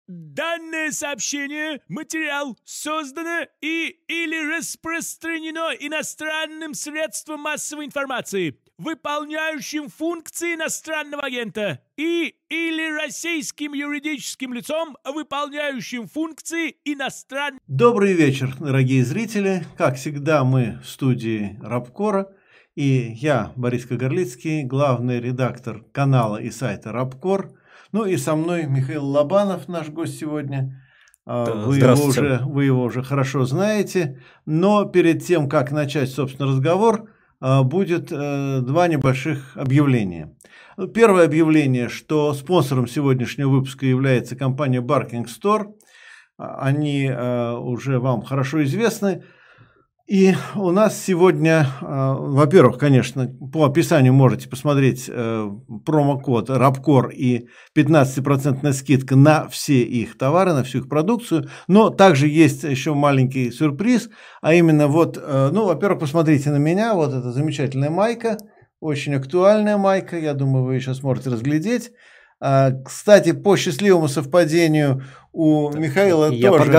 Данное сообщение, материал создано или распространено иностранным средством массовой информации, выполняющим функции иностранного агента, или российским юридическим лицом, выполняющим функции иностранного... Добрый вечер, дорогие зрители. Как всегда, мы в студии Рабкора. И я, Борис Кагарлицкий, главный редактор канала и сайта Рабкор. Ну и со мной Михаил Лобанов, наш гость сегодня. Вы его уже хорошо знаете. Но перед тем, как начать, собственно, разговор, будет два небольших объявления. Первое объявление, что спонсором сегодняшнего выпуска является компания Barking Store. Они уже вам хорошо известны. И у нас сегодня, во-первых, конечно, по описанию можете посмотреть промокод Рабкор и 15% скидка на все их товары, на всю их продукцию. Но также есть еще маленький сюрприз, а именно вот, ну, во-первых, посмотрите на меня, вот эта замечательная майка, очень актуальная майка, я думаю, вы ее сейчас можете разглядеть. Кстати, по счастливому совпадению у Михаила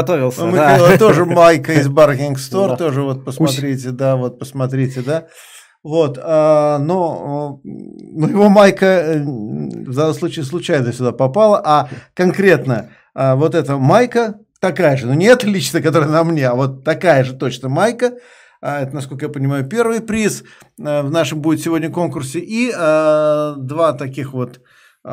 тоже майка из Barking Store, тоже вот посмотрите, да, вот посмотрите, да. Вот, но его майка в данном случае случайно сюда попала, а конкретно вот эта майка такая же, но не эта лично, которая на мне, а вот такая же точно майка. Это, насколько я понимаю, первый приз в нашем будет сегодня конкурсе. И два таких вот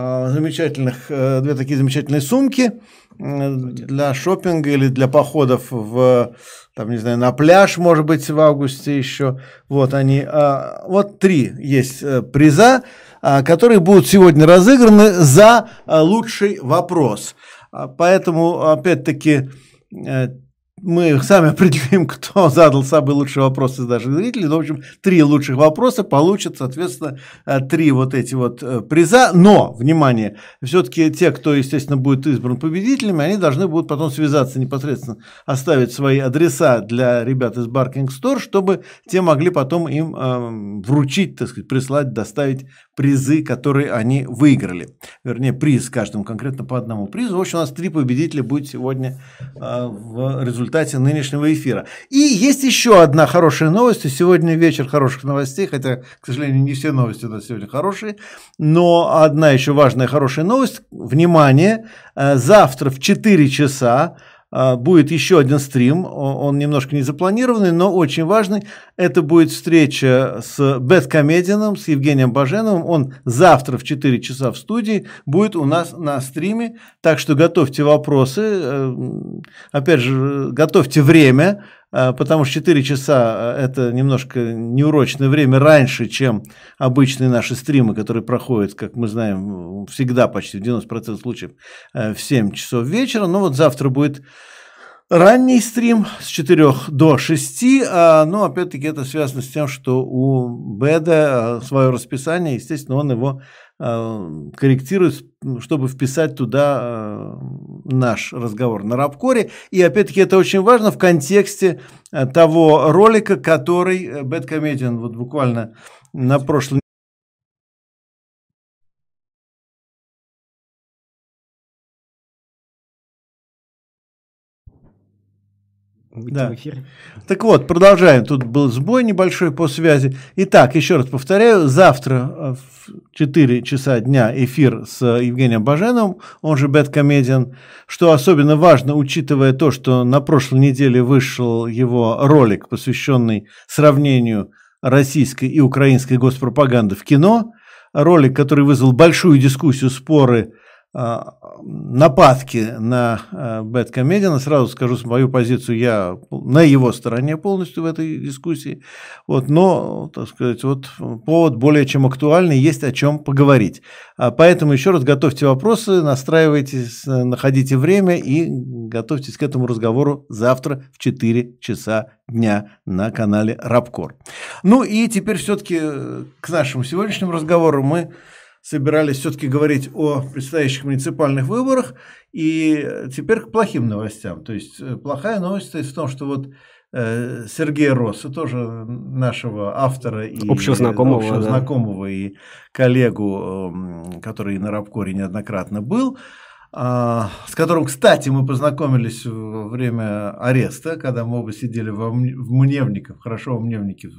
две такие замечательные сумки для шопинга или для походов там, не знаю, на пляж, может быть, в августе еще. Вот они. Вот три есть приза, которые будут сегодня разыграны за лучший вопрос. Поэтому, опять-таки, мы сами определим, кто задал самый лучший вопрос из наших зрителей. Ну, в общем, три лучших вопроса получат, соответственно, три вот эти вот приза. Но, внимание, все-таки те, кто, естественно, будет избран победителями, они должны будут потом связаться непосредственно, оставить свои адреса для ребят из Barking Store, чтобы те могли потом им вручить, так сказать, прислать, доставить призы, которые они выиграли. Вернее, приз каждому конкретно по одному призу. В общем, у нас три победителя будет сегодня в результате нынешнего эфира. И есть еще одна хорошая новость. Сегодня вечер хороших новостей, хотя, к сожалению, не все новости у нас сегодня хорошие, но одна еще важная хорошая новость. Внимание, завтра в 4 часа будет еще один стрим, он немножко не запланированный, но очень важный. Это будет встреча с Бэткомедианом, с Евгением Баженовым. Он завтра в 4 часа в студии будет у нас на стриме. Так что готовьте вопросы. Опять же, готовьте время, потому что 4 часа – это немножко неурочное время раньше, чем обычные наши стримы, которые проходят, как мы знаем, всегда почти в 90% случаев в 7 часов вечера. Но вот завтра будет ранний стрим с 4 до 6, но опять-таки это связано с тем, что у Беда свое расписание, естественно, он его корректирует, чтобы вписать туда наш разговор на Рабкоре. И опять-таки это очень важно в контексте того ролика, который Бэткомедиан вот буквально на прошлом... Да. Так вот, продолжаем. Тут был сбой небольшой по связи. Итак, еще раз повторяю, завтра в 4 часа дня эфир с Евгением Баженовым, он же Бэткомедиан. Что особенно важно, учитывая то, что на прошлой неделе вышел его ролик, посвященный сравнению российской и украинской госпропаганды в кино. Ролик, который вызвал большую дискуссию, споры, нападки на Бэткомедиана. Сразу скажу свою позицию, я на его стороне полностью в этой дискуссии. Вот, но, так сказать, вот повод более чем актуальный, есть о чем поговорить. Поэтому еще раз готовьте вопросы, настраивайтесь, находите время и готовьтесь к этому разговору завтра в 4 часа дня на канале Рабкор. Ну и теперь все-таки к нашему сегодняшнему разговору. Мы собирались все-таки говорить о предстоящих муниципальных выборах, и теперь к плохим новостям. То есть плохая новость в том, что вот Сергея Росса, тоже нашего автора и общего знакомого и коллегу, который на Рабкоре неоднократно был, с которым, кстати, мы познакомились во время ареста, когда мы оба сидели в Мневниках, хорошо, в Мневнике.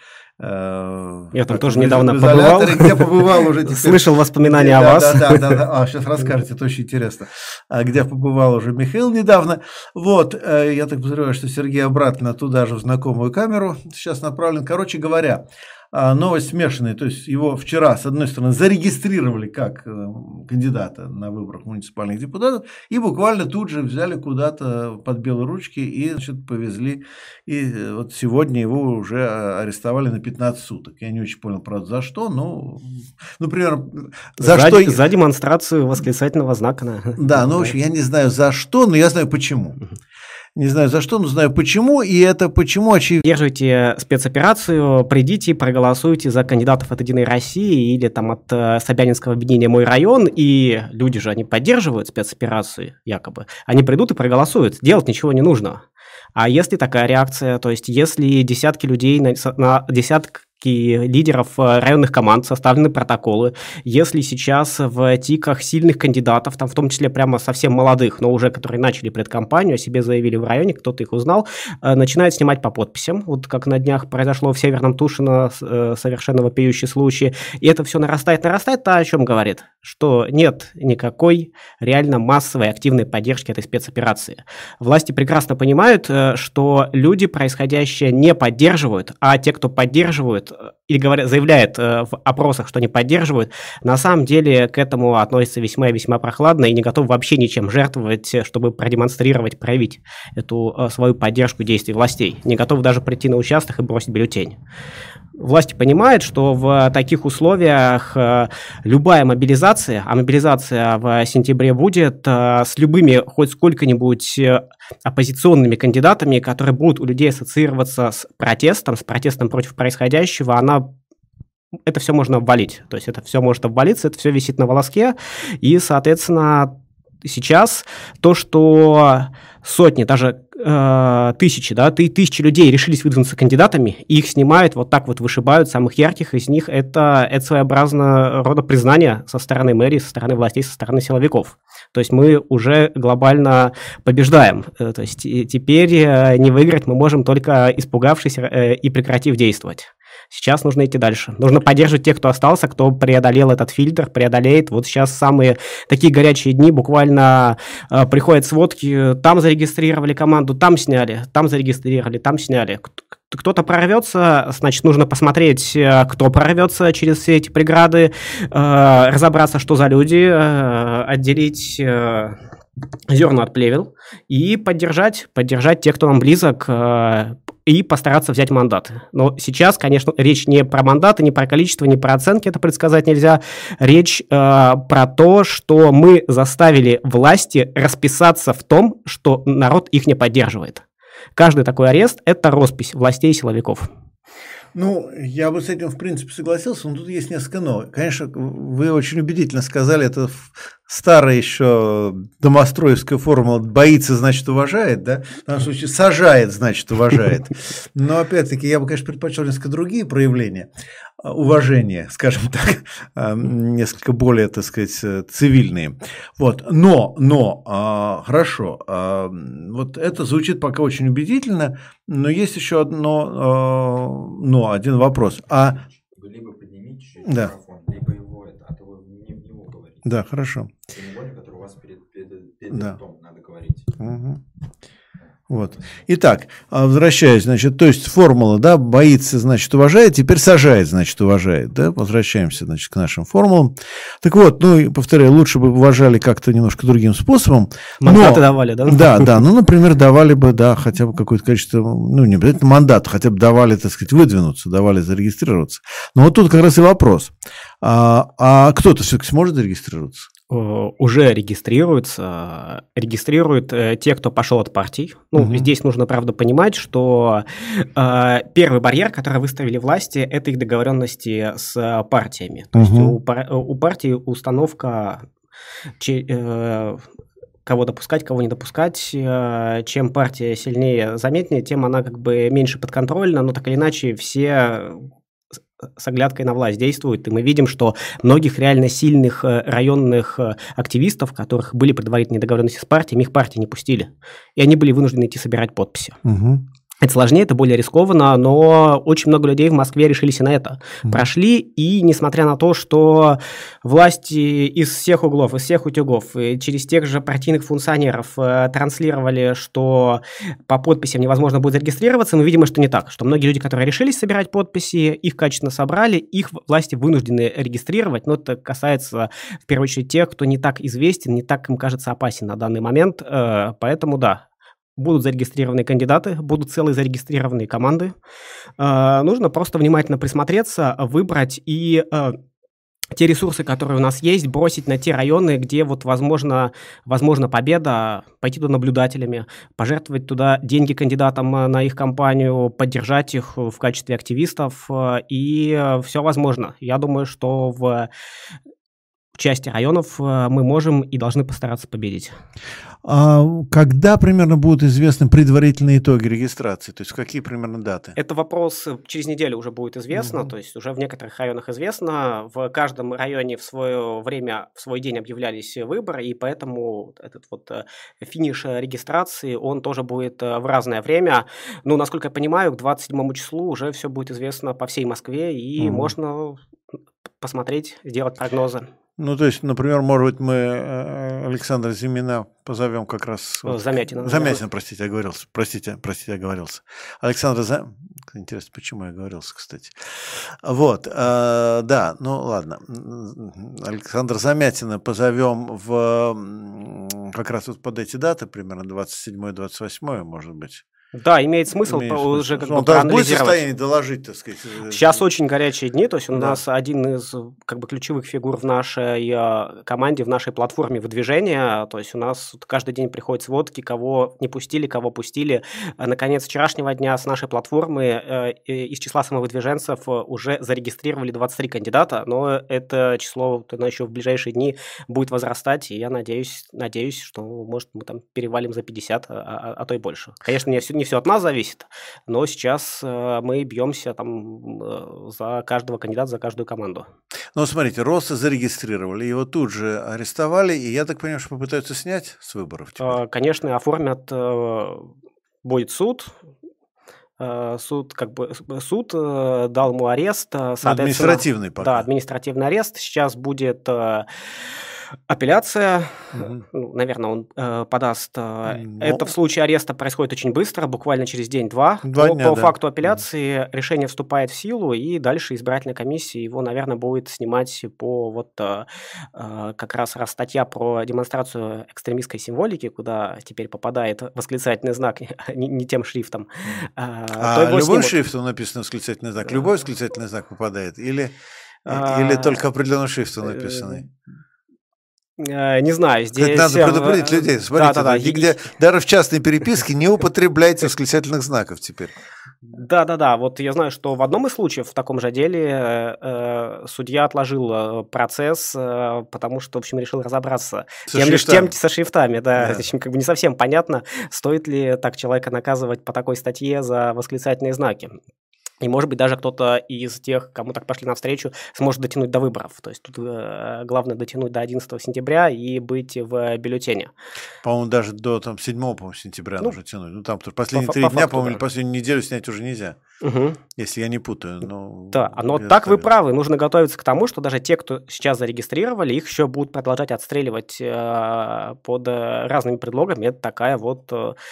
Я там тоже недавно побывал. Где побывал уже теперь. Слышал воспоминания о вас. Да. Сейчас расскажете, это очень интересно. Где побывал уже Михаил недавно. Вот, я так подозреваю, что Сергей обратно туда же в знакомую камеру сейчас направлен. Короче говоря, новость смешанная, то есть его вчера, с одной стороны, зарегистрировали как кандидата на выборах муниципальных депутатов и буквально тут же взяли куда-то под белые ручки и, значит, повезли. И вот сегодня его уже арестовали на 15 суток. Я не очень понял, правда, за что, но, например, за демонстрацию восклицательного знака. Да, ну, в общем, я не знаю за что, но я знаю почему. Не знаю за что, но знаю почему, и это почему очевидно. Держите спецоперацию, придите, проголосуйте за кандидатов от «Единой России» или там от Собянинского объединения «Мой район», и люди же, они поддерживают спецоперацию, якобы. Они придут и проголосуют, делать ничего не нужно. А если такая реакция, то есть если десятки людей, на десятки лидеров районных команд составлены протоколы, если сейчас в тиках сильных кандидатов, там в том числе прямо совсем молодых, но уже которые начали предкампанию, о себе заявили в районе, кто-то их узнал, начинают снимать по подписям, вот как на днях произошло в Северном Тушино совершенно вопиющий случай, и это все нарастает, а о чем говорит? Что нет никакой реально массовой активной поддержки этой спецоперации. Власти прекрасно понимают, что люди происходящее не поддерживают, а те, кто поддерживают, или заявляет в опросах, что не поддерживают, на самом деле к этому относятся весьма и весьма прохладно и не готовы вообще ничем жертвовать, чтобы продемонстрировать, проявить эту свою поддержку действий властей. Не готовы даже прийти на участок и бросить бюллетень. Власти понимают, что в таких условиях любая мобилизация, а мобилизация в сентябре будет, с любыми хоть сколько-нибудь оппозиционными кандидатами, которые будут у людей ассоциироваться с протестом против происходящего, это все можно обвалить. То есть это все может обвалиться, это все висит на волоске, и, соответственно, сейчас то, что сотни, даже тысячи людей решились выдвинуться кандидатами, и их снимают, вот так вот вышибают, самых ярких из них, это своеобразно рода признание со стороны мэрии, со стороны властей, со стороны силовиков. То есть мы уже глобально побеждаем. То есть теперь не выиграть мы можем только испугавшись и прекратив действовать. Сейчас нужно идти дальше. Нужно поддерживать тех, кто остался, кто преодолел этот фильтр, преодолеет. Вот сейчас самые такие горячие дни, буквально приходят сводки, там зарегистрировали команду, там сняли, там зарегистрировали, там сняли. Кто-то прорвется, значит, нужно посмотреть, кто прорвется через все эти преграды, разобраться, что за люди, отделить зерна от плевел и поддержать тех, кто нам близок, и постараться взять мандат. Но сейчас, конечно, речь не про мандаты, не про количество, не про оценки, это предсказать нельзя. Речь про то, что мы заставили власти расписаться в том, что народ их не поддерживает. Каждый такой арест – это роспись властей и силовиков. Ну, я бы с этим, в принципе, согласился, но тут есть несколько «но». Конечно, вы очень убедительно сказали, это старая еще домостроевская формула «боится, значит, уважает», да? В данном случае «сажает, значит, уважает». Но, опять-таки, я бы, конечно, предпочел несколько другие проявления уважения, скажем так, несколько более, так сказать, цивильные. Вот. Но, хорошо, вот это звучит пока очень убедительно, но есть еще один вопрос. Вы либо поднимите чуть-чуть микрофон, либо его а то вы не в него говорите. Да, хорошо. Прямоугольник, который у вас перед да. ртом, надо говорить. Угу. Вот. Итак, возвращаясь, значит, то есть формула, да, боится, значит, уважает, теперь сажает, значит, уважает, да, возвращаемся, значит, к нашим формулам. Так вот, ну, повторяю, лучше бы уважали как-то немножко другим способом. Мандаты давали, да? Да, ну, например, давали бы, да, хотя бы какое-то количество, ну, не обязательно мандат, хотя бы давали, так сказать, выдвинуться, давали зарегистрироваться. Но вот тут как раз и вопрос. А кто-то все-таки сможет зарегистрироваться? Уже регистрируют те, кто пошел от партий. Ну, здесь нужно, правда, понимать, что первый барьер, который выставили власти, это их договоренности с партиями. То есть у партии установка, кого допускать, кого не допускать. Чем партия сильнее, заметнее, тем она как бы меньше подконтрольна, но так или иначе все с оглядкой на власть действуют, и мы видим, что многих реально сильных районных активистов, которых были предварительные договоренности с партиями, их партии не пустили, и они были вынуждены идти собирать подписи. Это сложнее, это более рискованно, но очень много людей в Москве решились и на это. Прошли, и несмотря на то, что власти из всех углов, из всех утюгов, и через тех же партийных функционеров транслировали, что по подписям невозможно будет зарегистрироваться, мы видим, что не так. Что многие люди, которые решились собирать подписи, их качественно собрали, их власти вынуждены регистрировать, но это касается, в первую очередь, тех, кто не так известен, не так, им кажется, опасен на данный момент, поэтому да. Будут зарегистрированные кандидаты, будут целые зарегистрированные команды. Нужно просто внимательно присмотреться, выбрать и те ресурсы, которые у нас есть, бросить на те районы, где вот возможно победа, пойти туда наблюдателями, пожертвовать туда деньги кандидатам на их кампанию, поддержать их в качестве активистов, и все возможно. Я думаю, что в части районов мы можем и должны постараться победить. Когда примерно будут известны предварительные итоги регистрации? То есть какие примерно даты? Это вопрос через неделю уже будет известно, то есть уже в некоторых районах известно. В каждом районе в свое время, в свой день объявлялись выборы, и поэтому этот вот финиш регистрации, он тоже будет в разное время. Ну, насколько я понимаю, к 27 числу уже все будет известно по всей Москве, и можно посмотреть, сделать прогнозы. Ну, то есть, например, может быть, мы Александра Зимина позовем как раз... Замятина. Замятина, простите, я оговорился. Простите, я оговорился. Интересно, почему я оговорился, кстати. Вот, да, ну ладно. Александра Замятина позовем как раз вот под эти даты, примерно 27-28, может быть. Да, имеет смысл уже как бы проанализировать. Будет в состоянии доложить, так сказать. Сейчас очень горячие дни, то есть у нас один из как бы ключевых фигур в нашей команде, в нашей платформе выдвижения, то есть у нас каждый день приходят сводки, кого не пустили, кого пустили. Наконец, вчерашнего дня с нашей платформы из числа самовыдвиженцев уже зарегистрировали 23 кандидата, но это число еще в ближайшие дни будет возрастать, и я надеюсь, что, может, мы там перевалим за 50, а то и больше. Конечно, не все от нас зависит, но сейчас мы бьемся там за каждого кандидата, за каждую команду. Ну, смотрите, Росса зарегистрировали, его тут же арестовали, и я так понимаю, что попытаются снять с выборов теперь. Конечно, оформят, будет суд. Суд дал ему арест. Административный пока. Да, административный арест. Сейчас будет апелляция, наверное, он подаст. Это в случае ареста происходит очень быстро, буквально через день-два. По факту апелляции решение вступает в силу, и дальше избирательная комиссия его, наверное, будет снимать по вот как раз статья про демонстрацию экстремистской символики, куда теперь попадает восклицательный знак не тем шрифтом. Любой шрифтом написан восклицательный знак? Любой восклицательный знак попадает? Или только определенным шрифтом написанный? Не знаю, здесь... Надо предупредить людей. Смотрите, нигде, даже в частной переписке не употребляйте восклицательных знаков теперь. Да. Вот я знаю, что в одном из случаев в таком же деле судья отложил процесс, потому что, в общем, решил разобраться со шрифтами. Да. В общем, как бы не совсем понятно, стоит ли так человека наказывать по такой статье за восклицательные знаки. И, может быть, даже кто-то из тех, кому так пошли навстречу, сможет дотянуть до выборов. То есть тут главное дотянуть до 11 сентября и быть в бюллетене. По-моему, даже до 7 сентября нужно тянуть. Ну, там последние 3 дня, по-моему, или последнюю неделю снять уже нельзя. Если я не путаю. Да, но так вы правы. Нужно готовиться к тому, что даже те, кто сейчас зарегистрировали, их еще будут продолжать отстреливать под разными предлогами. Это такая вот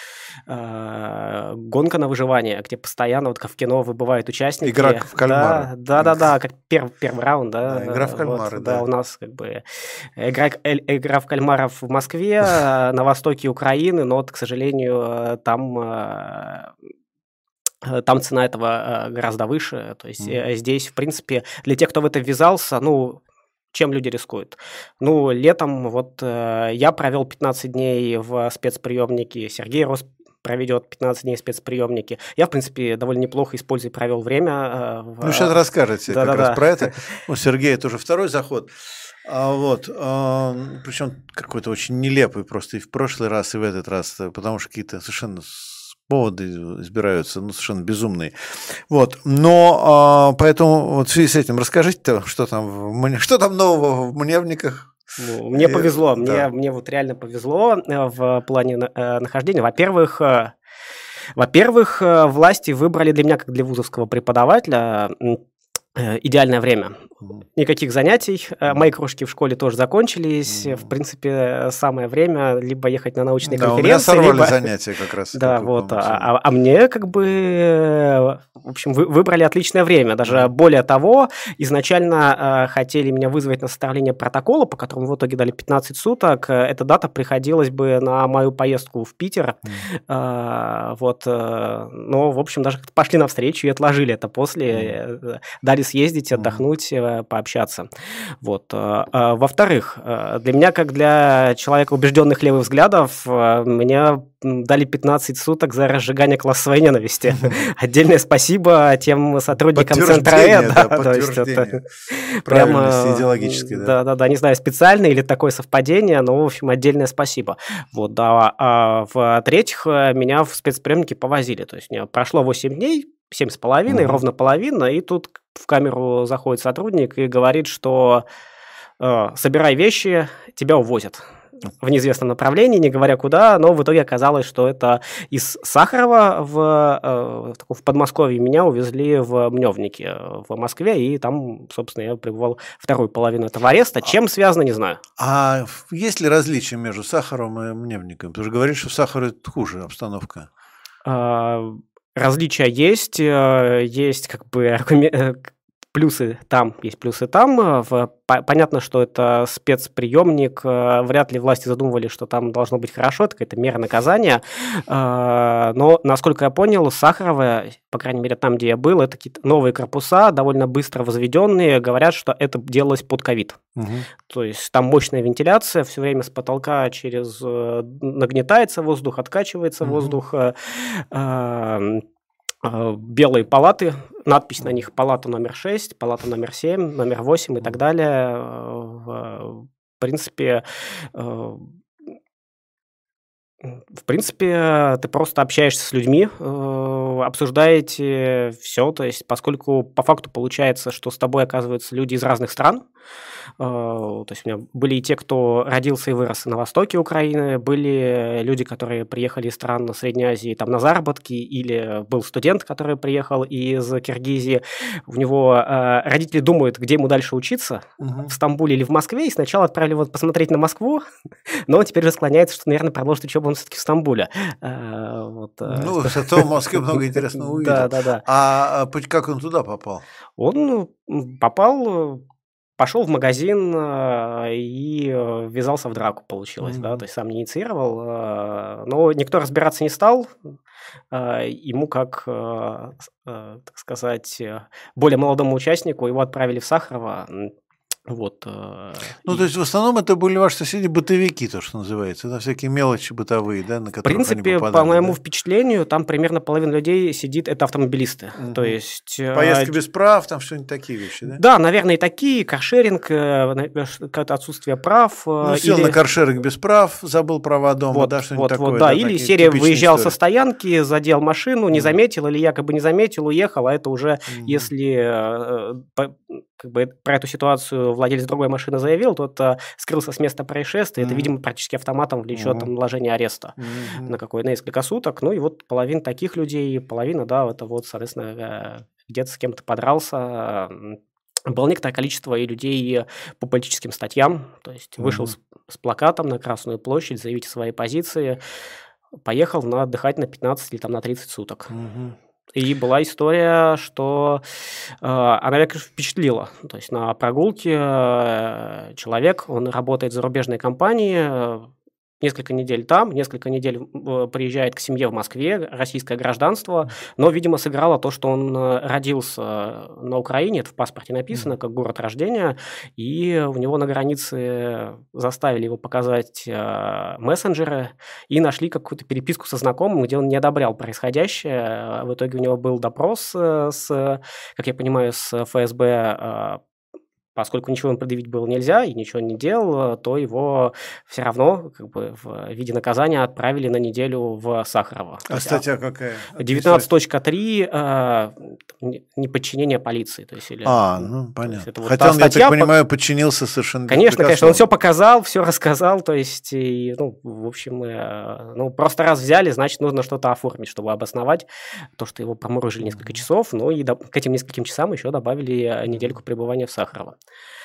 гонка на выживание, где постоянно, вот как в кино, выбывают участники. Игра в кальмара. Да, как первый раунд. Да, игра в кальмара, да. У нас как бы игра в кальмаров в Москве, на востоке Украины, но, к сожалению, там цена этого гораздо выше. То есть здесь, в принципе, для тех, кто в это ввязался, чем люди рискуют? Летом я провел 15 дней в спецприемнике, Сергей Рос проведет 15 дней в спецприемнике. Я, в принципе, довольно неплохо провел время. Сейчас расскажете раз про это. У Сергея это уже второй заход. Причем какой-то очень нелепый просто и в прошлый раз, и в этот раз, потому что какие-то совершенно поводы избираются, ну, совершенно безумные. Вот. Но поэтому вот в связи с этим расскажите, что там нового в Мневниках? Ну, мне повезло, да. мне вот реально повезло в плане нахождения. Во-первых, власти выбрали для меня, как для вузовского преподавателя, идеальное время. Никаких занятий. Мои кружки в школе тоже закончились. В принципе, самое время либо ехать на научные конференции. У меня сорвали занятия как раз. Да, вот. А мне как бы, в общем, выбрали отличное время. Даже более того, изначально хотели меня вызвать на составление протокола, по которому в итоге дали 15 суток. Эта дата приходилась бы на мою поездку в Питер. Вот. Но, в общем, даже как-то пошли навстречу и отложили это после. Дали съездить, отдохнуть, пообщаться. Вот. Во-вторых, для меня, как для человека убежденных левых взглядов, мне дали 15 суток за разжигание классовой ненависти. Отдельное спасибо тем сотрудникам Центра Э. Подтверждение правильности идеологической. Да, не знаю, специально или такое совпадение, но, в общем, отдельное спасибо. Вот, да. А в-третьих, меня в спецприемнике повозили. То есть, прошло 8 дней, 7,5, ровно половина, и тут в камеру заходит сотрудник и говорит, что собирай вещи, тебя увозят в неизвестном направлении, не говоря куда, но в итоге оказалось, что это из Сахарова в Подмосковье меня увезли в Мневники в Москве, и там, собственно, я пребывал вторую половину этого ареста. Чем связано, не знаю. А есть ли различия между Сахаровым и Мневником? Ты же говоришь, что в Сахарове хуже обстановка. Различия есть как бы плюсы там, есть плюсы там. Понятно, что это спецприемник, вряд ли власти задумывали, что там должно быть хорошо, это какая-то мера наказания. Но, насколько я понял, Сахарова, по крайней мере, там, где я был, это какие-то новые корпуса, довольно быстро возведенные, говорят, что это делалось под ковид. То есть там мощная вентиляция, все время с потолка нагнетается воздух, откачивается воздух, белые палаты, надпись на них «Палата номер 6», «Палата номер 7», «Номер 8» и так далее. В принципе, ты просто общаешься с людьми, обсуждаете все, то есть поскольку по факту получается, что с тобой оказываются люди из разных стран, то есть у меня были и те, кто родился и вырос на востоке Украины, были люди, которые приехали из стран Средней Азии там на заработки, или был студент, который приехал из Киргизии, у него родители думают, где ему дальше учиться, в Стамбуле или в Москве, и сначала отправили его посмотреть на Москву, но он теперь уже склоняется, что, наверное, продолжит учебу он все-таки в Стамбуле. Ну, зато в Москве много интересного увидел. Да. А как он туда попал? Он пошел в магазин и ввязался в драку, получилось, да, то есть сам не инициировал, но никто разбираться не стал, ему как, так сказать, более молодому участнику его отправили в Сахарово. Вот. То есть в основном это были ваши соседи бытовики, то, что называется, это всякие мелочи бытовые, да, на которые они попадали. В принципе, по моему впечатлению, там примерно половина людей сидит, это автомобилисты. То есть поездки без прав, там что-нибудь такие вещи, да? Да, наверное, и такие, каршеринг, какое-то отсутствие прав. Сел на каршеринг без прав, забыл права дома, да, что-нибудь такое. Да, или серия выезжал со стоянки, задел машину, не заметил или якобы не заметил, уехал, а это уже, если как бы про эту ситуацию владелец другой машины заявил, тот скрылся с места происшествия, это, видимо, практически автоматом влечет наложение ареста на несколько суток. Ну и вот половина таких людей, половина, да, это вот, соответственно, где-то с кем-то подрался. Было некоторое количество и людей по политическим статьям, то есть вышел с плакатом на Красную площадь, заявить свои позиции, поехал отдыхать на 15 или там на 30 суток. И была история, что она меня, конечно, впечатлила. То есть на прогулке человек, он работает в зарубежной компании, несколько недель там, несколько недель приезжает к семье в Москве, российское гражданство, но, видимо, сыграло то, что он родился на Украине, это в паспорте написано, как город рождения, и у него на границе заставили его показать мессенджеры и нашли какую-то переписку со знакомым, где он не одобрял происходящее. В итоге у него был допрос как я понимаю, с ФСБ поскольку ничего им предъявить было нельзя и ничего не делал, то его все равно как бы в виде наказания отправили на неделю в Сахарово. А статья какая? 19.3 неподчинение полиции. То есть, или, ну понятно. Вот хотя он, я так понимаю, подчинился совершенно Конечно, он все показал, все рассказал, то есть, и, в общем, просто раз взяли, значит, нужно что-то оформить, чтобы обосновать то, что его проморожили несколько часов, но и к этим нескольким часам еще добавили недельку пребывания в Сахарово.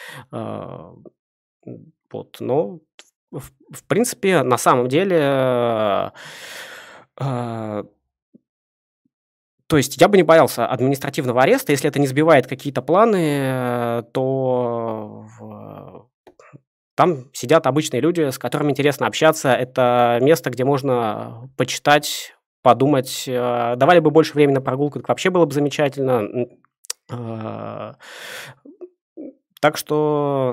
Вот, но, в принципе, на самом деле... То есть я бы не боялся административного ареста, если это не сбивает какие-то планы, то там сидят обычные люди, с которыми интересно общаться. Это место, где можно почитать, подумать. Давали бы больше времени на прогулку, так вообще было бы замечательно. Так что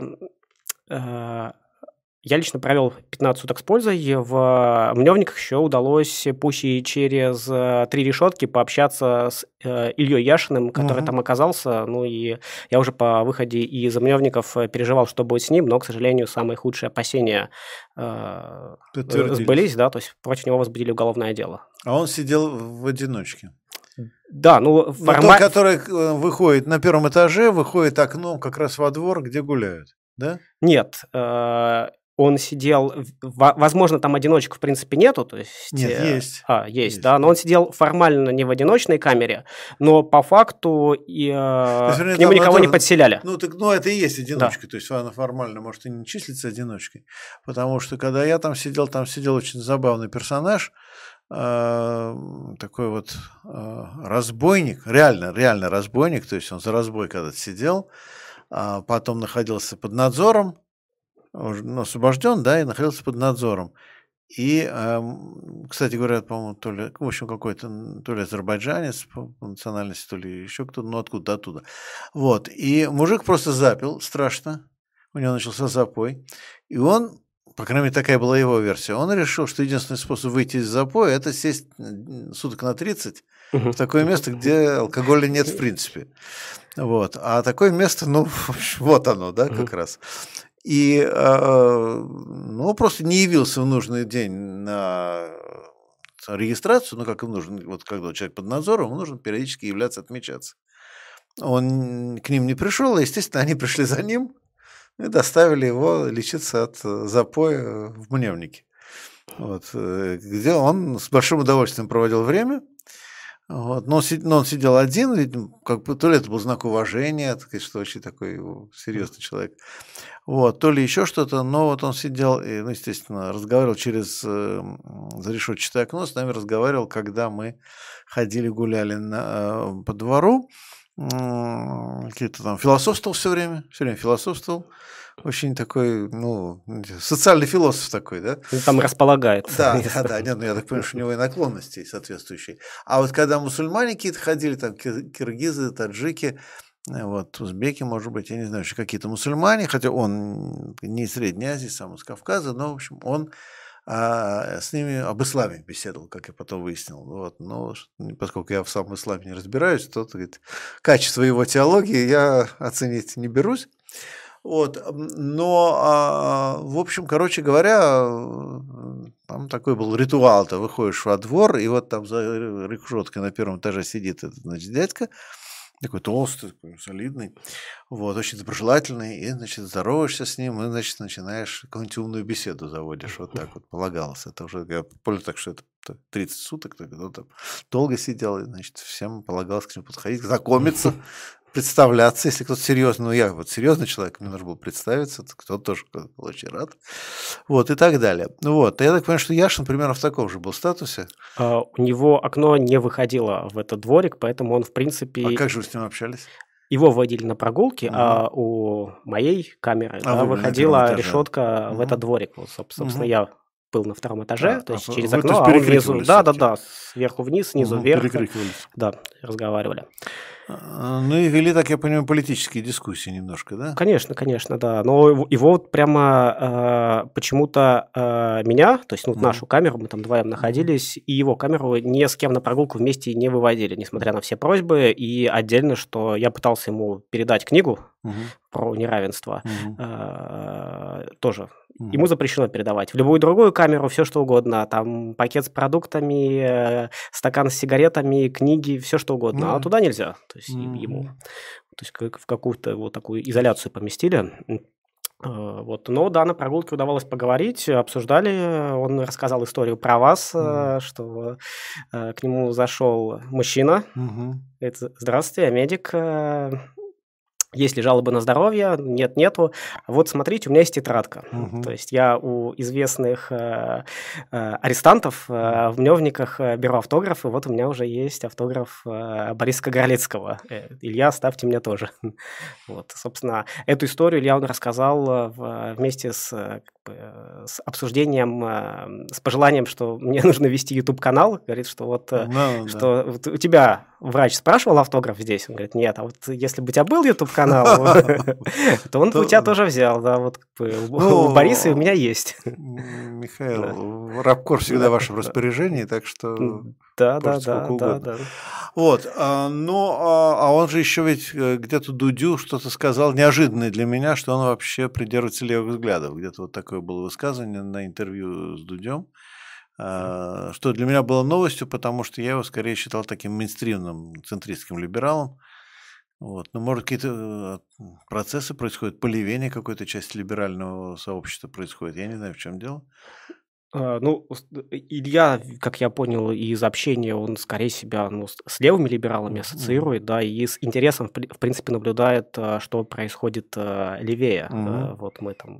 я лично провел 15 суток с пользой. В Мневниках еще удалось, пусть и через 3 решетки, пообщаться с Ильей Яшиным, который там оказался. Ну и я уже по выходе из Мневников переживал, что будет с ним, но, к сожалению, самые худшие опасения сбылись, да, то есть против него возбудили уголовное дело. А он сидел в одиночке? Да, тот, который выходит на первом этаже, выходит окном как раз во двор, где гуляют, да? Нет, он сидел, возможно, там одиночек в принципе нету, то есть... Нет, есть. Есть, да, но он сидел формально не в одиночной камере, но по факту к нему никого не подселяли. Ну, это и есть одиночка, да. То есть она формально может и не числиться одиночкой, потому что когда я там сидел очень забавный персонаж, такой вот разбойник, реально разбойник, то есть он за разбой когда-то сидел, потом находился под надзором, освобожден, да, и находился под надзором. И, кстати говоря, по-моему, то ли, в общем, какой-то, то ли азербайджанец по национальности, то ли еще кто-то, но откуда-то оттуда. Вот, и мужик просто запил страшно, у него начался запой, и он, по крайней мере, такая была его версия, он решил, что единственный способ выйти из запоя – это сесть суток на 30 в такое место, где алкоголя нет в принципе. Вот, а такое место, вот оно, да, как раз. И просто не явился в нужный день на регистрацию, как им нужно, вот когда человек под надзором, ему нужно периодически являться, отмечаться. Он к ним не пришел, и, естественно, они пришли за ним и доставили его лечиться от запоя в Мневнике. Вот, где он с большим удовольствием проводил время. Вот, но он сидел один, видимо, как бы, то ли это был знак уважения, что очень такой серьезный человек, вот, то ли еще что-то, но вот он сидел и, естественно, разговаривал через зарешетчатое окно, с нами разговаривал, когда мы ходили, гуляли по двору, какие-то там философствовал все время философствовал. Очень такой, социальный философ такой, да? Он там располагает. Да, нет, я так понимаю, что у него и наклонности соответствующие. А вот когда мусульмане какие-то ходили, там киргизы, таджики, вот, узбеки, может быть, я не знаю, еще какие-то мусульмане, хотя он не из Средней Азии, сам из Кавказа, но, в общем, он с ними об исламе беседовал, как я потом выяснил. Вот, но поскольку я сам в исламе не разбираюсь, то, качество его теологии я оценить не берусь. Вот, но, в общем, короче говоря, там такой был ритуал, ты выходишь во двор, и вот там за решеткой на первом этаже сидит этот, дядька, такой толстый, такой солидный, вот, очень доброжелательный, и, здороваешься с ним, и, начинаешь какую-нибудь умную беседу заводишь, вот так вот полагалось. Это уже, я помню так, что это 30 суток, кто-то долго сидел, и, всем полагалось к нему подходить, знакомиться, представляться, если кто-то серьезный, я вот серьезный человек, мне нужно было представиться, кто-то тоже был очень рад, вот, и так далее. Вот, я так понимаю, что Яшин примерно в таком же был статусе. У него окно не выходило в этот дворик, поэтому он, в принципе... А как же вы с ним общались? Его вводили на прогулки, а у моей камеры выходила решетка в этот дворик. Вот, собственно, я был на втором этаже, то есть через окно, а он внизу. Да, сверху вниз, снизу вверх. Да, разговаривали. Ну и вели, так я понимаю, политические дискуссии немножко, да? Конечно, да. Но его вот прямо почему-то меня, то есть нашу камеру, мы там вдвоем находились, и его камеру ни с кем на прогулку вместе не выводили, несмотря на все просьбы. И отдельно, что я пытался ему передать книгу про неравенство, тоже. Ему запрещено передавать. В любую другую камеру все что угодно. Там пакет с продуктами, стакан с сигаретами, книги, все что угодно. А туда нельзя. То есть ему. То есть в какую-то вот такую изоляцию поместили. Вот. Но да, на прогулке удавалось поговорить, обсуждали. Он рассказал историю про вас, что к нему зашел мужчина. Говорит: здравствуйте, я медик. Есть ли жалобы на здоровье? Нет, нету. Вот смотрите, у меня есть тетрадка. То есть я у известных арестантов в Мневниках беру автографы. Вот у меня уже есть автограф Бориса Горлицкого. Илья, ставьте мне тоже. Вот, собственно, эту историю Илья он рассказал вместе с обсуждением, с пожеланием, что мне нужно вести YouTube-канал. Говорит, что вот вот у тебя врач спрашивал автограф здесь? Он говорит: нет, а вот если бы у тебя был YouTube-канал, то он бы у тебя тоже взял. Да, вот у Бориса и у меня есть. Михаил, Рабкор всегда в вашем распоряжении, так что... Да. Вот, а он же еще ведь где-то Дудю что-то сказал неожиданное для меня, что он вообще придерживается левых взглядов. Где-то вот такое было высказывание на интервью с Дудем, что для меня было новостью, потому что я его скорее считал таким мейнстримным центристским либералом. Вот. Но, может, какие-то процессы происходят, поливение какой-то части либерального сообщества происходит. Я не знаю, в чем дело. Ну, Илья, как я понял из общения, он скорее себя с левыми либералами ассоциирует, да, и с интересом, в принципе, наблюдает, что происходит левее. Вот мы там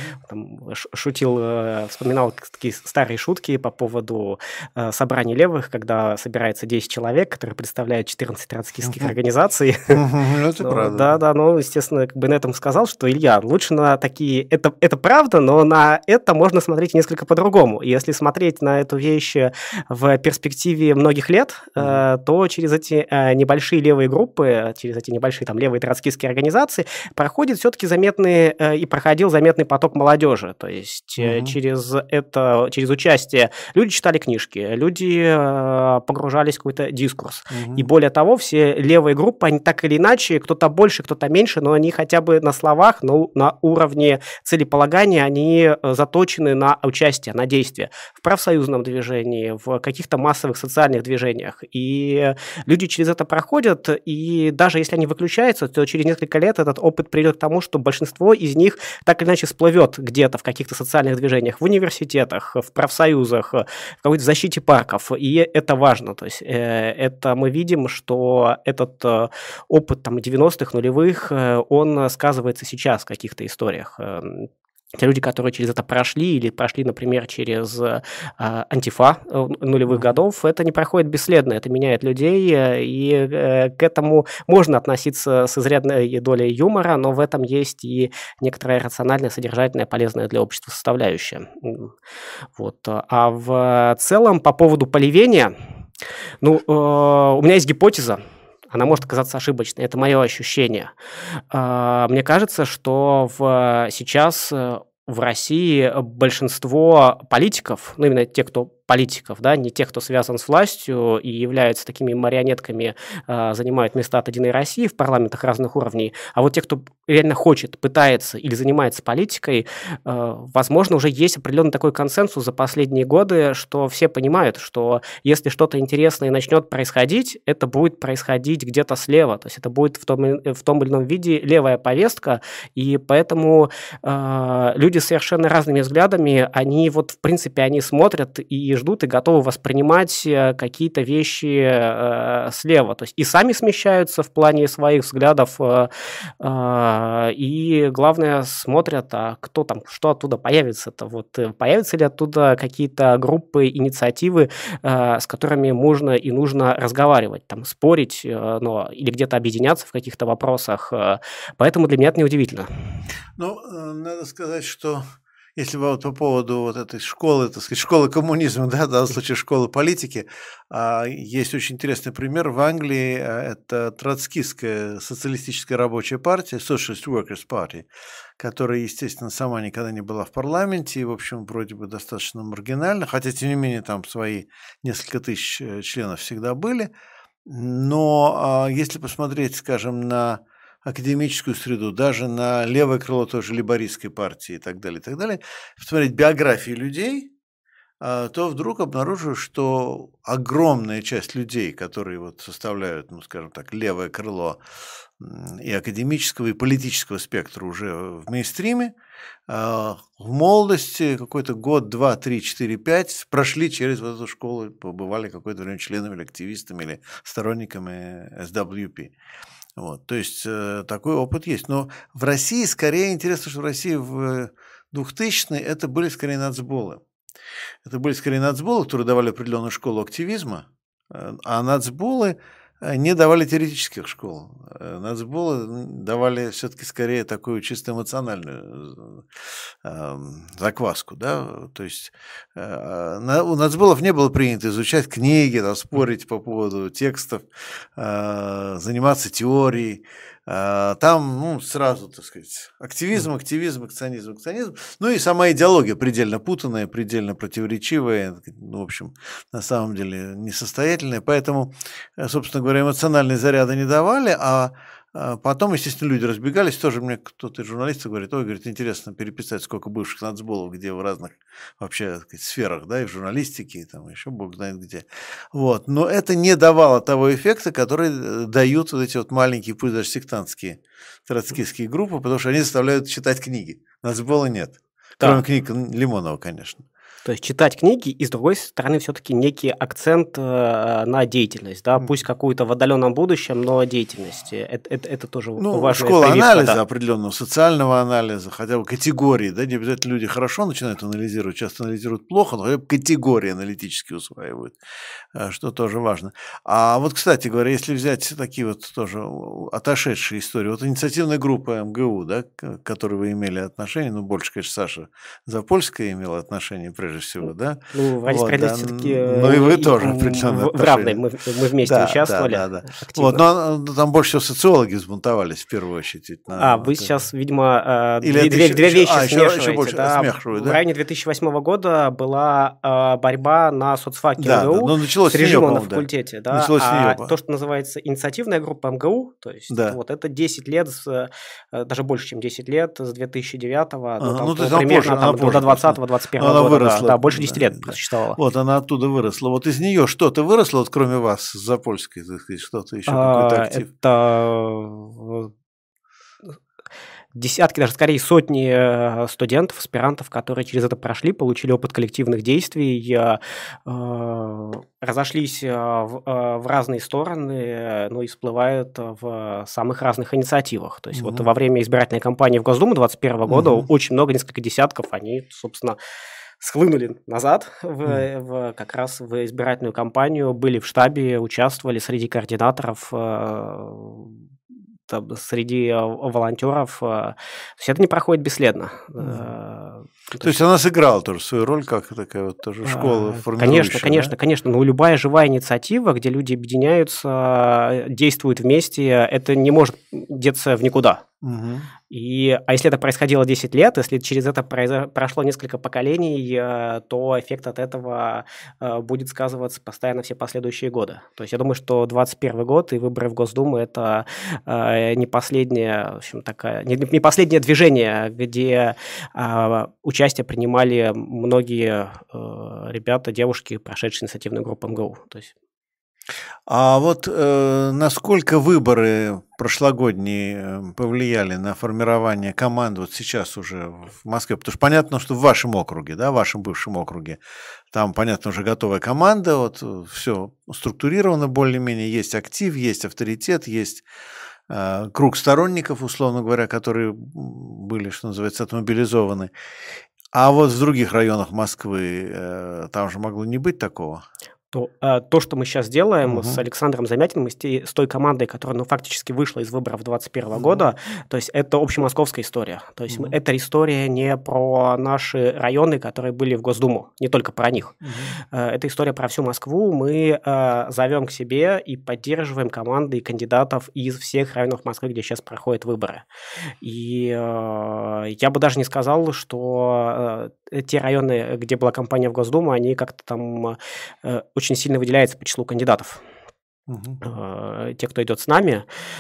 шутил, вспоминал такие старые шутки по поводу собраний левых, когда собирается 10 человек, которые представляют 14 троцкистских организаций. Это правда. Да, ну, естественно, как бы на этом сказал, что Илья, лучше на такие... Это правда, но на это можно смотреть несколько по-другому. Если смотреть на эту вещь в перспективе многих лет, то через эти небольшие левые группы, через эти небольшие там левые троцкистские организации проходит все-таки проходил заметный поток молодежи. То есть через участие люди читали книжки, люди погружались в какой-то дискурс. И более того, все левые группы, они так или иначе, кто-то больше, кто-то меньше, но они хотя бы на словах, на уровне целеполагания, они заточены на участие, на действия в профсоюзном движении, в каких-то массовых социальных движениях. И люди через это проходят, и даже если они выключаются, то через несколько лет этот опыт приведет к тому, что большинство из них так или иначе всплывет где-то в каких-то социальных движениях, в университетах, в профсоюзах, в какой-то защите парков. И это важно. То есть это мы видим, что этот опыт там 90-х, нулевых, он сказывается сейчас в каких-то историях. Те люди, которые через это прошли или прошли, например, через антифа нулевых годов, это не проходит бесследно, это меняет людей, и к этому можно относиться с изрядной долей юмора, но в этом есть и некоторая рациональная, содержательная, полезная для общества составляющая. Вот. А в целом по поводу поливения, у меня есть гипотеза. Она может оказаться ошибочной, это мое ощущение. Мне кажется, что сейчас в России большинство политиков, именно те, кто политиков, да, не тех, кто связан с властью и являются такими марионетками, занимают места от «Единой России» в парламентах разных уровней, а вот те, кто реально хочет, пытается или занимается политикой, возможно, уже есть определенный такой консенсус за последние годы, что все понимают, что если что-то интересное начнет происходить, это будет происходить где-то слева, то есть это будет в том или ином виде левая повестка, и поэтому люди с совершенно разными взглядами, они вот, в принципе, они смотрят и ждут, и готовы воспринимать какие-то вещи слева. То есть и сами смещаются в плане своих взглядов, и, главное, смотрят, а кто там, что оттуда появится-то. Вот появятся ли оттуда какие-то группы, инициативы, с которыми можно и нужно разговаривать, там, спорить, или где-то объединяться в каких-то вопросах. Поэтому для меня это неудивительно. Надо сказать, что Если вот по поводу вот этой школы, так сказать, школы коммунизма, да, в данном случае школы политики, есть очень интересный пример в Англии, это троцкистская социалистическая рабочая партия, Socialist Workers Party, которая, естественно, сама никогда не была в парламенте и, в общем, вроде бы достаточно маргинальна, хотя, тем не менее, там свои несколько тысяч членов всегда были. Но если посмотреть, скажем, на академическую среду, даже на левое крыло той же лейбористской партии и так далее, посмотреть биографии людей, то вдруг обнаружишь, что огромная часть людей, которые вот составляют, ну, скажем так, левое крыло и академического, и политического спектра уже в мейнстриме, в молодости какой-то год, 2, 3, 4, 5 прошли через вот эту школу, побывали какое-то время членами или активистами, или сторонниками SWP. Вот, то есть такой опыт есть. Но в России скорее интересно, что в России в 2000-е это были скорее нацболы. Это были скорее нацболы, которые давали определенную школу активизма, а нацболы не давали теоретических школ. Нацболы давали все-таки скорее такую чисто эмоциональную закваску. Да? То есть у нацболов не было принято изучать книги, там, спорить по поводу текстов, заниматься теорией. Там, ну, сразу, так сказать, активизм, акционизм. Ну и сама идеология предельно путанная, предельно противоречивая, ну, в общем, на самом деле несостоятельная. Поэтому, собственно говоря, эмоциональные заряды не давали, а потом, естественно, люди разбегались. Тоже мне кто-то из журналистов говорит, ой, говорит, интересно переписать, сколько бывших нацболов, где в разных вообще, так сказать, сферах, да, и в журналистике, и там еще бог знает где. Вот. Но это не давало того эффекта, который дают вот эти вот маленькие, пусть даже сектантские троцкистские группы, потому что они заставляют читать книги. Нацбола нет. Кроме книг Лимонова, конечно. То есть читать книги, и с другой стороны все-таки некий акцент на деятельность, да, пусть какую-то в отдаленном будущем, но деятельность. Это тоже важная школа прививка, анализа да. определенного, социального анализа, хотя бы категории, да, не обязательно люди хорошо начинают анализировать, часто анализируют плохо, но хотя бы категории аналитически усваивают, что тоже важно. А вот, кстати говоря, если взять такие вот тоже отошедшие истории, вот инициативная группа МГУ, да, к которой вы имели отношение, ну, больше, конечно, Саша Запольская имела отношение прежде всего, да? Ну, ради справедливости все-таки ну и вы тоже определенно в равной, мы вместе участвовали. Да. Вот, но там больше всего социологи взбунтовались в первую очередь. Вы сейчас, видимо, две вещи смешиваете. Еще больше смешиваю, в районе 2008 года была борьба на соцфаке МГУ началось с режимом на факультете. Да? Началось с нее. То, что называется инициативная группа МГУ, то есть вот это 10 лет, даже больше, чем 10 лет, с 2009-го, примерно до 2020-2021 года. Да, больше 10 лет просуществовала. Вот она оттуда выросла. Вот из нее что-то выросло, вот кроме вас, Запольской, так сказать, что-то еще, какой-то актив? Это десятки, даже скорее сотни студентов, аспирантов, которые через это прошли, получили опыт коллективных действий, разошлись в разные стороны, ну и всплывают в самых разных инициативах. То есть вот во время избирательной кампании в Госдуму 2021 года очень много, несколько десятков, они, собственно, схлынули назад как раз в избирательную кампанию, были в штабе, участвовали среди координаторов, среди волонтеров. То есть это не проходит бесследно. То есть она сыграла тоже свою роль, как такая вот тоже школа формирующая. Конечно. Но любая живая инициатива, где люди объединяются, действуют вместе, это не может деться в никуда. А если это происходило 10 лет, если через это прошло несколько поколений, то эффект от этого будет сказываться постоянно все последующие годы. То есть я думаю, что 2021 год и выборы в Госдуму – это не последнее, в общем, не последнее движение, где участие принимали многие ребята, девушки, прошедшие инициативную группу МГУ. То есть... А вот насколько выборы прошлогодние повлияли на формирование команд вот сейчас уже в Москве? Потому что понятно, что в вашем округе, да, в вашем бывшем округе, там, понятно, уже готовая команда, вот все структурировано более-менее, есть актив, есть авторитет, есть круг сторонников, условно говоря, которые были, что называется, отмобилизованы. А вот в других районах Москвы там же могло не быть такого? То, что мы сейчас делаем с Александром Замятиным, с той командой, которая фактически вышла из выборов 2021 года, то есть это общемосковская история. То есть это история не про наши районы, которые были в Госдуму, не только про них. Это история про всю Москву. Мы зовем к себе и поддерживаем команды и кандидатов из всех районов Москвы, где сейчас проходят выборы. И я бы даже не сказал, что те районы, где была кампания в Госдуму, они как-то там очень сильно выделяются по числу кандидатов. Те, кто идет с нами.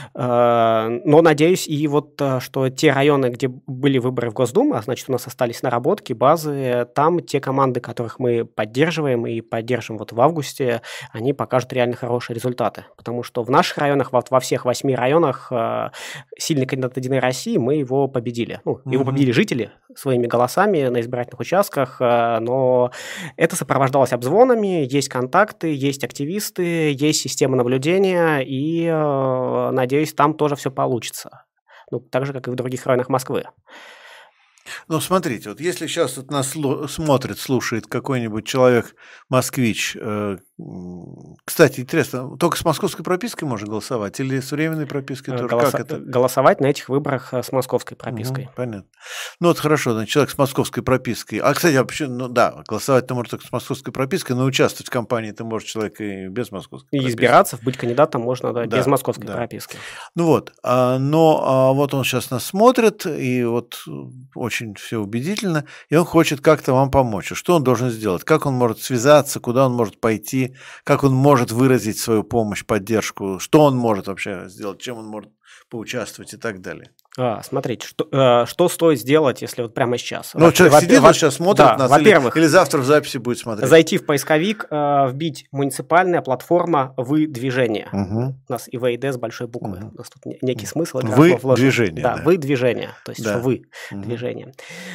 Но надеюсь, и вот что те районы, где были выборы в Госдуму, а значит, у нас остались наработки, базы, там те команды, которых мы поддерживаем и поддержим вот в августе, они покажут реально хорошие результаты. Потому что в наших районах, во всех 8 районах сильный кандидат от «Единой России», мы его победили. Его победили жители своими голосами на избирательных участках, но это сопровождалось обзвонами, есть контакты, есть активисты, есть система наблюдения, и, надеюсь, там тоже все получится. Так же, как и в других районах Москвы. Ну, смотрите, вот если сейчас вот нас смотрит, слушает какой-нибудь человек-москвич, кстати, интересно, только с московской пропиской можно голосовать или с временной пропиской тоже? Как это? Голосовать на этих выборах с московской пропиской. Понятно. Ну, вот хорошо, значит, человек с московской пропиской. А, кстати, голосовать-то может только с московской пропиской, но участвовать в кампании-то может человек и без московской прописки. И избираться, быть кандидатом можно без московской прописки. Ну вот, но вот он сейчас нас смотрит, и вот очень все убедительно, и он хочет как-то вам помочь. Что он должен сделать? Как он может связаться, куда он может пойти, как он может выразить свою помощь, поддержку, что он может вообще сделать, чем он может поучаствовать и так далее. Смотрите, что стоит сделать, если вот прямо сейчас? Ну, человек сидит, вот сейчас смотрит нас, или завтра в записи будет смотреть. Зайти в поисковик, вбить «Муниципальная платформа «Вы-движение». У нас и ВИД с большой буквы. У нас тут некий смысл. «Вы-движение». Да, «Вы-движение», то есть что «вы» движение.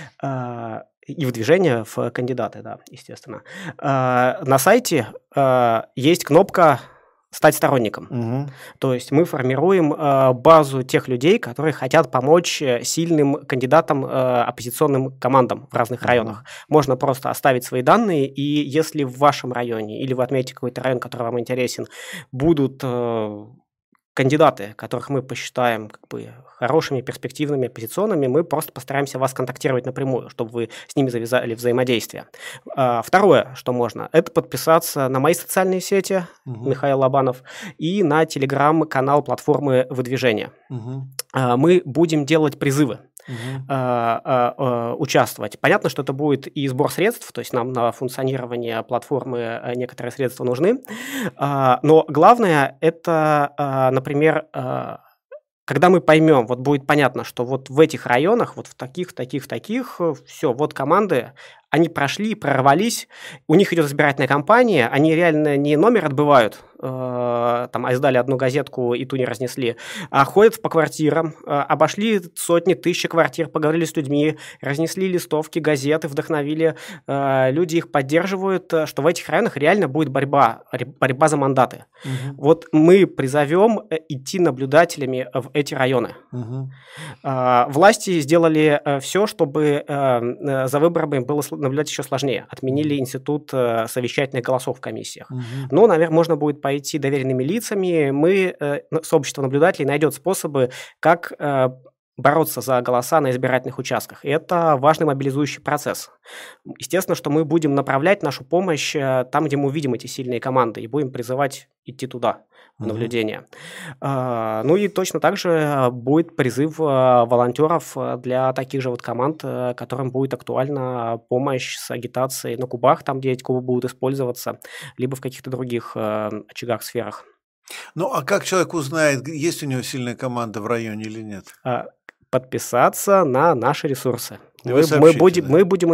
И в движение в кандидаты, да, естественно. На сайте есть кнопка «Стать сторонником». То есть мы формируем базу тех людей, которые хотят помочь сильным кандидатам, оппозиционным командам в разных районах. Можно просто оставить свои данные, и если в вашем районе, или вы отметите какой-то район, который вам интересен, будут кандидаты, которых мы посчитаем хорошими, перспективными, оппозиционными, мы просто постараемся вас контактировать напрямую, чтобы вы с ними завязали взаимодействие. Второе, что можно, это подписаться на мои социальные сети, Михаил Лобанов, и на телеграм-канал платформы «Выдвижение». Мы будем делать призывы. Участвовать. Понятно, что это будет и сбор средств, то есть нам на функционирование платформы некоторые средства нужны, но главное это, например, когда мы поймем, вот будет понятно, что вот в этих районах, вот в таких, все, вот команды, они прошли, прорвались, у них идет избирательная кампания, они реально не номер отбывают, там, издали одну газетку и ту не разнесли, а ходят по квартирам, обошли сотни, тысячи квартир, поговорили с людьми, разнесли листовки, газеты, вдохновили, люди их поддерживают, что в этих районах реально будет борьба за мандаты. Вот мы призовем идти наблюдателями в эти районы. Власти сделали все, чтобы за выборами было наблюдать еще сложнее. Отменили институт совещательных голосов в комиссиях. Но, наверное, можно будет пойти доверенными лицами. Мы, сообщество наблюдателей, найдет способы, как бороться за голоса на избирательных участках. И это важный мобилизующий процесс. Естественно, что мы будем направлять нашу помощь там, где мы увидим эти сильные команды, и будем призывать идти туда, в наблюдение. Ну и точно так же будет призыв волонтеров для таких же вот команд, которым будет актуальна помощь с агитацией на кубах, там, где эти кубы будут использоваться, либо в каких-то других очагах, сферах. Ну, а как человек узнает, есть у него сильная команда в районе или нет? Подписаться на наши ресурсы. Мы будем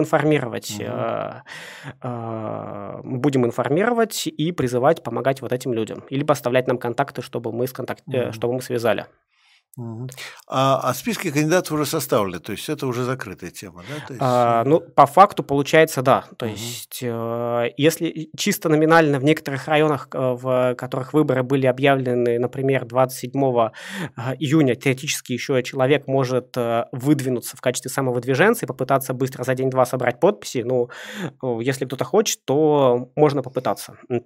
информировать и призывать помогать вот этим людям. Или поставлять нам контакты, чтобы мы связали. А списки кандидатов уже составлены, то есть это уже закрытая тема, да? То есть... Ну, по факту получается, да. То есть, если чисто номинально в некоторых районах, в которых выборы были объявлены, например, 27 июня, теоретически еще человек может выдвинуться в качестве самовыдвиженца и попытаться быстро за день-два собрать подписи. Ну, если кто-то хочет, то можно попытаться.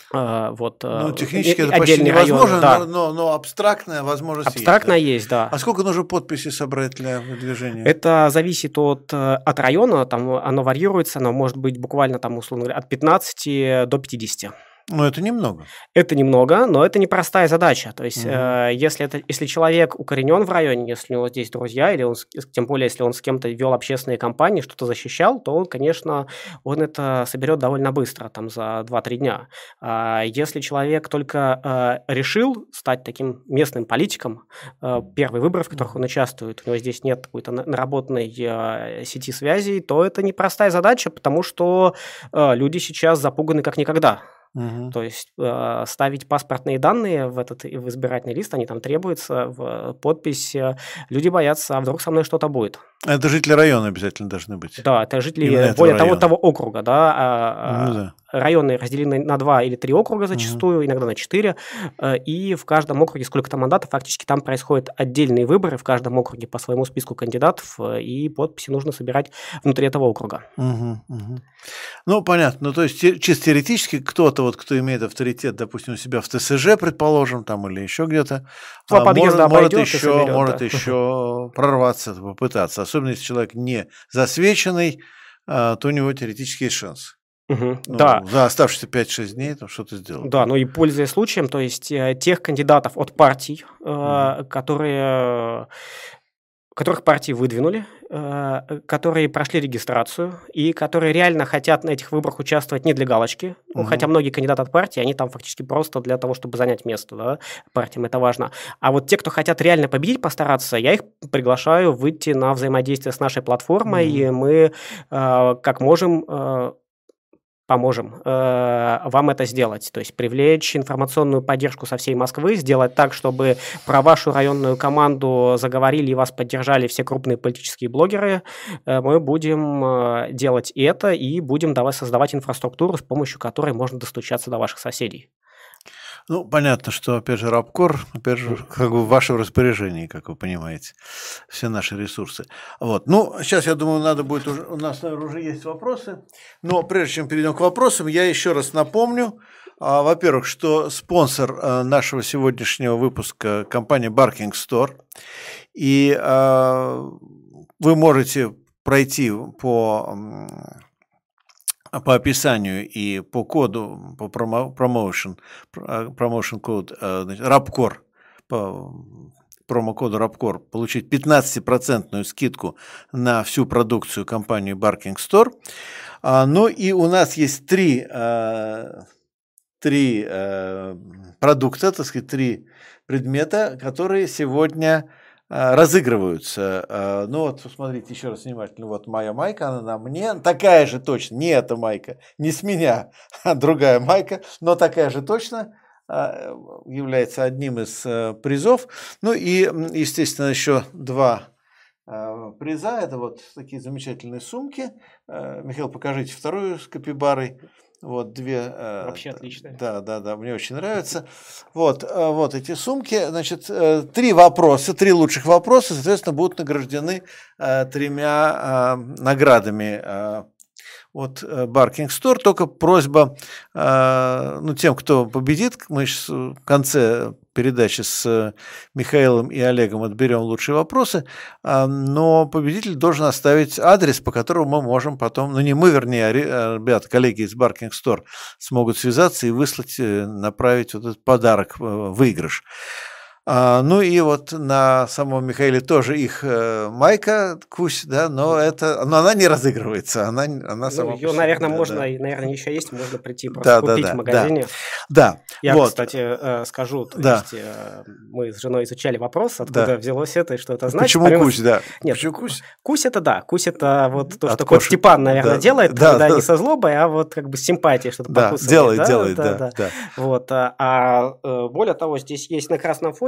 технически это почти невозможно, районы, да. но абстрактная возможность абстрактная есть, да. А сколько нужно подписей собрать для выдвижения? Это зависит от района, там оно варьируется, оно может быть буквально там, условно говоря, от 15 до 50. Но это немного. Это немного, но это непростая задача. То есть, если человек укоренен в районе, если у него здесь друзья, или тем более, если он с кем-то вел общественные кампании, что-то защищал, то он, конечно, он это соберет довольно быстро, там, за 2-3 дня. Если человек только решил стать таким местным политиком, первые выборы, в которых он участвует, у него здесь нет какой-то наработанной сети связей, то это непростая задача, потому что люди сейчас запуганы как никогда. То есть ставить паспортные данные в избирательный лист, они там требуются, в подпись. Люди боятся, а вдруг со мной что-то будет. Это жители района обязательно должны быть. Да, это жители того округа, да. Районы разделены на 2 или 3 округа зачастую, иногда на 4, и в каждом округе сколько-то мандатов, фактически там происходят отдельные выборы в каждом округе по своему списку кандидатов, и подписи нужно собирать внутри этого округа. Ну, понятно. Ну, то есть, чисто теоретически кто-то, кто имеет авторитет, допустим, у себя в ТСЖ, предположим, там или еще где-то, может еще прорваться, попытаться. Особенно, если человек не засвеченный, то у него теоретически есть шанс. Да. За оставшиеся 5-6 дней там что-то сделать. Да, и пользуясь случаем, то есть тех кандидатов от партий, которых партии выдвинули, которые прошли регистрацию и которые реально хотят на этих выборах участвовать не для галочки, хотя многие кандидаты от партии, они там фактически просто для того, чтобы занять место, да, партиям это важно. А вот те, кто хотят реально победить, постараться, я их приглашаю выйти на взаимодействие с нашей платформой, и мы как можем... поможем вам это сделать, то есть привлечь информационную поддержку со всей Москвы, сделать так, чтобы про вашу районную команду заговорили и вас поддержали все крупные политические блогеры. Мы будем делать это и будем создавать инфраструктуру, с помощью которой можно достучаться до ваших соседей. Ну, понятно, что, опять же, Рабкор, опять же, как бы в вашем распоряжении, как вы понимаете, все наши ресурсы. Вот. Ну, сейчас, я думаю, надо будет уже, у нас, наверное, уже есть вопросы, но прежде чем перейдем к вопросам, я еще раз напомню, во-первых, что спонсор нашего сегодняшнего выпуска – компания Barking Store, и вы можете пройти по описанию и по коду, по промоушен код Рабкор, по промокоду Рабкор получить 15% скидку на всю продукцию компании Barking Store. Ну и у нас есть три продукта, так сказать, 3 предмета, которые сегодня разыгрываются. Ну вот, посмотрите еще раз внимательно. Вот моя майка, она на мне. Такая же точно. Не эта майка, не с меня, а другая майка, но такая же точно является одним из призов. Ну и, естественно, еще 2 приза. Это вот такие замечательные сумки. Михаил, покажите вторую с капибарой. Вот 2. Вообще отлично. Да, мне очень нравится. Вот эти сумки. Значит, 3 вопроса, 3 лучших вопроса, соответственно, будут награждены 3 наградами от Barking Store. Только просьба, тем, кто победит, мы сейчас в конце передачи с Михаилом и Олегом отберем лучшие вопросы, но победитель должен оставить адрес, по которому мы можем потом, не мы, вернее, ребята, коллеги из Barking Store смогут связаться и выслать, направить вот этот подарок, выигрыш. Ну и вот на самом Михаиле тоже их майка Кусь, да, но она не разыгрывается, она сама. Ее, наверное, наверное, еще есть, можно прийти просто купить в магазине. Да. Я, кстати, скажу, то есть мы с женой изучали вопрос, откуда взялось это и что это значит. Почему Кусь, да? Нет, почему Кусь? Кусь это да, Кусь это вот то, что кот Степан, наверное, делает, когда не со злобой, а вот как бы с симпатией что-то покусывает. Делает, да. Вот, а более того, здесь есть на красном фоне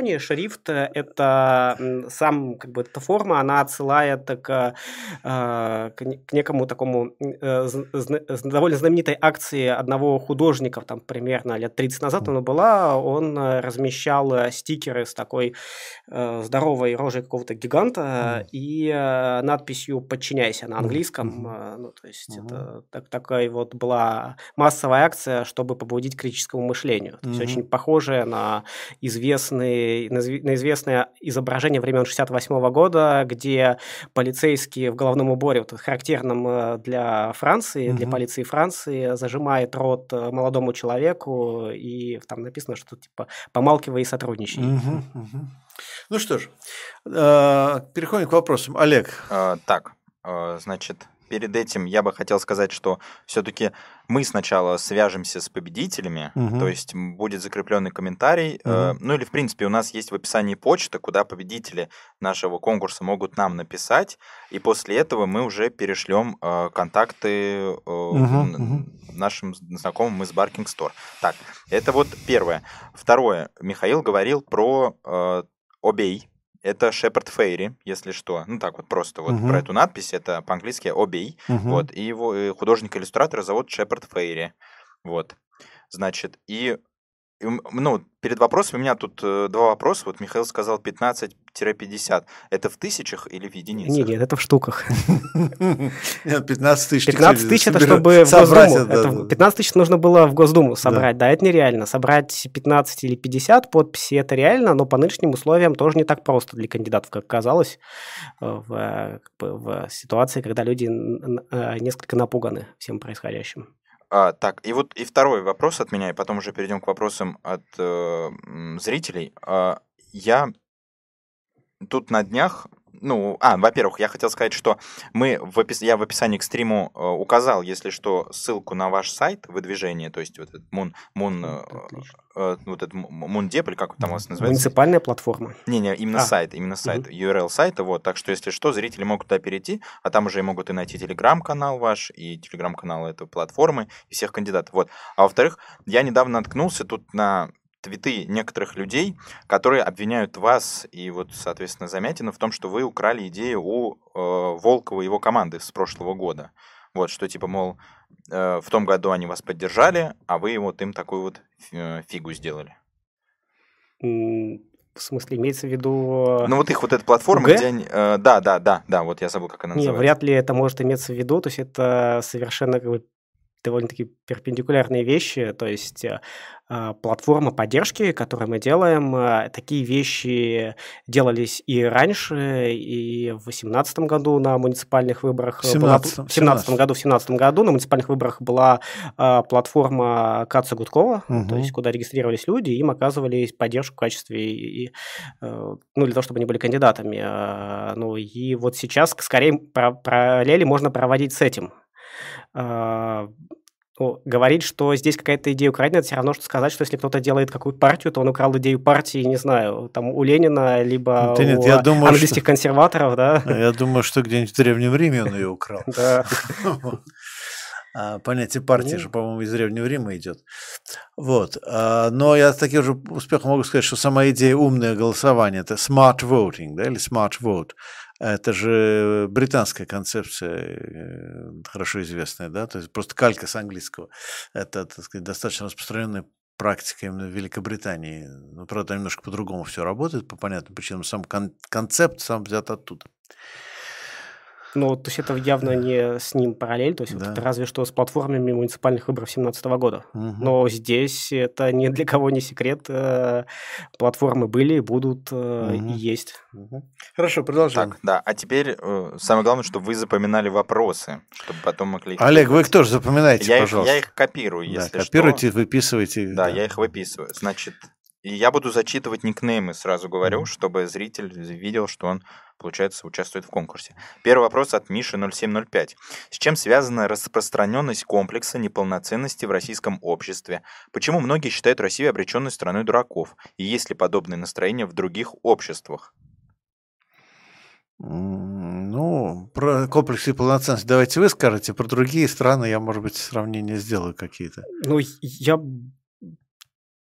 изображение. Шрифт — это сам, как бы, эта форма, она отсылает к некому такому довольно знаменитой акции одного художника, там, примерно лет 30 назад она была. Он размещал стикеры с такой здоровой рожей какого-то гиганта и надписью «Подчиняйся» на английском. Ну, то есть это такая вот была массовая акция, чтобы побудить к критическому мышлению. То есть очень похожее на известное изображение времен 1968 года, где полицейский в головном уборе, вот, характерном для Франции, для полиции Франции, зажимает рот молодому человеку, и там написано, что типа «помалкивай и сотрудничай». Ну что ж, переходим к вопросам. Олег. Значит, перед этим я бы хотел сказать, что все-таки мы сначала свяжемся с победителями, то есть будет закрепленный комментарий, ну или в принципе у нас есть в описании почта, куда победители нашего конкурса могут нам написать, и после этого мы уже перешлем контакты нашим знакомым из Barking Store. Так, это вот первое. Второе. Михаил говорил про Obey. Это Шепард Фейри, если что. Ну так вот просто вот про эту надпись. Это по-английски Obey. Вот. И его художника-иллюстратора зовут Шепард Фейри. Вот. Значит, ну, перед вопросом у меня тут два вопроса. Вот Михаил сказал 15-50. Это в тысячах или в единицах? Нет, это в штуках. Нет, 15 тысяч. 15 тысяч это чтобы в Госдуму. 15 тысяч нужно было в Госдуму собрать. Да, это нереально. Собрать 15 или 50 подписей это реально, но по нынешним условиям тоже не так просто для кандидатов, как казалось, в ситуации, когда люди несколько напуганы всем происходящим. Так, и вот и второй вопрос от меня, и потом уже перейдем к вопросам от зрителей. Я тут на днях, во-первых, я хотел сказать, что я в описании к стриму указал, если что, ссылку на ваш сайт выдвижения, то есть вот этот Мундеп, или как там у вас называется? Муниципальная платформа. Именно сайт, URL сайта, вот, так что, если что, зрители могут туда перейти, а там уже могут и найти телеграм-канал ваш, и телеграм-канал этой платформы, и всех кандидатов, вот. А во-вторых, я недавно наткнулся тут на твиты некоторых людей, которые обвиняют вас и вот, соответственно, Замятина в том, что вы украли идею у Волкова и его команды с прошлого года. Вот, что типа, мол, в том году они вас поддержали, а вы вот им такую вот фигу сделали. В смысле, имеется в виду... Ну, вот их вот эта платформа, где они... Да, вот я забыл, как она называется. Вряд ли это может иметься в виду, то есть это совершенно как бы довольно-таки перпендикулярные вещи, то есть платформа поддержки, которую мы делаем, такие вещи делались и раньше, и в 2018 году на муниципальных выборах. В 2017 году на муниципальных выборах была платформа Каца Гудкова, то есть куда регистрировались люди, им оказывали поддержку в качестве, для того, чтобы они были кандидатами. И вот сейчас скорее параллели можно проводить с этим. Говорить, что здесь какая-то идея украдена, это все равно, что сказать, что если кто-то делает какую-то партию, то он украл идею партии, не знаю, там у Ленина, либо у английских консерваторов, да? Я думаю, что где-нибудь в Древнем Риме он ее украл. Да. Понятие партии же, по-моему, из Древнего Рима идет. Вот. Но я с таким же успехом могу сказать, что сама идея умное голосование – это smart voting, да, или smart vote. Это же британская концепция, хорошо известная, да, то есть просто калька с английского. Это, так сказать, достаточно распространенная практика именно в Великобритании. Но, правда, немножко по-другому все работает, по понятным причинам. Сам концепт сам взят оттуда. То есть это явно не с ним параллель, то есть вот это разве что с платформами муниципальных выборов 2017 года. Но здесь это ни для кого не секрет. Платформы были, будут и есть. Хорошо, продолжаем. Так, да, а теперь самое главное, чтобы вы запоминали вопросы, чтобы потом могли... Олег, вы их тоже запоминайте, пожалуйста. Я их копирую, если копируйте, выписывайте. Да, я их выписываю. Значит, и я буду зачитывать никнеймы, сразу говорю, чтобы зритель видел, что он, получается, участвует в конкурсе. Первый вопрос от Миши 0705. С чем связана распространенность комплекса неполноценности в российском обществе? Почему многие считают Россию обреченной страной дураков? И есть ли подобные настроения в других обществах? Про комплекс неполноценности давайте вы скажете, про другие страны я, может быть, сравнения сделаю какие-то. Я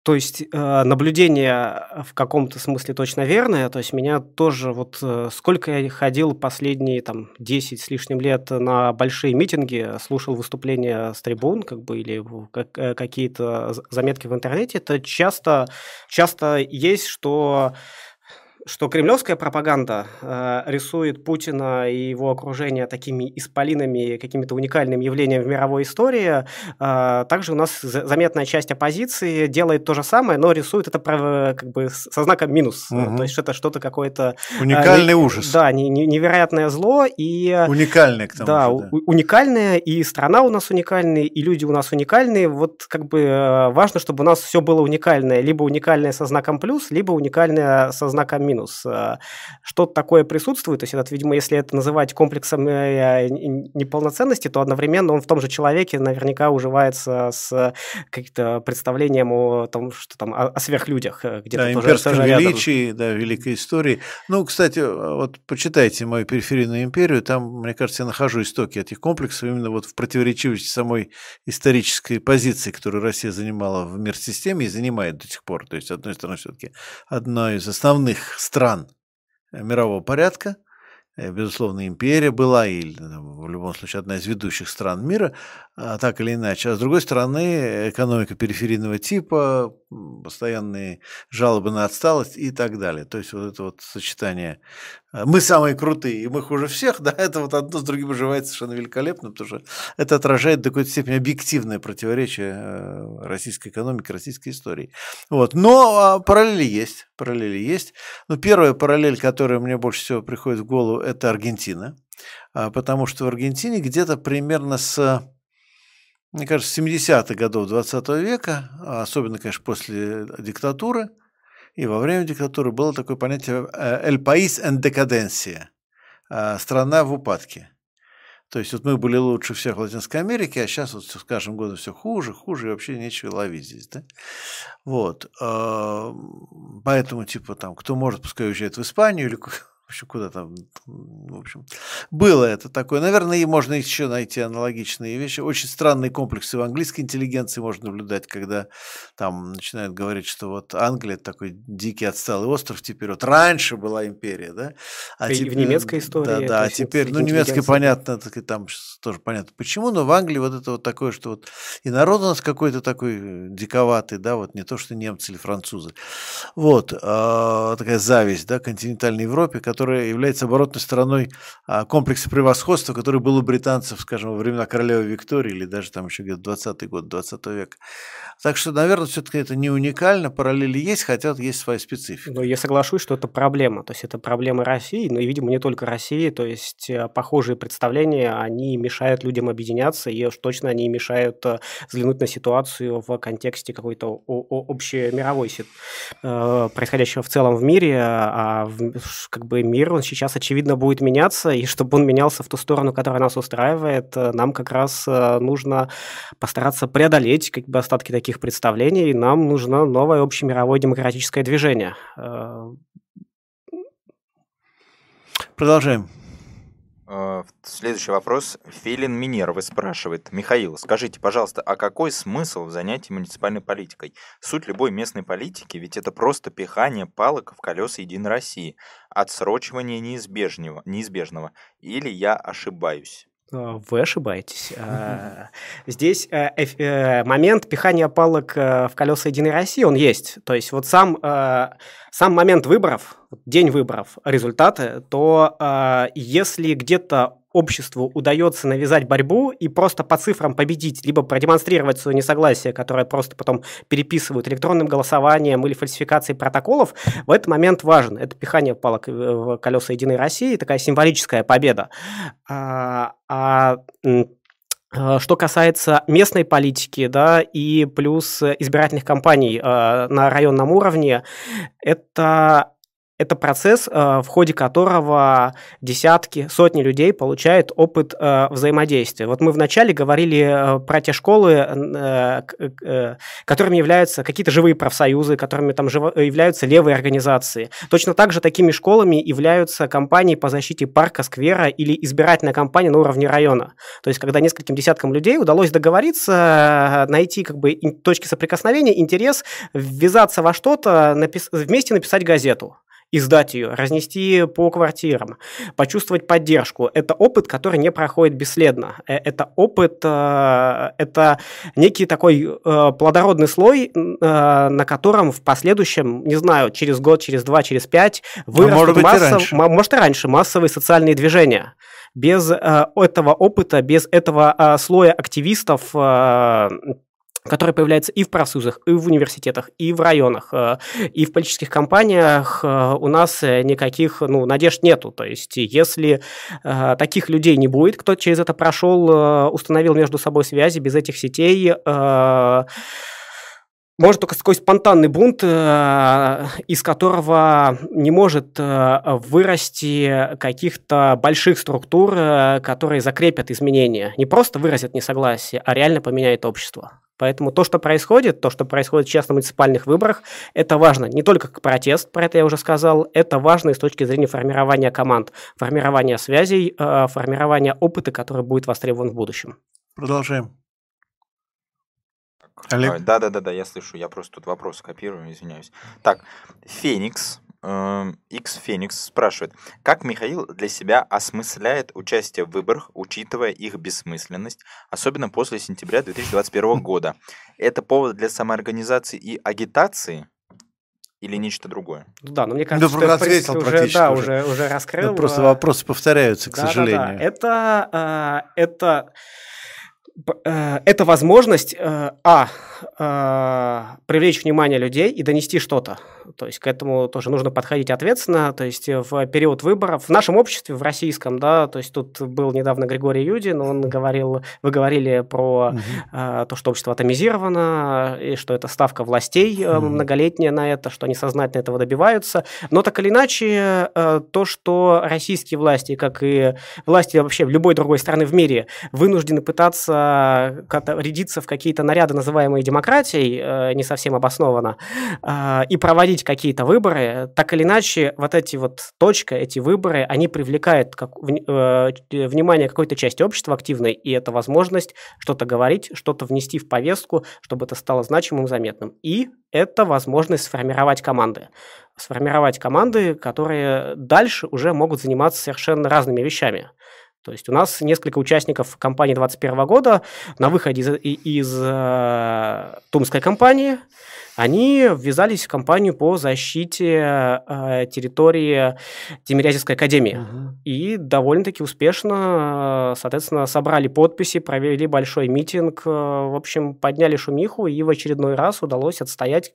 То есть наблюдение в каком-то смысле точно верное. То есть меня тоже сколько я ходил последние 10 с лишним лет на большие митинги, слушал выступления с трибун, или какие-то заметки в интернете, это часто есть, что кремлевская пропаганда рисует Путина и его окружение такими исполинами, какими-то уникальными явлениями в мировой истории. Также у нас заметная часть оппозиции делает то же самое, но рисует это со знаком минус. Угу. То есть это что-то какое-то... Уникальный ужас. Да, невероятное зло. Уникальное, к тому же. Уникальное, и страна у нас уникальная, и люди у нас уникальные. Важно, чтобы у нас все было уникальное. Либо уникальное со знаком плюс, либо уникальное со знаком минус. Что-то такое присутствует, то есть, видимо, если это называть комплексом неполноценности, то одновременно он в том же человеке наверняка уживается с каким-то представлением о том, что о сверхлюдях. Да, имперском величии, да, великой истории. Кстати, почитайте мою «Периферийную империю», там, мне кажется, я нахожу истоки этих комплексов именно в противоречивости самой исторической позиции, которую Россия занимала в мир-системе и занимает до сих пор. То есть, с одной стороны, все-таки одна из основных стран мирового порядка, безусловно, империя была, и в любом случае одна из ведущих стран мира, так или иначе. А с другой стороны, экономика периферийного типа, постоянные жалобы на отсталость и так далее. То есть это сочетание «мы самые крутые, и мы хуже всех», да, это одно с другим уживается совершенно великолепно, потому что это отражает до какой-то степени объективное противоречие российской экономики, российской истории. Но параллели есть. Первая параллель, которая мне больше всего приходит в голову, это Аргентина, потому что в Аргентине где-то примерно мне кажется, 70-х годов 20 века, особенно, конечно, после диктатуры, и во время диктатуры было такое понятие «el país en decadencia» – «страна в упадке». То есть мы были лучше всех в Латинской Америке, а сейчас с каждым годом все хуже, и вообще нечего ловить здесь, да? Поэтому, кто может, пускай уезжает в Испанию или куда там, в общем, было это такое. Наверное, и можно еще найти аналогичные вещи. Очень странные комплексы в английской интеллигенции можно наблюдать, когда там начинают говорить, что Англия такой дикий отсталый остров, теперь раньше была империя, да? И теперь, в немецкой истории. Да, теперь, немецкой понятно, там тоже понятно почему, но в Англии это такое, что и народ у нас какой-то такой диковатый, да, не то, что немцы или французы. Такая зависть, да, континентальной Европе, которая является оборотной стороной комплекса превосходства, который был у британцев, скажем, во времена королевы Виктории или даже там еще где-то 20-й год 20 века. Так что, наверное, все-таки это не уникально, параллели есть, хотя есть своя специфика. Но я соглашусь, что это проблема. То есть это проблема России, но и, видимо, не только России. То есть похожие представления, они мешают людям объединяться, и уж точно они мешают взглянуть на ситуацию в контексте какой-то общемировой происходящего в целом в мире, мир, он сейчас, очевидно, будет меняться, и чтобы он менялся в ту сторону, которая нас устраивает, нам как раз нужно постараться преодолеть остатки таких представлений, и нам нужно новое общемировое демократическое движение. Продолжаем. Следующий вопрос. Филин Минервы спрашивает. Михаил, скажите, пожалуйста, а какой смысл в занятии муниципальной политикой? Суть любой местной политики, ведь это просто пихание палок в колеса Единой России, отсрочивание неизбежного. Или я ошибаюсь? Вы ошибаетесь. Здесь момент пихания палок в колеса Единой России, он есть. То есть сам момент выборов, день выборов, результаты, то если где-то обществу удается навязать борьбу и просто по цифрам победить, либо продемонстрировать свое несогласие, которое просто потом переписывают электронным голосованием или фальсификацией протоколов, в этот момент важен. Это пихание палок в колеса Единой России, такая символическая победа. Что касается местной политики, да, и плюс избирательных кампаний на районном уровне, это это процесс, в ходе которого десятки, сотни людей получают опыт взаимодействия. Вот мы вначале говорили про те школы, которыми являются какие-то живые профсоюзы, которыми там являются левые организации. Точно так же такими школами являются компании по защите парка, сквера или избирательная кампания на уровне района. То есть, когда нескольким десяткам людей удалось договориться, найти как бы точки соприкосновения, интерес, ввязаться во что-то, вместе написать газету, издать ее, разнести по квартирам, почувствовать поддержку. Это опыт, который не проходит бесследно. Это опыт, это некий такой плодородный слой, на котором в последующем, не знаю, через год, через 2, через 5 вырастут может и раньше массовые социальные движения. Без этого опыта, без этого слоя активистов, которые появляются и в профсоюзах, и в университетах, и в районах, и в политических кампаниях, у нас никаких надежд нету. То есть, если таких людей не будет, кто через это прошел, установил между собой связи, без этих сетей, может только такой спонтанный бунт, из которого не может вырасти каких-то больших структур, которые закрепят изменения. Не просто выразят несогласие, а реально поменяют общество. Поэтому то, что происходит сейчас на муниципальных выборах, это важно не только как протест, про это я уже сказал, это важно и с точки зрения формирования команд, формирования связей, формирования опыта, который будет востребован в будущем. Продолжаем. Олег? Да, я слышу, я просто тут вопрос копирую, извиняюсь. Так, Феникс, X-Феникс спрашивает, как Михаил для себя осмысляет участие в выборах, учитывая их бессмысленность, особенно после сентября 2021 года? Это повод для самоорганизации и агитации или нечто другое? Да, но мне кажется, что я, в принципе, уже раскрыл. Просто вопросы повторяются, к сожалению. Это возможность, привлечь внимание людей и донести что-то. То есть к этому тоже нужно подходить ответственно. То есть в период выборов в нашем обществе, в российском, да, то есть тут был недавно Григорий Юдин, он говорил, вы говорили про то, что общество атомизировано, и что это ставка властей многолетняя на это, что они сознательно этого добиваются. Но так или иначе, то, что российские власти, как и власти вообще любой другой страны в мире, вынуждены пытаться как-то рядиться в какие-то наряды, называемые демократией, не совсем обоснованно, и проводить какие-то выборы, так или иначе, вот эти вот точки, эти выборы, они привлекают внимание какой-то части общества активной, и это возможность что-то говорить, что-то внести в повестку, чтобы это стало значимым, заметным. И это возможность сформировать команды. Сформировать команды, которые дальше уже могут заниматься совершенно разными вещами. То есть у нас несколько участников кампании 2021 года на выходе из Тумской кампании, они ввязались в кампанию по защите территории Тимирязевской академии. И довольно-таки успешно, соответственно, собрали подписи, провели большой митинг, в общем, подняли шумиху, и в очередной раз удалось отстоять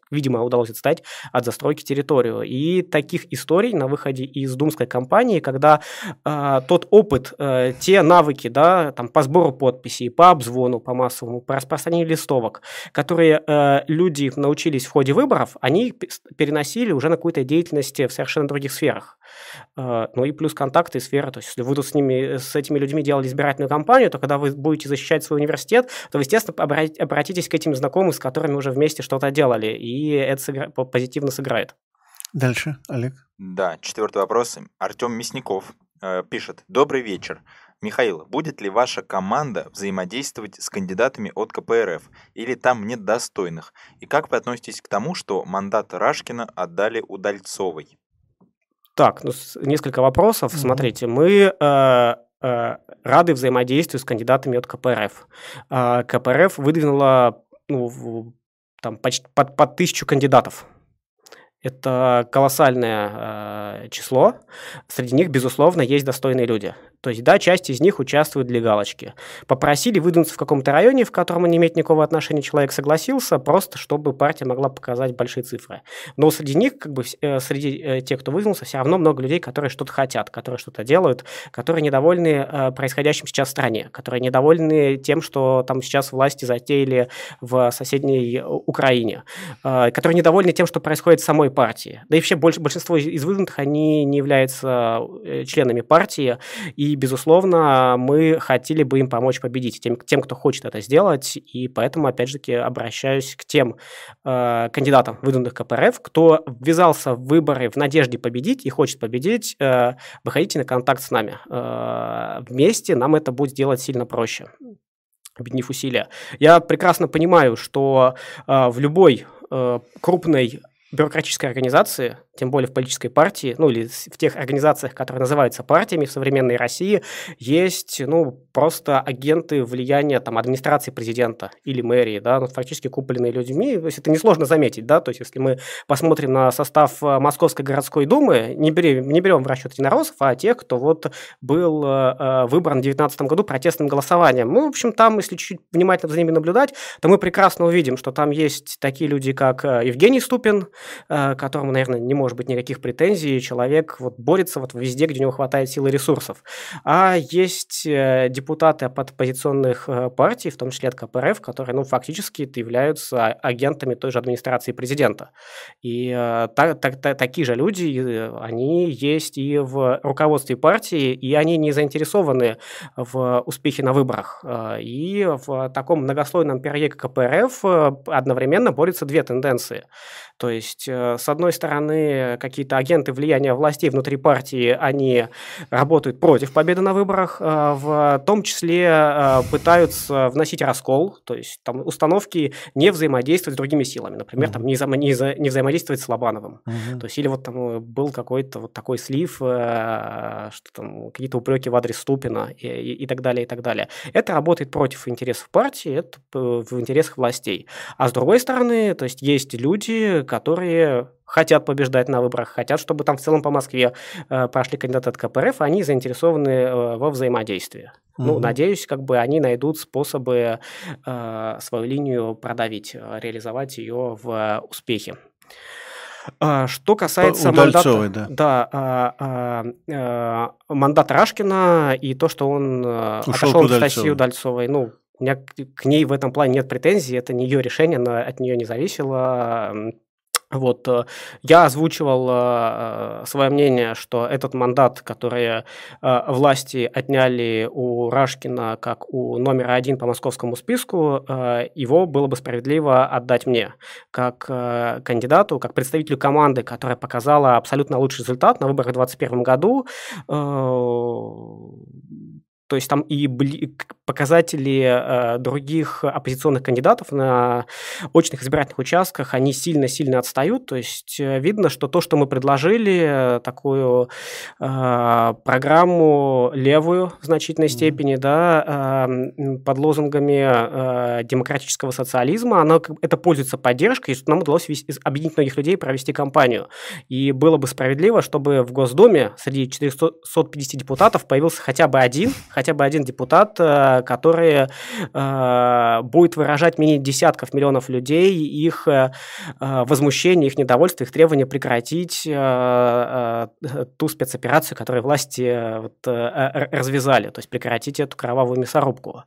от застройки территорию. И таких историй на выходе из Думской кампании, когда тот опыт, те навыки, да, там, по сбору подписей, по обзвону, по массовому, по распространению листовок, которые люди научились в ходе выборов, они переносили уже на какую-то деятельность в совершенно других сферах. Ну и плюс контакты и сферы. То есть, если вы тут с этими людьми делали избирательную кампанию, то когда вы будете защищать свой университет, то вы, естественно, обратитесь к этим знакомым, с которыми уже вместе что-то делали, и это позитивно сыграет. Дальше, Олег. Да, 4-й вопрос. Артем Мясников пишет. Добрый вечер. Михаил, будет ли ваша команда взаимодействовать с кандидатами от КПРФ, или там нет достойных? И как вы относитесь к тому, что мандат Рашкина отдали Удальцовой? Так, несколько вопросов. Смотрите, мы рады взаимодействию с кандидатами от КПРФ. КПРФ выдвинула там, почти под 1000 кандидатов. Это колоссальное число. Среди них, безусловно, есть достойные люди. То есть, да, часть из них участвует для галочки. Попросили выдвинуться в каком-то районе, в котором не имеет никакого отношения, человек согласился, просто чтобы партия могла показать большие цифры. Но среди них, как бы, среди тех, кто выдвинулся, все равно много людей, которые что-то хотят, которые что-то делают, которые недовольны происходящим сейчас в стране, которые недовольны тем, что там сейчас власти затеяли в соседней Украине, которые недовольны тем, что происходит в самой партии. Да и вообще большинство из выдвинутых, они не являются членами партии, и, безусловно, мы хотели бы им помочь победить, тем, кто хочет это сделать, и поэтому, опять же таки, обращаюсь к тем кандидатам, выдвинутых КПРФ, кто ввязался в выборы в надежде победить и хочет победить, выходите на контакт с нами. Вместе нам это будет делать сильно проще, объединив усилия. Я прекрасно понимаю, что в любой крупной бюрократической организации, тем более в политической партии, ну или в тех организациях, которые называются партиями в современной России, есть, просто агенты влияния там администрации президента или мэрии, да, фактически купленные людьми. То есть это несложно заметить, да, то есть если мы посмотрим на состав Московской городской думы, не берем в расчет единороссов, а тех, кто вот был выбран в 2019 году протестным голосованием. В общем, там, если чуть-чуть внимательно за ними наблюдать, то мы прекрасно увидим, что там есть такие люди, как Евгений Ступин, которому, наверное, не может быть никаких претензий, человек вот борется вот везде, где у него хватает сил и ресурсов. А есть депутаты от оппозиционных партий, в том числе от КПРФ, которые, фактически являются агентами той же администрации президента. И такие же люди, они есть и в руководстве партии, и они не заинтересованы в успехе на выборах. И в таком многослойном пироге КПРФ одновременно борются две тенденции. То есть, с одной стороны, какие-то агенты влияния властей внутри партии, они работают против победы на выборах, в том числе пытаются вносить раскол, то есть там установки не взаимодействовать с другими силами, например, там, не взаимодействовать с Лобановым. То есть, или вот там был какой-то вот такой слив, что там какие-то упреки в адрес Ступина и так далее, и так далее. Это работает против интересов партии, это в интересах властей. А с другой стороны, то есть люди, которые хотят побеждать на выборах, хотят, чтобы там в целом по Москве прошли кандидаты от КПРФ, они заинтересованы во взаимодействии. Надеюсь, они найдут способы свою линию продавить, реализовать ее в успехе. Что касается мандата Рашкина и то, что он отошел от Анастасии Удальцовой, у меня к ней в этом плане нет претензий, это не ее решение, от нее не зависело. Вот, я озвучивал свое мнение, что этот мандат, который власти отняли у Рашкина как у номера 1 по московскому списку, его было бы справедливо отдать мне, как кандидату, как представителю команды, которая показала абсолютно лучший результат на выборах в 2021 году. То есть там и показатели других оппозиционных кандидатов на очных избирательных участках, они сильно-сильно отстают. То есть видно, что то, что мы предложили, такую программу левую в значительной степени, да, под лозунгами демократического социализма, это пользуется поддержкой, и нам удалось объединить многих людей, провести кампанию. И было бы справедливо, чтобы в Госдуме среди 450 депутатов появился хотя бы один депутат, который будет выражать мнение десятков миллионов людей, их возмущение, их недовольство, их требование прекратить ту спецоперацию, которую власти развязали, то есть прекратить эту кровавую мясорубку.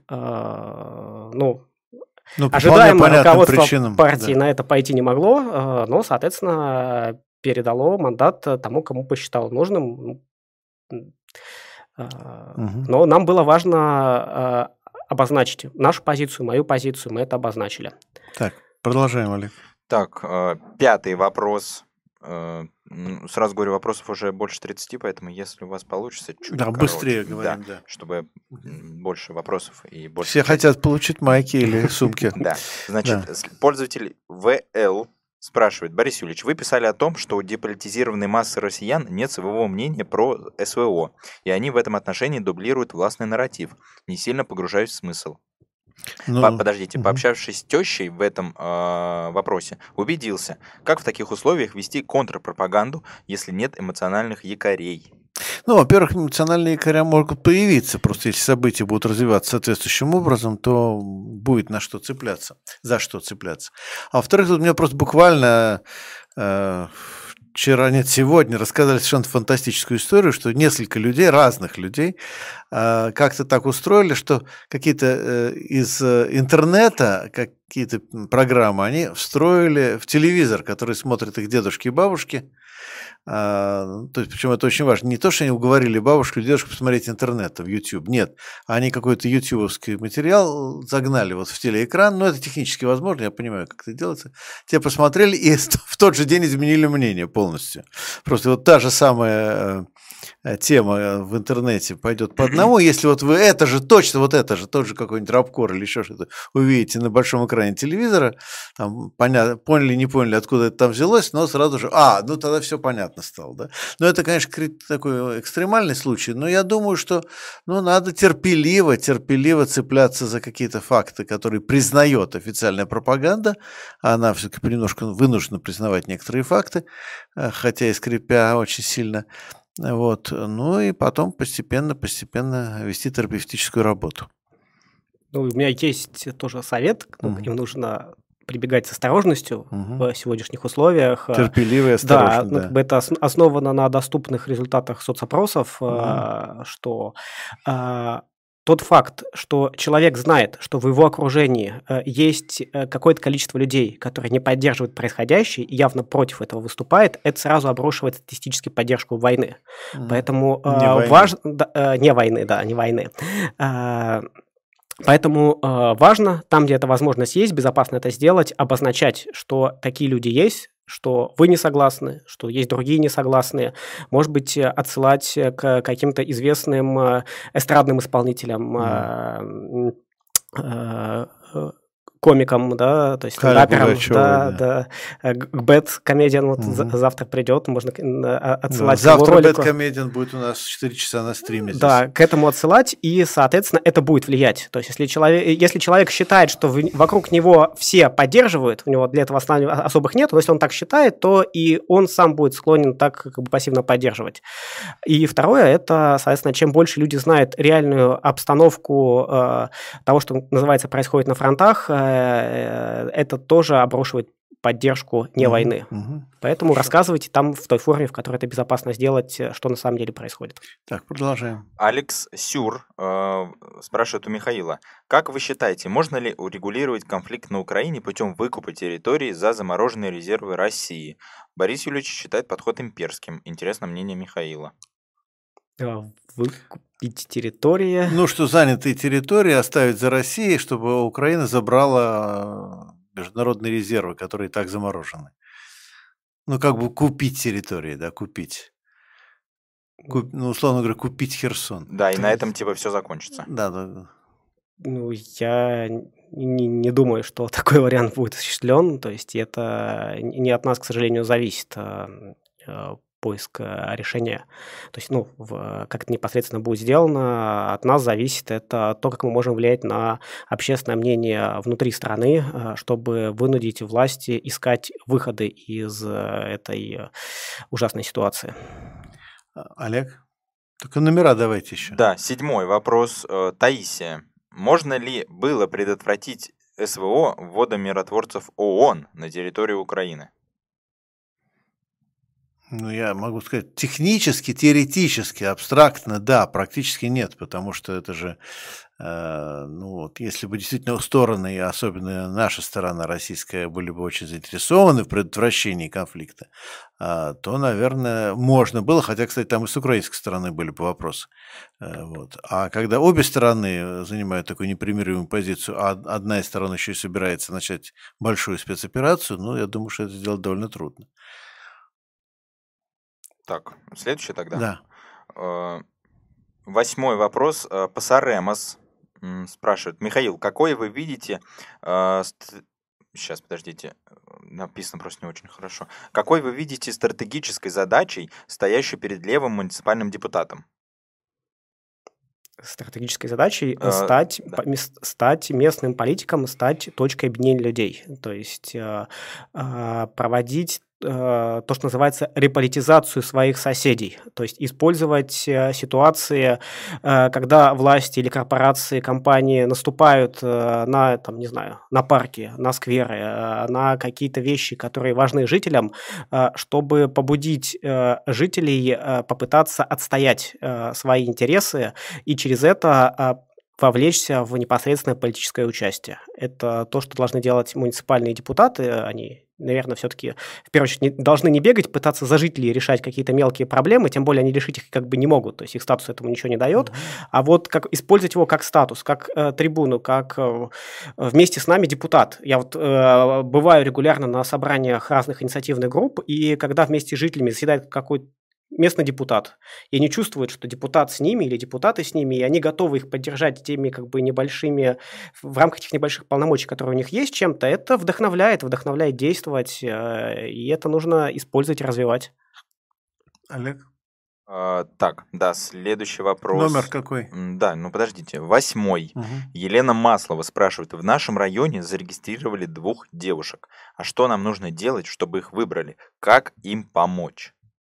Ожидаемо руководство партии на это пойти не могло, но, соответственно, передало мандат тому, кому посчитало нужным. Но нам было важно обозначить нашу позицию, мою позицию, мы это обозначили. Так, продолжаем, Олег. Так, 5-й вопрос. Сразу говорю, вопросов уже больше 30, поэтому если у вас получится, чуть короче, быстрее говорим, да. Чтобы больше вопросов и больше... Все хотят получить майки или сумки. Да, значит, пользователь ВЛ спрашивает: Борис Юрьевич, вы писали о том, что у деполитизированной массы россиян нет своего мнения про СВО, и они в этом отношении дублируют властный нарратив. Не сильно погружаюсь в смысл. Подождите, пообщавшись с тещей в этом вопросе, убедился, как в таких условиях вести контрпропаганду, если нет эмоциональных якорей. Во-первых, эмоциональные якоря могут появиться, просто если события будут развиваться соответствующим образом, то будет на что цепляться, за что цепляться. А во-вторых, тут у меня просто буквально сегодня рассказали совершенно фантастическую историю, что несколько людей, разных людей, как-то так устроили, что какие-то из интернета, какие-то программы, они встроили в телевизор, который смотрят их дедушки и бабушки. То есть, причем это очень важно. Не то, что они уговорили бабушку или дедушку посмотреть интернет в YouTube. Нет. Они какой-то ютубовский материал загнали вот в телеэкран. Но это технически возможно, я понимаю, как это делается. Те посмотрели и в тот же день изменили мнение полностью. Просто вот та же самая тема в интернете пойдет по одному. Если вот вы это же, тот же какой-нибудь Рабкор или еще что-то увидите на большом экране телевизора, там, поняли, не поняли, откуда это там взялось, но сразу же, ну тогда все понятно стало, да. Но это, конечно, такой экстремальный случай, но я думаю, что надо терпеливо цепляться за какие-то факты, которые признает официальная пропаганда, она все-таки немножко вынуждена признавать некоторые факты, хотя и скрипя очень сильно. Вот. Ну и потом постепенно вести терапевтическую работу. У меня есть тоже совет, к ним нужно прибегать с осторожностью в сегодняшних условиях. Терпеливо и осторожно, да. Это основано на доступных результатах соцопросов, что тот факт, что человек знает, что в его окружении есть какое-то количество людей, которые не поддерживают происходящее и явно против этого выступает, это сразу обрушивает статистически поддержку войны. Поэтому важно... Не войны. Поэтому важно, там, где эта возможность есть, безопасно это сделать, обозначать, что такие люди есть, что вы не согласны, что есть другие несогласные, может быть, отсылать к каким-то известным эстрадным исполнителям, комикам, да, то есть стендаперам, да, к Бэд-комедиан вот завтра придет, можно отсылать к его ролику. Завтра Бэд-комедиан будет у нас в 4 часа на стриме. Здесь. Да, к этому отсылать, и, соответственно, это будет влиять. То есть, если человек считает, что вокруг него все поддерживают, у него для этого оснований особых нет, но если он так считает, то и он сам будет склонен так как бы пассивно поддерживать. И второе, это, соответственно, чем больше люди знают реальную обстановку того, что, называется, происходит на фронтах, это тоже обрушивает поддержку не войны. Поэтому рассказывайте там в той форме, в которой это безопасно сделать, что на самом деле происходит. Так, продолжаем. Алекс Сюр спрашивает у Михаила. Как вы считаете, можно ли урегулировать конфликт на Украине путем выкупа территории за замороженные резервы России? Борис Юльевич считает подход имперским. Интересно мнение Михаила. Выкупить территорию. Что занятые территории оставить за Россией, чтобы Украина забрала международные резервы, которые и так заморожены. Как бы купить территории, да, купить. Условно говоря, купить Херсон. Да, и на этом все закончится. Да. Я не думаю, что такой вариант будет осуществлен. То есть это не от нас, к сожалению, зависит поиск решения. То есть, как это непосредственно будет сделано, от нас зависит это то, как мы можем влиять на общественное мнение внутри страны, чтобы вынудить власти искать выходы из этой ужасной ситуации. Олег? Только номера давайте еще. Да, 7-й вопрос. Таисия. Можно ли было предотвратить СВО вводом миротворцев ООН на территорию Украины? Я могу сказать, технически, теоретически, абстрактно, да, практически нет, потому что это же, если бы действительно стороны, и особенно наша сторона российская, были бы очень заинтересованы в предотвращении конфликта, то, наверное, можно было, хотя, кстати, там и с украинской стороны были бы вопросы. А когда обе стороны занимают такую непримиримую позицию, а одна из сторон еще и собирается начать большую спецоперацию, я думаю, что это сделать довольно трудно. Так, следующий тогда. Да. 8-й вопрос. Пасаремос спрашивает. Михаил, какой вы видите... Сейчас, подождите. Написано просто не очень хорошо. Какой вы видите стратегической задачей, стоящей перед левым муниципальным депутатом? Стратегической задачей стать местным политиком, стать точкой объединения людей. То есть проводить то, что называется реполитизацию своих соседей. То есть использовать ситуации, когда власти или корпорации, компании наступают на, там, не знаю, на парки, на скверы, на какие-то вещи, которые важны жителям, чтобы побудить жителей попытаться отстоять свои интересы и через это вовлечься в непосредственное политическое участие. Это то, что должны делать муниципальные депутаты. Они, наверное, все-таки, в первую очередь, должны не бегать, пытаться за жителей решать какие-то мелкие проблемы, тем более они решить их как бы не могут, то есть их статус этому ничего не дает. А вот как использовать его как статус, как трибуну, как вместе с нами депутат. Я вот бываю регулярно на собраниях разных инициативных групп, и когда вместе с жителями заседает какой-то местный депутат, и они чувствуют, что депутат с ними или депутаты с ними, и они готовы их поддержать теми как бы небольшими, в рамках этих небольших полномочий, которые у них есть чем-то, это вдохновляет действовать, и это нужно использовать и развивать. Олег? Так, да, следующий вопрос. Номер какой? Да, ну подождите, 8. Елена Маслова спрашивает, в нашем районе зарегистрировали 2 девушек, а что нам нужно делать, чтобы их выбрали? Как им помочь?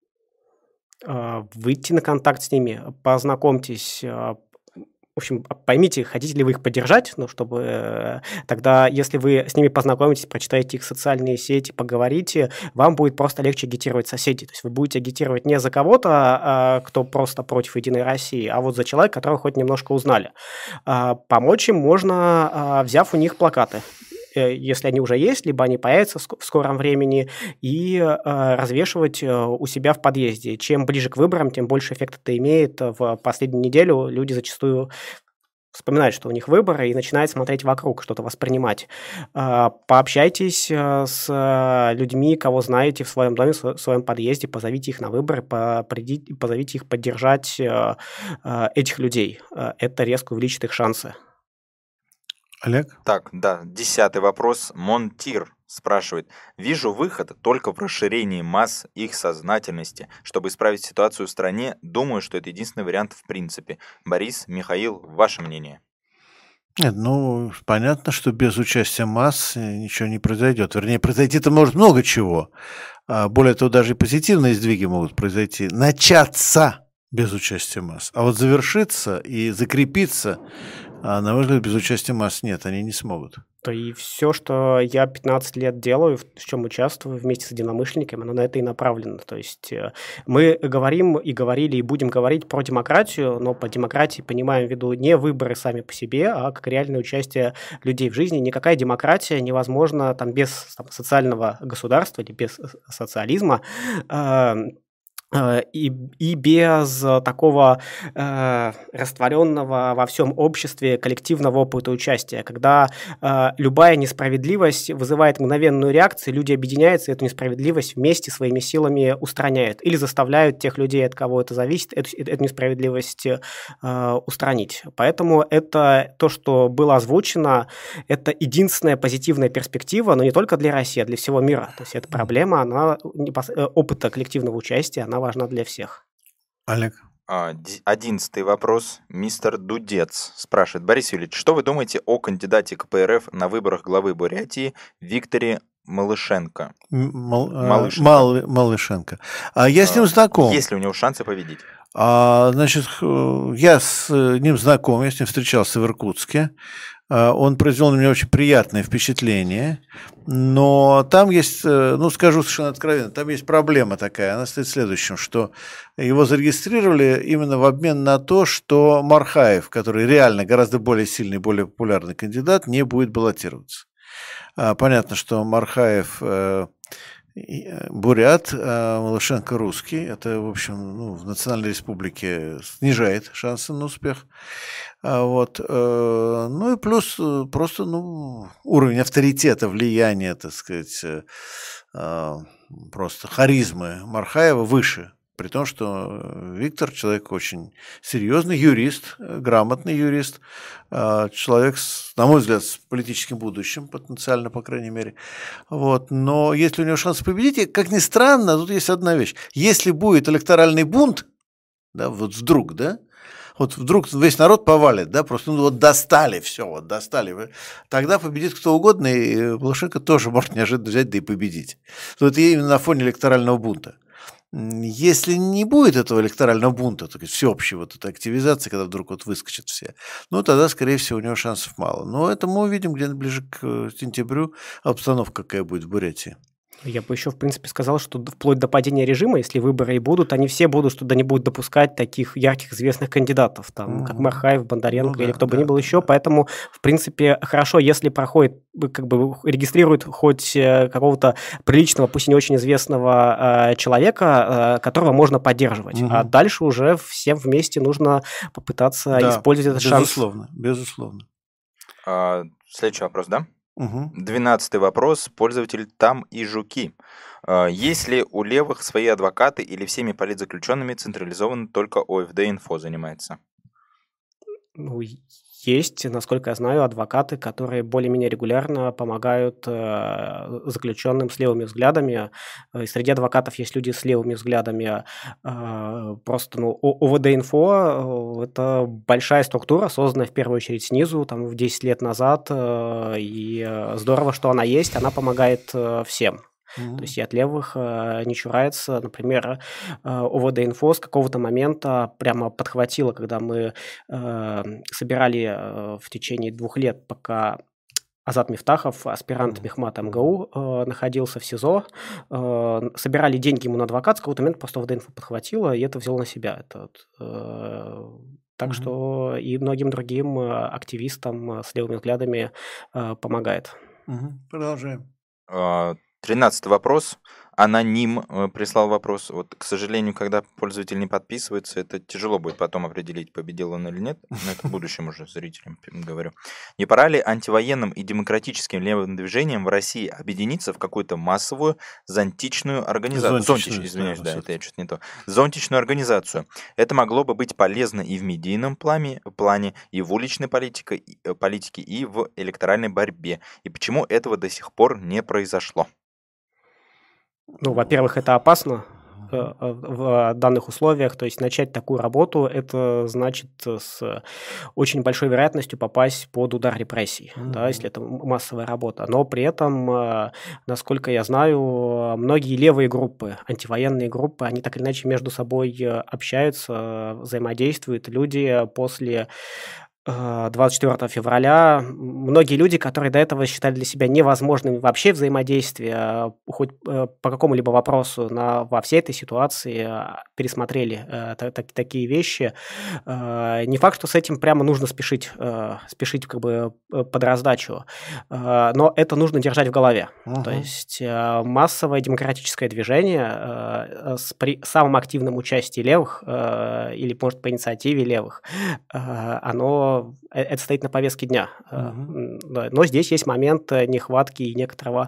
Выйти на контакт с ними, познакомьтесь, в общем, поймите, хотите ли вы их поддержать, ну, чтобы тогда, если вы с ними познакомитесь, прочитаете их социальные сети, поговорите, вам будет просто легче агитировать соседей. То есть вы будете агитировать не за кого-то, кто просто против Единой России, а вот за человека, которого хоть немножко узнали. Помочь им можно, взяв у них плакаты, если они уже есть, либо они появятся в скором времени, и развешивать у себя в подъезде. Чем ближе к выборам, тем больше эффект это имеет. В последнюю неделю люди зачастую вспоминают, что у них выборы, и начинают смотреть вокруг, что-то воспринимать. Пообщайтесь с людьми, кого знаете в своем доме, в своем подъезде, позовите их на выборы, позовите их поддержать этих людей. Это резко увеличит их шансы. Олег? Так, да, 10 вопрос. Монтир спрашивает. Вижу выход только в расширении масс их сознательности. Чтобы исправить ситуацию в стране, думаю, что это единственный вариант в принципе. Борис, Михаил, ваше мнение? Нет, ну, понятно, что без участия масс ничего не произойдет. Вернее, произойти-то может много чего. Более того, даже и позитивные сдвиги могут произойти. Начаться без участия масс. А вот завершиться и закрепиться, на мой взгляд, без участия масс нет, они не смогут. То и все, что я 15 лет делаю, в чем участвую вместе с единомышленниками, оно на это и направлено. То есть мы говорим и говорили, и будем говорить про демократию, но по демократии понимаем в виду не выборы сами по себе, а как реальное участие людей в жизни. Никакая демократия невозможна там, без социального государства или без социализма. И без такого растворенного во всем обществе коллективного опыта участия, когда любая несправедливость вызывает мгновенную реакцию, люди объединяются, и эту несправедливость вместе своими силами устраняют или заставляют тех людей, от кого это зависит, эту несправедливость устранить. Поэтому это то, что было озвучено, это единственная позитивная перспектива, но не только для России, а для всего мира. То есть эта проблема, опыта коллективного участия, она важна для всех. Олег? 11 вопрос. Мистер Дудец спрашивает. Борис Юрьевич, что вы думаете о кандидате КПРФ на выборах главы Бурятии Викторе Малышенко? Малышенко. Я с ним знаком. Есть ли у него шансы победить? Значит, я с ним знаком, я с ним встречался в Иркутске. Он произвел на меня очень приятное впечатление, но там есть, ну, скажу совершенно откровенно, там есть проблема такая, она стоит в следующем, что его зарегистрировали именно в обмен на то, что Мархаев, который реально гораздо более сильный, более популярный кандидат, не будет баллотироваться. Понятно, что Мархаев бурят, Малышенко русский. Это, в общем, ну, в Национальной Республике снижает шансы на успех. Вот. Ну и плюс просто уровень авторитета, влияния, так сказать, просто харизмы Мархаева выше. При том, что Виктор человек очень серьезный, юрист, грамотный юрист, человек, на мой взгляд, с политическим будущим, потенциально, по крайней мере. Вот. Но если у него шанс победить, как ни странно, тут есть одна вещь. Если будет электоральный бунт, да, вот вдруг, да, вот вдруг весь народ повалит, да, просто вот достали все, вот достали. Тогда победит кто угодно, и Лукашенко тоже может неожиданно взять, да и победить. Вот именно на фоне электорального бунта. Если не будет этого электорального бунта, то есть всеобщей вот этой активизации, когда вдруг вот выскочат все, ну, тогда, скорее всего, у него шансов мало. Но это мы увидим где-то ближе к сентябрю, обстановка какая будет в Бурятии. Я бы еще, в принципе, сказал, что вплоть до падения режима, если выборы и будут, они все будут, что да не будут допускать таких ярких известных кандидатов, там, как Мархаев, Бондаренко или кто бы ни был еще. Поэтому, в принципе, хорошо, если проходит, как бы регистрируют хоть какого-то приличного, пусть и не очень известного человека, которого можно поддерживать. А дальше уже всем вместе нужно попытаться использовать этот шанс. Безусловно, безусловно. Следующий вопрос, да? 12-й вопрос. Пользователь Там и Жуки. Есть ли у левых свои адвокаты или всеми политзаключенными централизованно только ОФД-инфо занимается? Ну, есть, насколько я знаю, адвокаты, которые более-менее регулярно помогают заключенным с левыми взглядами. И среди адвокатов есть люди с левыми взглядами. Просто, ОВД-инфо – это большая структура, созданная в первую очередь снизу, там, в 10 лет назад. И здорово, что она есть, она помогает всем. То есть и от левых не чурается. Например, ОВД-инфо с какого-то момента прямо подхватило, когда мы собирали в течение 2 лет, пока Азат Мифтахов, аспирант Мехмата МГУ, находился в СИЗО, собирали деньги ему на адвокат, с какого-то момента просто ОВД-инфо подхватило, и это взяло на себя. Так что и многим другим активистам с левыми взглядами помогает. Продолжаем. 13-й вопрос. Аноним прислал вопрос. Вот, к сожалению, когда пользователь не подписывается, это тяжело будет потом определить, победил он или нет. Но это в будущем уже зрителям говорю. Не пора ли антивоенным и демократическим левым движениям в России объединиться в какую-то массовую зонтичную организацию? Это я что-то не то. Зонтичную организацию. Это могло бы быть полезно и в медийном плане, и в уличной политике, и в электоральной борьбе. И почему этого до сих пор не произошло? Ну, во-первых, это опасно в данных условиях, то есть начать такую работу, это значит с очень большой вероятностью попасть под удар репрессий, да, если это массовая работа. Но при этом, насколько я знаю, многие левые группы, антивоенные группы, они так или иначе между собой общаются, взаимодействуют. Люди после 24 февраля, многие люди, которые до этого считали для себя невозможным вообще взаимодействие, хоть по какому-либо вопросу во всей этой ситуации, пересмотрели такие вещи. Не факт, что с этим прямо нужно спешить как бы под раздачу, но это нужно держать в голове. То есть массовое демократическое движение при самом активном участии левых или, может, по инициативе левых, это стоит на повестке дня. Но здесь есть момент нехватки некоторого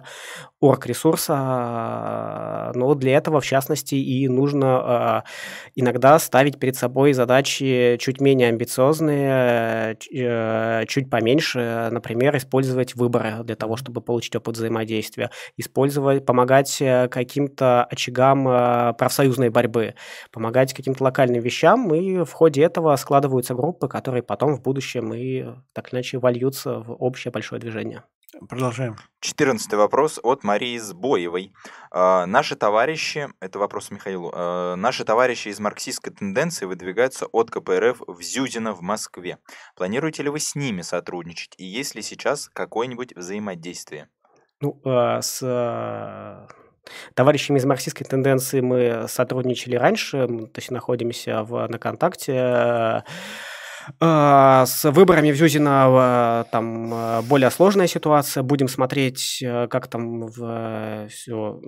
оргресурса, но для этого, в частности, и нужно иногда ставить перед собой задачи чуть менее амбициозные, чуть поменьше, например, использовать выборы для того, чтобы получить опыт взаимодействия, помогать каким-то очагам профсоюзной борьбы, помогать каким-то локальным вещам, и в ходе этого складываются группы, которые потом в будущем и так или иначе вольются в общее большое движение. Продолжаем. 14-й вопрос от Марии Сбоевой. Наши товарищи, это вопрос Михаилу, наши товарищи из марксистской тенденции выдвигаются от КПРФ в Зюзино в Москве. Планируете ли вы с ними сотрудничать? И есть ли сейчас какое-нибудь взаимодействие? Ну, с товарищами из марксистской тенденции мы сотрудничали раньше, то есть находимся на контакте. С выборами в Зюзино там более сложная ситуация. Будем смотреть, как там все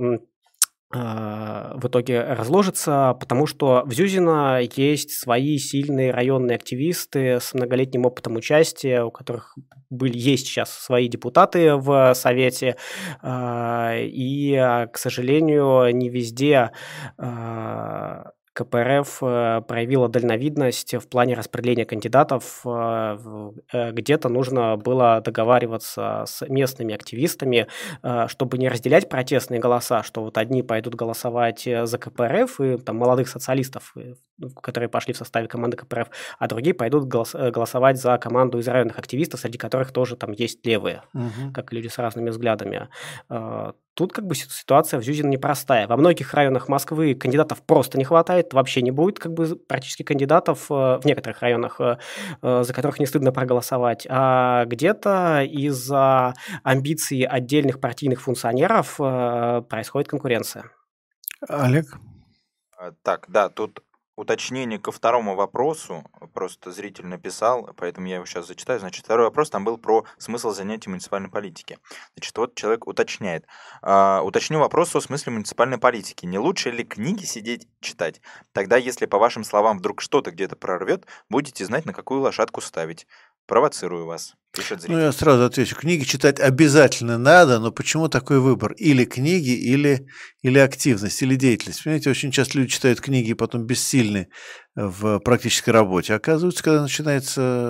в итоге разложится, потому что в Зюзино есть свои сильные районные активисты с многолетним опытом участия, у которых есть сейчас свои депутаты в Совете, и, к сожалению, не везде КПРФ проявила дальновидность в плане распределения кандидатов. Где-то нужно было договариваться с местными активистами, чтобы не разделять протестные голоса, что вот одни пойдут голосовать за КПРФ и там молодых социалистов, которые пошли в составе команды КПРФ, а другие пойдут голосовать за команду из районных активистов, среди которых тоже там есть левые, как люди с разными взглядами. Тут как бы ситуация в Зюзино непростая. Во многих районах Москвы кандидатов просто не хватает, вообще не будет как бы практически кандидатов в некоторых районах, за которых не стыдно проголосовать. А где-то из-за амбиций отдельных партийных функционеров происходит конкуренция. Олег? Так, да, тут уточнение ко второму вопросу, просто зритель написал, поэтому я его сейчас зачитаю. Значит, второй вопрос там был про смысл занятий муниципальной политики. Значит, вот человек уточняет. Уточню вопрос о смысле муниципальной политики. Не лучше ли книги сидеть читать? Тогда, если, по вашим словам, вдруг что-то где-то прорвет, будете знать, на какую лошадку ставить. Провоцирую вас, пишет зритель. Ну, я сразу отвечу. Книги читать обязательно надо, но почему такой выбор? Или книги, или активность, или деятельность. Понимаете, очень часто люди читают книги и потом бессильны в практической работе. Оказывается, когда начинает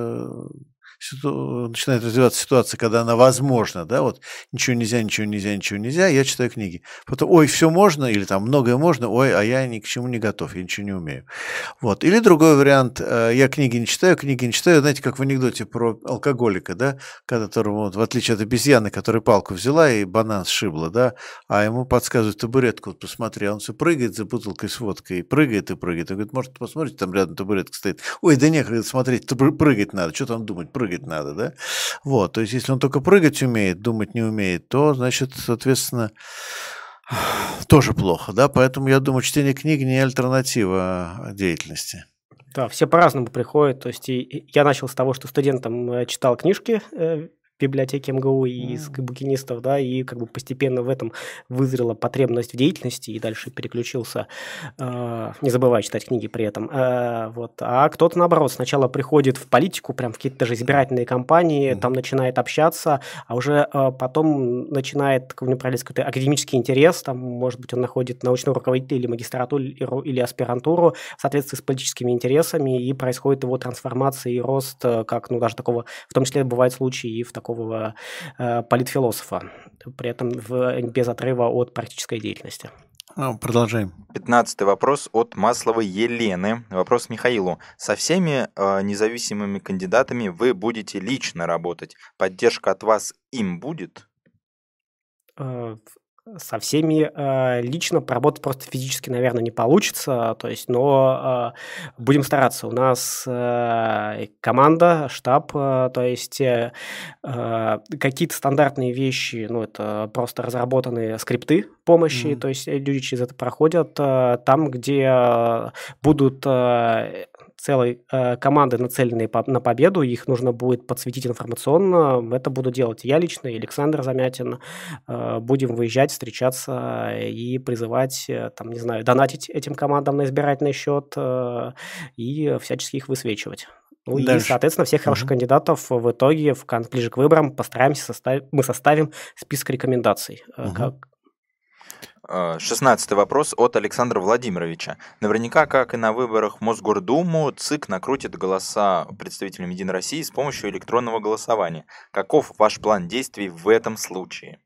развиваться ситуация, когда она возможна, да, вот ничего нельзя, я читаю книги. Потом, ой, все можно, или там многое можно, ой, а я ни к чему не готов, я ничего не умею. Вот. Или другой вариант, я книги не читаю, знаете, как в анекдоте про алкоголика, да, которому, вот, в отличие от обезьяны, которая палку взяла и банан сшибла, да, а ему подсказывают табуретку, вот посмотри, а он все прыгает за бутылкой с водкой, прыгает. Он говорит, может, посмотрите, там рядом табуретка стоит. Ой, да некогда смотреть, прыгать надо, что там думать, прыгать надо, да? Вот, то есть, если он только прыгать умеет, думать не умеет, то, значит, соответственно, тоже плохо, да? Поэтому, я думаю, чтение книги не альтернатива деятельности. Да, все по-разному приходят. То есть я начал с того, что студентам читал книжки в библиотеке МГУ и из букинистов, да, и как бы постепенно в этом вызрела потребность в деятельности, и дальше переключился, не забывая читать книги при этом. Вот. А кто-то, наоборот, сначала приходит в политику, прям в какие-то даже избирательные кампании, там начинает общаться, а уже потом начинает проявлять какой-то академический интерес, там, может быть, он находит научного руководителя или магистратуру, или аспирантуру в соответствии с политическими интересами, и происходит его трансформация и рост, как, ну, даже такого, в том числе бывают случаи и в такого политфилософа, при этом без отрыва от практической деятельности. Продолжаем. 15-й вопрос от Масловой Елены. Вопрос Михаилу. Со всеми независимыми кандидатами вы будете лично работать. Поддержка от вас им будет? Со всеми лично поработать просто физически, наверное, не получится, то есть, но будем стараться. У нас команда, штаб, то есть какие-то стандартные вещи, ну, это просто разработанные скрипты помощи, то есть люди через это проходят. Там, где будут целой команды, нацеленные на победу, их нужно будет подсветить информационно. Это буду делать я лично, и Александр Замятин. Будем выезжать, встречаться и призывать, там, не знаю, донатить этим командам на избирательный счет и всячески их высвечивать. Ну и, соответственно, всех хороших кандидатов в итоге, ближе к выборам, постараемся мы составим список рекомендаций. 16-й вопрос от Александра Владимировича. Наверняка, как и на выборах в Мосгордуму, ЦИК накрутит голоса представителям Единой России с помощью электронного голосования. Каков ваш план действий в этом случае?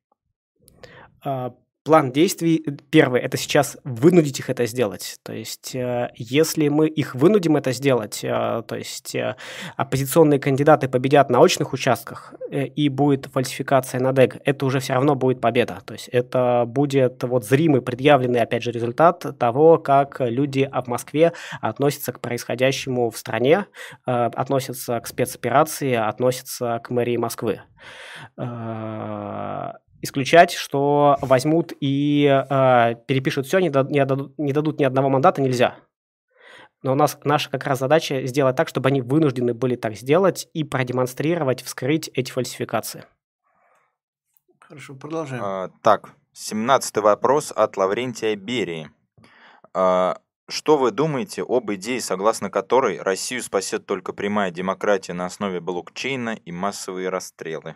План действий, первый, это сейчас вынудить их это сделать. То есть, если мы их вынудим это сделать, то есть оппозиционные кандидаты победят на очных участках и будет фальсификация на ДЭГ, это уже все равно будет победа. То есть, это будет вот зримый, предъявленный, опять же, результат того, как люди в Москве относятся к происходящему в стране, относятся к спецоперации, относятся к мэрии Москвы. Исключать, что возьмут и перепишут все, не дадут ни одного мандата, нельзя. Но наша как раз задача сделать так, чтобы они вынуждены были так сделать и продемонстрировать, вскрыть эти фальсификации. Хорошо, продолжаем. Так, 17-й вопрос от Лаврентия Берии. Что вы думаете об идее, согласно которой Россию спасет только прямая демократия на основе блокчейна и массовые расстрелы?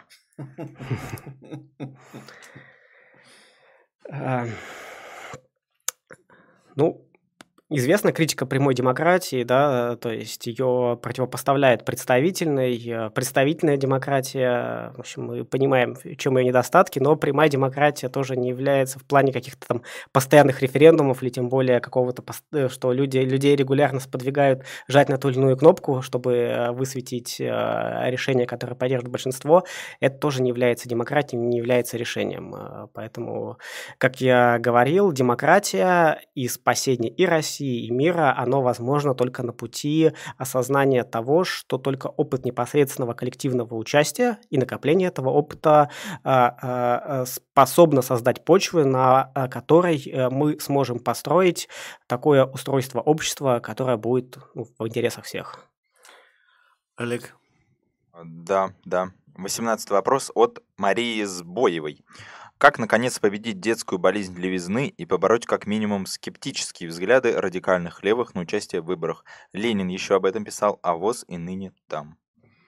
Ну, Известна критика прямой демократии, да, то есть ее противопоставляет представительная демократия. В общем, мы понимаем, в чем ее недостатки, но прямая демократия тоже не является в плане каких-то там постоянных референдумов или тем более какого-то, что людей регулярно сподвигают жать на ту или иную кнопку, чтобы высветить решение, которое поддержит большинство. Это тоже не является демократией, не является решением. Поэтому, как я говорил, демократия и спасение и России, и мира, оно возможно только на пути осознания того, что только опыт непосредственного коллективного участия и накопления этого опыта способно создать почвы, на которой мы сможем построить такое устройство общества, которое будет в интересах всех. Олег. Да. 18-й вопрос от Марии Сбоевой. Как, наконец, победить детскую болезнь левизны и побороть как минимум скептические взгляды радикальных левых на участие в выборах? Ленин еще об этом писал, а ВОЗ и ныне там.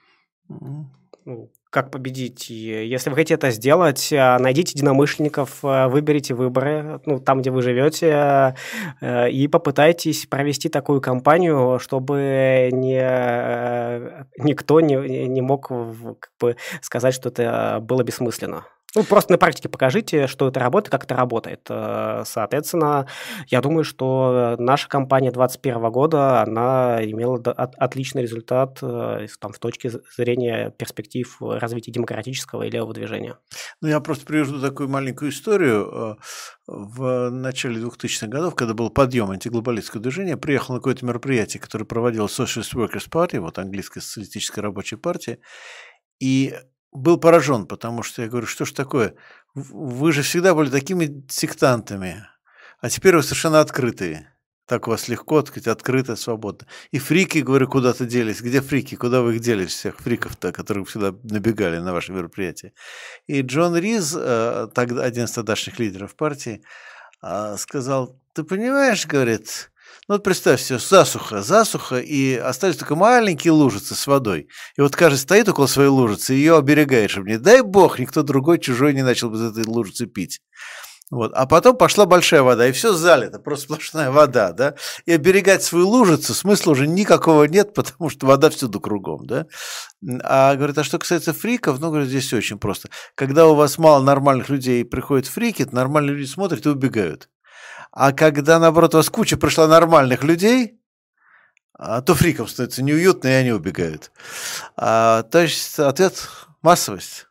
Как победить? Если вы хотите это сделать, найдите единомышленников, выберите выборы, там, где вы живете, и попытайтесь провести такую кампанию, чтобы никто не мог сказать, что это было бессмысленно. Просто на практике покажите, что это работает, как это работает. Соответственно, я думаю, что наша кампания 2021 года, она имела отличный результат в точке зрения перспектив развития демократического и левого движения. Я просто приведу такую маленькую историю. В начале 2000-х годов, когда был подъем антиглобалистского движения, приехал на какое-то мероприятие, которое проводила Socialist Workers Party, английская социалистическая рабочая партия, и был поражен, потому что я говорю, что ж такое, вы же всегда были такими сектантами, а теперь вы совершенно открытые. Так у вас легко, так сказать, открыто, свободно. И фрики, говорю, куда-то делись. Где фрики? Куда вы их делись, всех фриков-то, которые всегда набегали на ваши мероприятия? И Джон Риз, один из тогдашних лидеров партии, сказал, ты понимаешь, говорит, представь себе, засуха, и остались только маленькие лужицы с водой. И каждый стоит около своей лужицы и ее оберегает, чтобы, не дай бог, никто другой, чужой не начал бы из этой лужицы пить. А потом пошла большая вода, и все залито, просто сплошная вода, да, и оберегать свою лужицу смысла уже никакого нет, потому что вода всюду кругом, да. Говорит, что касается фриков, говорит, здесь все очень просто. Когда у вас мало нормальных людей и приходят фрики, нормальные люди смотрят и убегают. А когда, наоборот, у вас куча пришла нормальных людей, то фрикам становится неуютно, и они убегают. То есть ответ – массовость.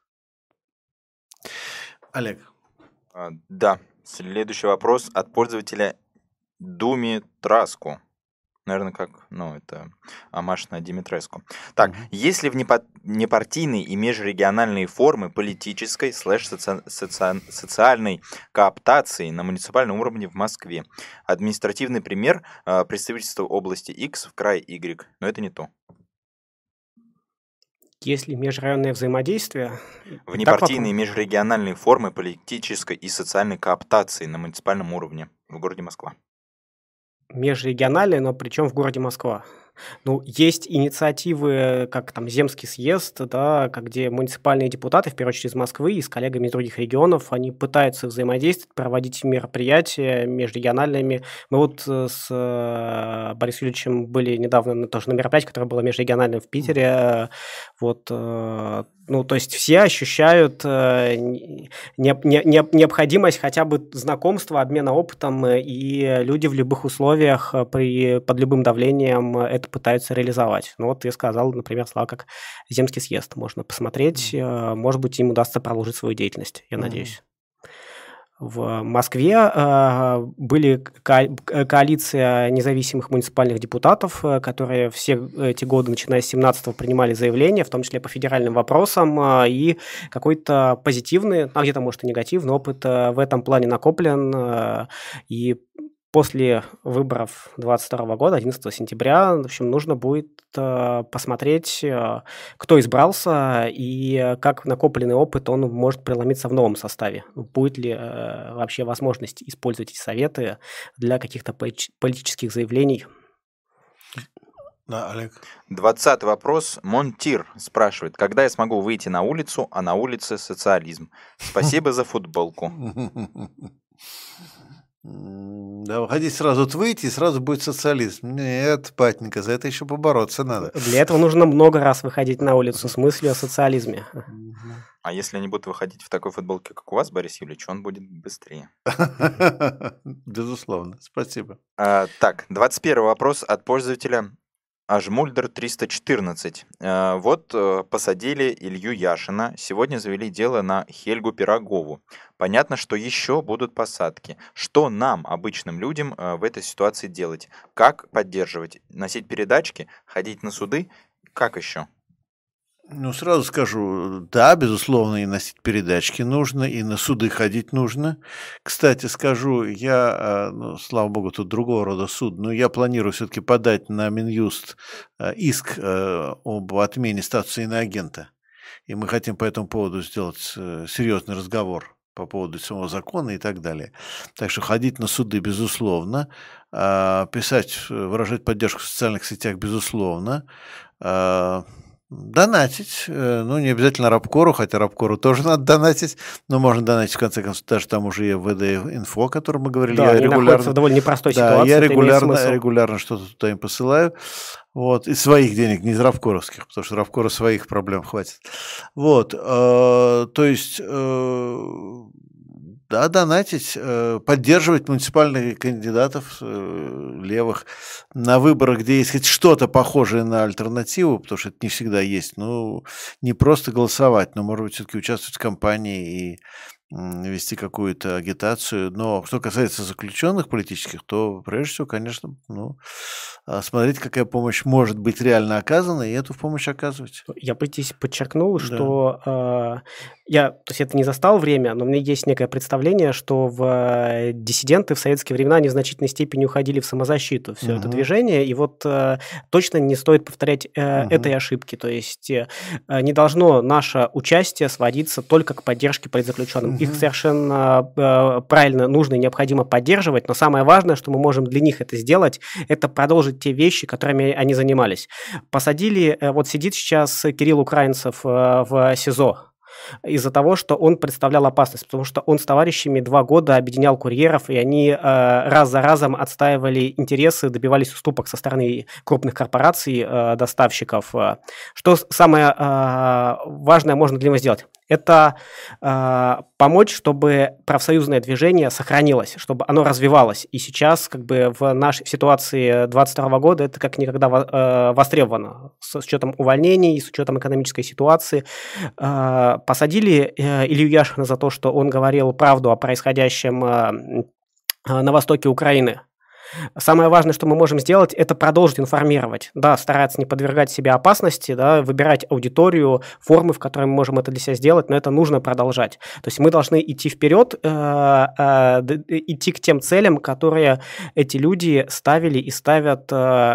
Олег. Да. Следующий вопрос от пользователя Думи Траску. Наверное, это омаж на Димитреску. Так, есть ли в непартийные и межрегиональные формы политической /социальной кооптации на муниципальном уровне в Москве? Административный пример – представительство области X в крае Y, но это не то. Есть ли межрайонное взаимодействие? В непартийные и межрегиональные формы политической и социальной кооптации на муниципальном уровне в городе Москва. Межрегиональные, но причем в городе Москва. Есть инициативы, как Земский съезд, да, где муниципальные депутаты, в первую очередь из Москвы и с коллегами из других регионов, они пытаются взаимодействовать, проводить мероприятия межрегиональными. Мы с Борисом Юрьевичем были недавно тоже на мероприятии, которое было межрегиональным в Питере. То есть все ощущают необходимость хотя бы знакомства, обмена опытом, и люди в любых условиях, под любым давлением это пытаются реализовать. Я сказал, например, слова как Земский съезд. Можно посмотреть, может быть, им удастся продолжить свою деятельность, я надеюсь. В Москве были коалиция независимых муниципальных депутатов, которые все эти годы, начиная с 17-го, принимали заявления, в том числе по федеральным вопросам, и какой-то позитивный, а где-то, может, и негативный опыт в этом плане накоплен. И после выборов 2022 года, 11 сентября, в общем, нужно будет посмотреть, кто избрался и как накопленный опыт он может преломиться в новом составе. Будет ли вообще возможность использовать эти советы для каких-то политических заявлений? Да, Олег. 20-й вопрос. Монтир спрашивает, когда я смогу выйти на улицу, а на улице социализм? Спасибо за футболку. Да, хотите сразу выйти, и сразу будет социализм. Нет, батенька, за это еще побороться надо. Для этого нужно много раз выходить на улицу с мыслью о социализме. А если они будут выходить в такой футболке, как у вас, Борис Юрьевич, он будет быстрее. Безусловно, спасибо. Так, 21 вопрос от пользователя Ажмульдер 314. Вот посадили Илью Яшина, сегодня завели дело на Хельгу Пирогову. Понятно, что еще будут посадки. Что нам, обычным людям, в этой ситуации делать? Как поддерживать? Носить передачки? Ходить на суды? Как еще? Ну, сразу скажу, да, безусловно, и носить передачки нужно, и на суды ходить нужно. Кстати, скажу, я, слава богу, тут другого рода суд, но я планирую все-таки подать на Минюст иск об отмене статуса иноагента. И мы хотим по этому поводу сделать серьезный разговор по поводу самого закона и так далее. Так что ходить на суды, безусловно, писать, выражать поддержку в социальных сетях, безусловно, донатить, ну, не обязательно Рабкору, хотя Рабкору тоже надо донатить, но можно донатить, в конце концов, даже там уже и ВД-инфо, о котором мы говорили. Да, они находятся в довольно непростой ситуации. Я регулярно что-то туда им посылаю, вот, из своих денег, не из рабкоровских, потому что Рабкора своих проблем хватит. Вот, то есть... Да, донатить, поддерживать муниципальных кандидатов левых на выборах, где есть хоть что-то похожее на альтернативу, потому что это не всегда есть. Ну, не просто голосовать, но, может быть, все-таки участвовать в кампании и вести какую-то агитацию. Но что касается заключенных политических, то, прежде всего, конечно, смотреть, какая помощь может быть реально оказана, и эту помощь оказывать. Я бы здесь подчеркнул, что я, то есть это не застал время, но у меня есть некое представление, что в диссиденты в советские времена они в значительной степени уходили в самозащиту, все это движение, и вот точно не стоит повторять этой ошибки. То есть не должно наше участие сводиться только к поддержке политзаключенным. Их совершенно правильно, нужно и необходимо поддерживать, но самое важное, что мы можем для них это сделать, это продолжить те вещи, которыми они занимались. Посадили, вот сидит сейчас Кирилл Украинцев в СИЗО из-за того, что он представлял опасность, потому что он с товарищами 2 года объединял курьеров, и они раз за разом отстаивали интересы, добивались уступок со стороны крупных корпораций, доставщиков. Что самое важное можно для него сделать? Это помочь, чтобы профсоюзное движение сохранилось, чтобы оно развивалось. И сейчас как бы в нашей ситуации 2022 года это как никогда востребовано. С учетом увольнений, с учетом экономической ситуации. Посадили Илью Яшина за то, что он говорил правду о происходящем на востоке Украины. Самое важное, что мы можем сделать, это продолжить информировать, да, стараться не подвергать себя опасности, да, выбирать аудиторию, формы, в которой мы можем это для себя сделать, но это нужно продолжать. То есть мы должны идти вперед, идти к тем целям, которые эти люди ставили и ставят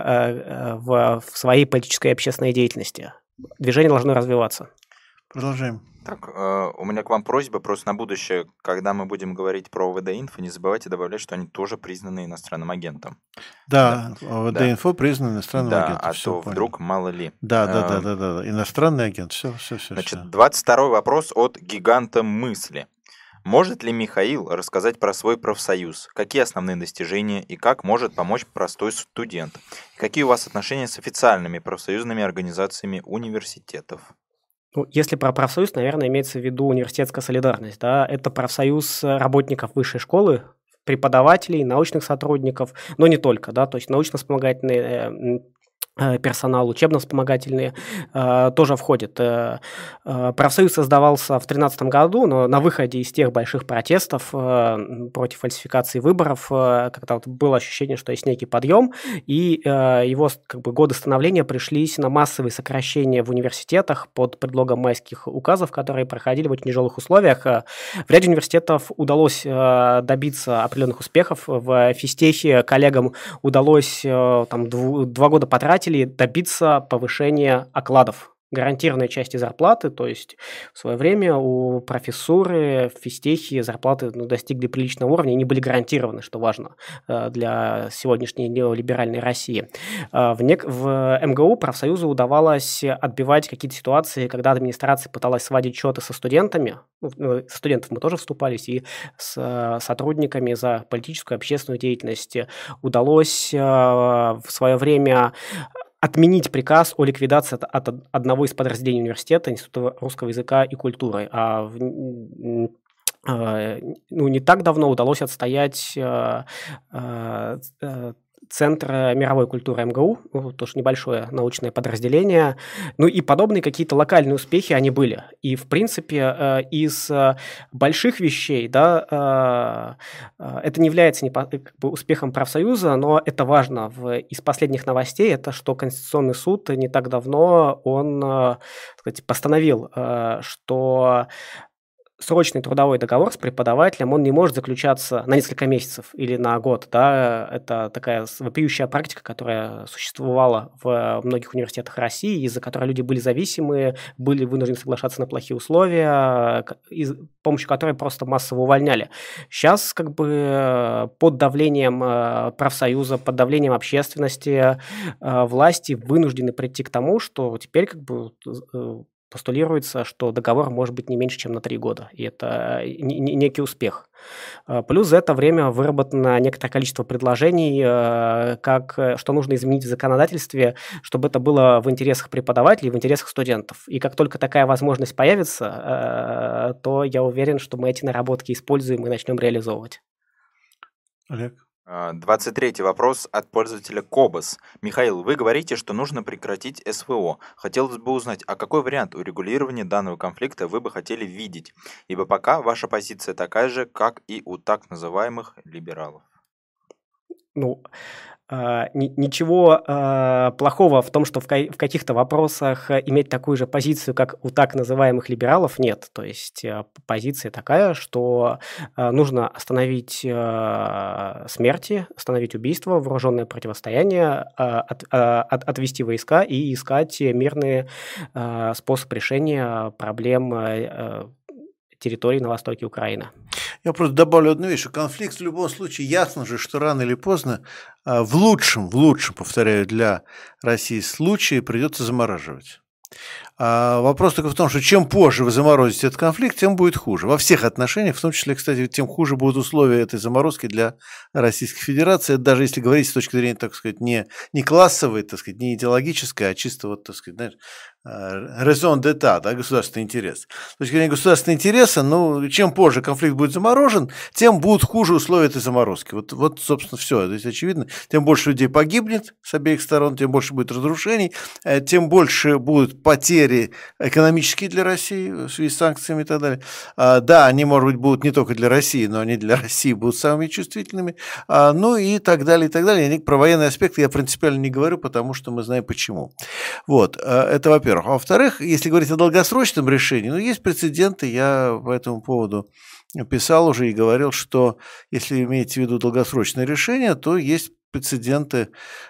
в своей политической и общественной деятельности. Движение должно развиваться. Продолжаем. Так, у меня к вам просьба просто на будущее, когда мы будем говорить про ВД-инфо, не забывайте добавлять, что они тоже признаны иностранным агентом. Да, ВД-инфо признан иностранным агентом. Да, а то вдруг мало ли. Да, иностранный агент, все. Значит, 22-й вопрос от гиганта мысли. Может ли Михаил рассказать про свой профсоюз? Какие основные достижения и как может помочь простой студент? Какие у вас отношения с официальными профсоюзными организациями университетов? Ну, если про профсоюз, наверное, имеется в виду университетская солидарность. Да? Это профсоюз работников высшей школы, преподавателей, научных сотрудников, но не только. Да? То есть научно-вспомогательные персонал, учебно-вспомогательные тоже входят. Профсоюз создавался в 2013 году, но на выходе из тех больших протестов против фальсификации выборов, когда вот было ощущение, что есть некий подъем, и его как бы годы становления пришлись на массовые сокращения в университетах под предлогом майских указов, которые проходили в очень тяжелых условиях. В ряде университетов удалось добиться определенных успехов. В физтехе коллегам удалось там 2 года потратить добиться повышения окладов. гарантированной части зарплаты, то есть в свое время у профессуры в физтехе зарплаты достигли приличного уровня и не были гарантированы, что важно для сегодняшней неолиберальной России. В МГУ профсоюзу удавалось отбивать какие-то ситуации, когда администрация пыталась сводить счеты со студентами, со студентов мы тоже вступались, и с сотрудниками за политическую и общественную деятельность. Удалось в свое время отменить приказ о ликвидации от одного из подразделений университета, Института русского языка и культуры. Не так давно удалось отстоять Центр мировой культуры МГУ, тоже небольшое научное подразделение. И подобные какие-то локальные успехи, они были. И, в принципе, из больших вещей, это не является успехом профсоюза, но это важно. Из последних новостей, это что Конституционный суд не так давно, он, так сказать, постановил, что срочный трудовой договор с преподавателем, он не может заключаться на несколько месяцев или на год. Да? Это такая вопиющая практика, которая существовала в многих университетах России, из-за которой люди были зависимы, были вынуждены соглашаться на плохие условия, с помощью которой просто массово увольняли. Сейчас под давлением профсоюза, под давлением общественности власти вынуждены прийти к тому, что теперь постулируется, что договор может быть не меньше, чем на 3 года. И это некий успех. Плюс за это время выработано некоторое количество предложений, что нужно изменить в законодательстве, чтобы это было в интересах преподавателей, в интересах студентов. И как только такая возможность появится, то я уверен, что мы эти наработки используем и начнем реализовывать. Олег? 23-й вопрос от пользователя Кобас. Михаил, вы говорите, что нужно прекратить СВО. Хотелось бы узнать, а какой вариант урегулирования данного конфликта вы бы хотели видеть? Ибо пока ваша позиция такая же, как и у так называемых либералов. Ничего плохого в том, что в каких-то вопросах иметь такую же позицию, как у так называемых либералов, нет. То есть позиция такая, что нужно остановить смерти, остановить убийства, вооруженное противостояние, отвести войска и искать мирный способ решения проблем территорий на востоке Украины. Я просто добавлю одну вещь, что конфликт в любом случае, ясно же, что рано или поздно в лучшем, повторяю, для России случае придется замораживать. Вопрос только в том, что чем позже вы заморозите этот конфликт, тем будет хуже. Во всех отношениях, в том числе, кстати, тем хуже будут условия этой заморозки для Российской Федерации, даже если говорить с точки зрения, так сказать, не классовой, так сказать, не идеологической, а чисто, так сказать, знаешь, raison d'etat, да, государственный интерес. С точки зрения государственного интереса, чем позже конфликт будет заморожен, тем будут хуже условия этой заморозки. Вот собственно, все. То есть, очевидно, тем больше людей погибнет с обеих сторон, тем больше будет разрушений, тем больше будут потери экономические для России в связи с санкциями и так далее. Да, они, может быть, будут не только для России, но они для России будут самыми чувствительными. И так далее, и так далее. Про военные аспекты я принципиально не говорю, потому что мы знаем почему. Это во-первых. А во-вторых, если говорить о долгосрочном решении, есть прецеденты, я по этому поводу писал уже и говорил, что если имеете в виду долгосрочное решение, то есть прецеденты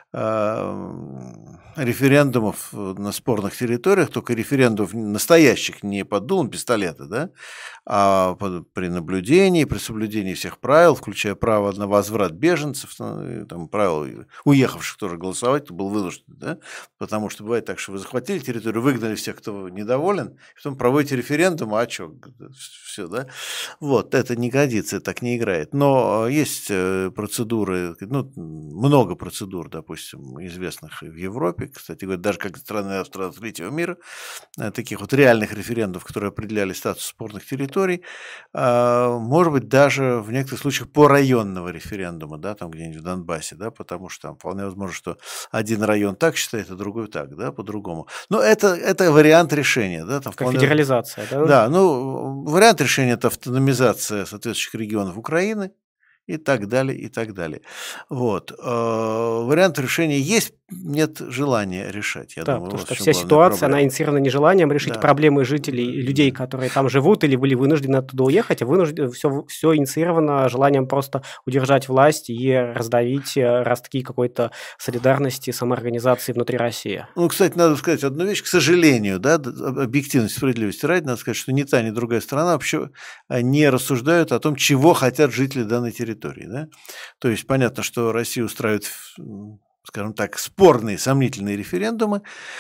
референдумов на спорных территориях, только референдумов настоящих, не под дулом пистолета, да, а при наблюдении, при соблюдении всех правил, включая право на возврат беженцев, там, правила уехавших тоже голосовать, кто был вынужден, да, потому что бывает так, что вы захватили территорию, выгнали всех, кто недоволен, потом проводите референдум, а что, все, да, это не годится, так не играет. Но есть процедуры, много процедур, допустим, известных в Европе, кстати говоря, даже как страны третьего мира, таких реальных референдумов, которые определяли статус спорных территорий, может быть, даже в некоторых случаях по районного референдума, да, там где-нибудь в Донбассе, да, потому что там вполне возможно, что один район так считает, а другой так, да, по-другому. Но это вариант решения, да, там как федерализация, да? Да, вариант решения – это автономизация соответствующих регионов Украины, и так далее, и так далее. Вариант решения есть, нет желания решать. Я думаю, потому что вся ситуация, она инициирована нежеланием решить проблемы жителей, людей, которые там живут или были вынуждены оттуда уехать, а все инициировано желанием просто удержать власть и раздавить ростки какой-то солидарности, самоорганизации внутри России. Ну, кстати, надо сказать одну вещь, к сожалению, да, объективности, справедливости ради, надо сказать, что ни та, ни другая страна вообще не рассуждают о том, чего хотят жители данной территории. Да? То есть понятно, что Россия устраивает, скажем так, спорные, сомнительные референдумы.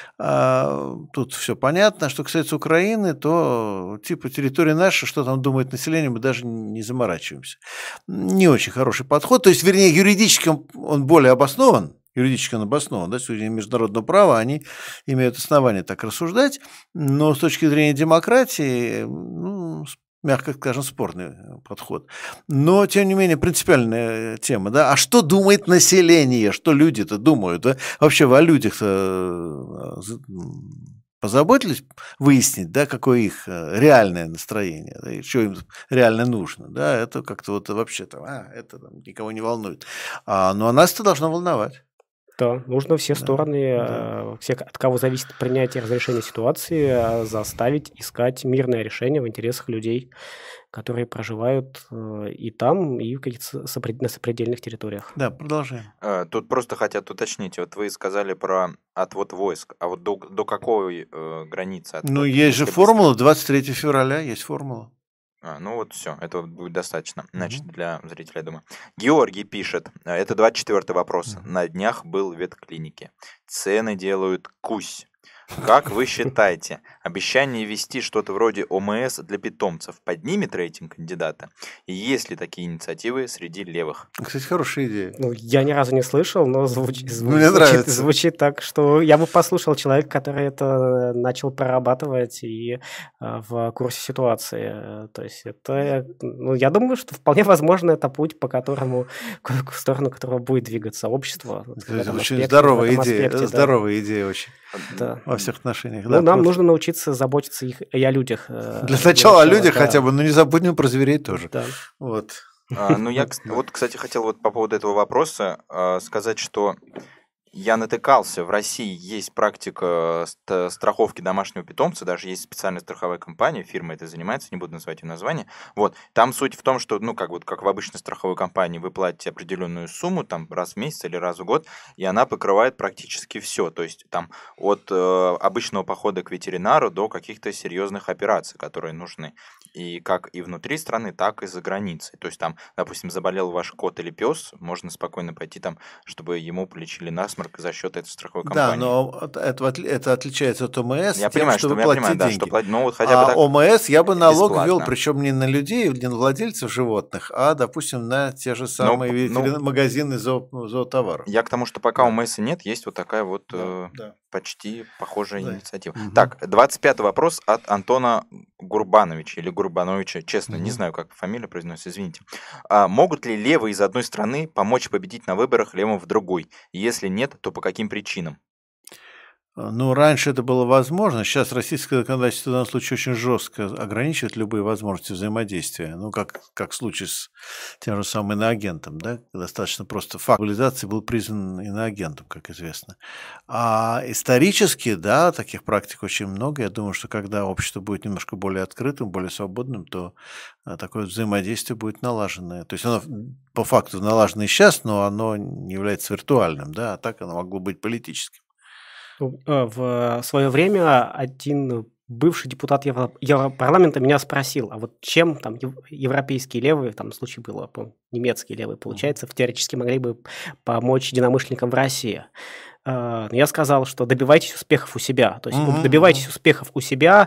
Тут все понятно. Что касается Украины, то типа территория наша, что там думает население, мы даже не заморачиваемся. Не очень хороший подход. То есть, вернее, юридически он более обоснован. Юридически он обоснован, да, с точки зрения международного права они имеют основания так рассуждать, но с точки зрения демократии, ну, мягко скажем, спорный подход. Но, тем не менее, принципиальная тема, да, а что думает население, что люди-то думают, да, вообще вы о людях-то позаботились выяснить, да, какое их реальное настроение, да, и что им реально нужно, да, это как-то вот вообще там, это там никого не волнует, но нас это должно волновать. Да, нужно все стороны, все, от кого зависит принятие и разрешение ситуации, заставить искать мирное решение в интересах людей, которые проживают и там, и на сопредельных территориях. Да, продолжаем. Тут просто хотят уточнить. Вот вы сказали про отвод войск, а вот до какой границы? Ну, есть же формула, 23 февраля есть формула. Ну вот все, этого будет достаточно, значит, для зрителей, я думаю. Георгий пишет, это 24-й вопрос. На днях был в ветклинике. Цены делают кусь. Как вы считаете, обещание ввести что-то вроде ОМС для питомцев поднимет рейтинг кандидата? И есть ли такие инициативы среди левых? Кстати, хорошая идея. Ну, я ни разу не слышал, но звучит так, что я бы послушал человека, который это начал прорабатывать и в курсе ситуации. То есть это, ну, я думаю, что вполне возможно это путь, по которому, в сторону которого будет двигаться общество. Очень здоровая идея, здоровая идея очень. Да. Во всех отношениях. Ну, нам нужно научиться заботиться и о людях. Для начала о людях хотя бы, но не забудем про зверей тоже. Да. Вот. Ну, я, вот, кстати, хотел вот по поводу этого вопроса сказать, что я натыкался, в России есть практика страховки домашнего питомца, даже есть специальная страховая компания, фирма этой занимается, не буду называть ее название. Вот, там суть в том, что, ну, как в обычной страховой компании, вы платите определенную сумму, там, раз в месяц или раз в год, и она покрывает практически все. То есть, там, от обычного похода к ветеринару до каких-то серьезных операций, которые нужны. И как и внутри страны, так и за границей. То есть, там, допустим, заболел ваш кот или пес, можно спокойно пойти там, чтобы ему полечили насморк за счет этой страховой компании. Да, но это отличается от ОМС. Я понимаю, что вы платите деньги. Да, что, ну, вот хотя бы так ОМС я бы налог бесплатно ввел, причем не на людей, не на владельцев животных, а, допустим, на те же самые магазины зоотоваров. Я к тому, что пока ОМС нет, есть вот такая вот почти похожая инициатива. Так, 25-й вопрос от Антона Гурбановича или Гурбановича. Честно, не знаю, как фамилия произносится, извините. Могут ли левые из одной страны помочь победить на выборах левым в другой? Если нет, то по каким причинам? Ну, раньше это было возможно. Сейчас российское законодательство в данном случае очень жестко ограничивает любые возможности взаимодействия. Ну, как в случае с тем же самым иноагентом, да? Достаточно просто факт мобилизации был признан иноагентом, как известно. А исторически, да, таких практик очень много. Я думаю, что когда общество будет немножко более открытым, более свободным, то такое взаимодействие будет налажено. То есть оно по факту налажено и сейчас, но оно не является виртуальным, да, а так оно могло быть политическим. В свое время один бывший депутат Европарламента меня спросил, а вот чем там европейские левые, там в случае было, немецкие левые, получается, теоретически могли бы помочь единомышленникам в России. Я сказал, что добивайтесь успехов у себя. То есть добивайтесь успехов у себя.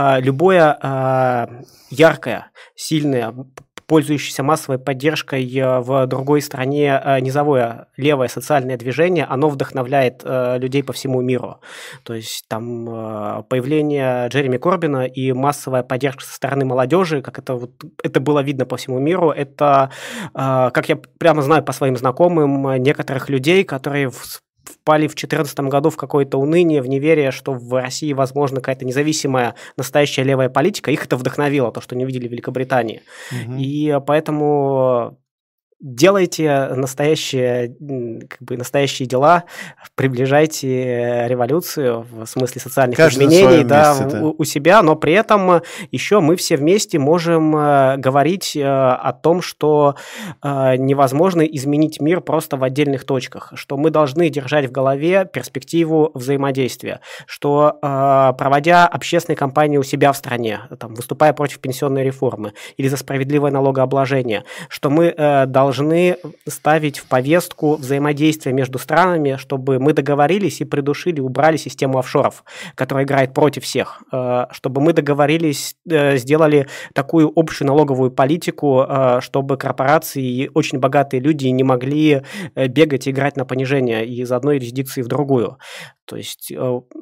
Любое яркое, сильное, пользующееся массовой поддержкой в другой стране низовое левое социальное движение, оно вдохновляет людей по всему миру. То есть там появление Джереми Корбина и массовая поддержка со стороны молодежи, как это было видно по всему миру, это, как я прямо знаю по своим знакомым, некоторых людей, которые впали в 2014 году в какое-то уныние, в неверие, что в России возможна какая-то независимая настоящая левая политика. Их это вдохновило, то, что не видели в Великобритании. И поэтому делайте настоящие дела, приближайте революцию в смысле социальных изменений у себя, но при этом еще мы все вместе можем говорить о том, что невозможно изменить мир просто в отдельных точках, что мы должны держать в голове перспективу взаимодействия, что проводя общественные кампании у себя в стране, там, выступая против пенсионной реформы или за справедливое налогообложение, что мы должны ставить в повестку взаимодействия между странами, чтобы мы договорились и придушили, убрали систему офшоров, которая играет против всех, чтобы мы договорились, сделали такую общую налоговую политику, чтобы корпорации и очень богатые люди не могли бегать и играть на понижение из одной юрисдикции в другую. То есть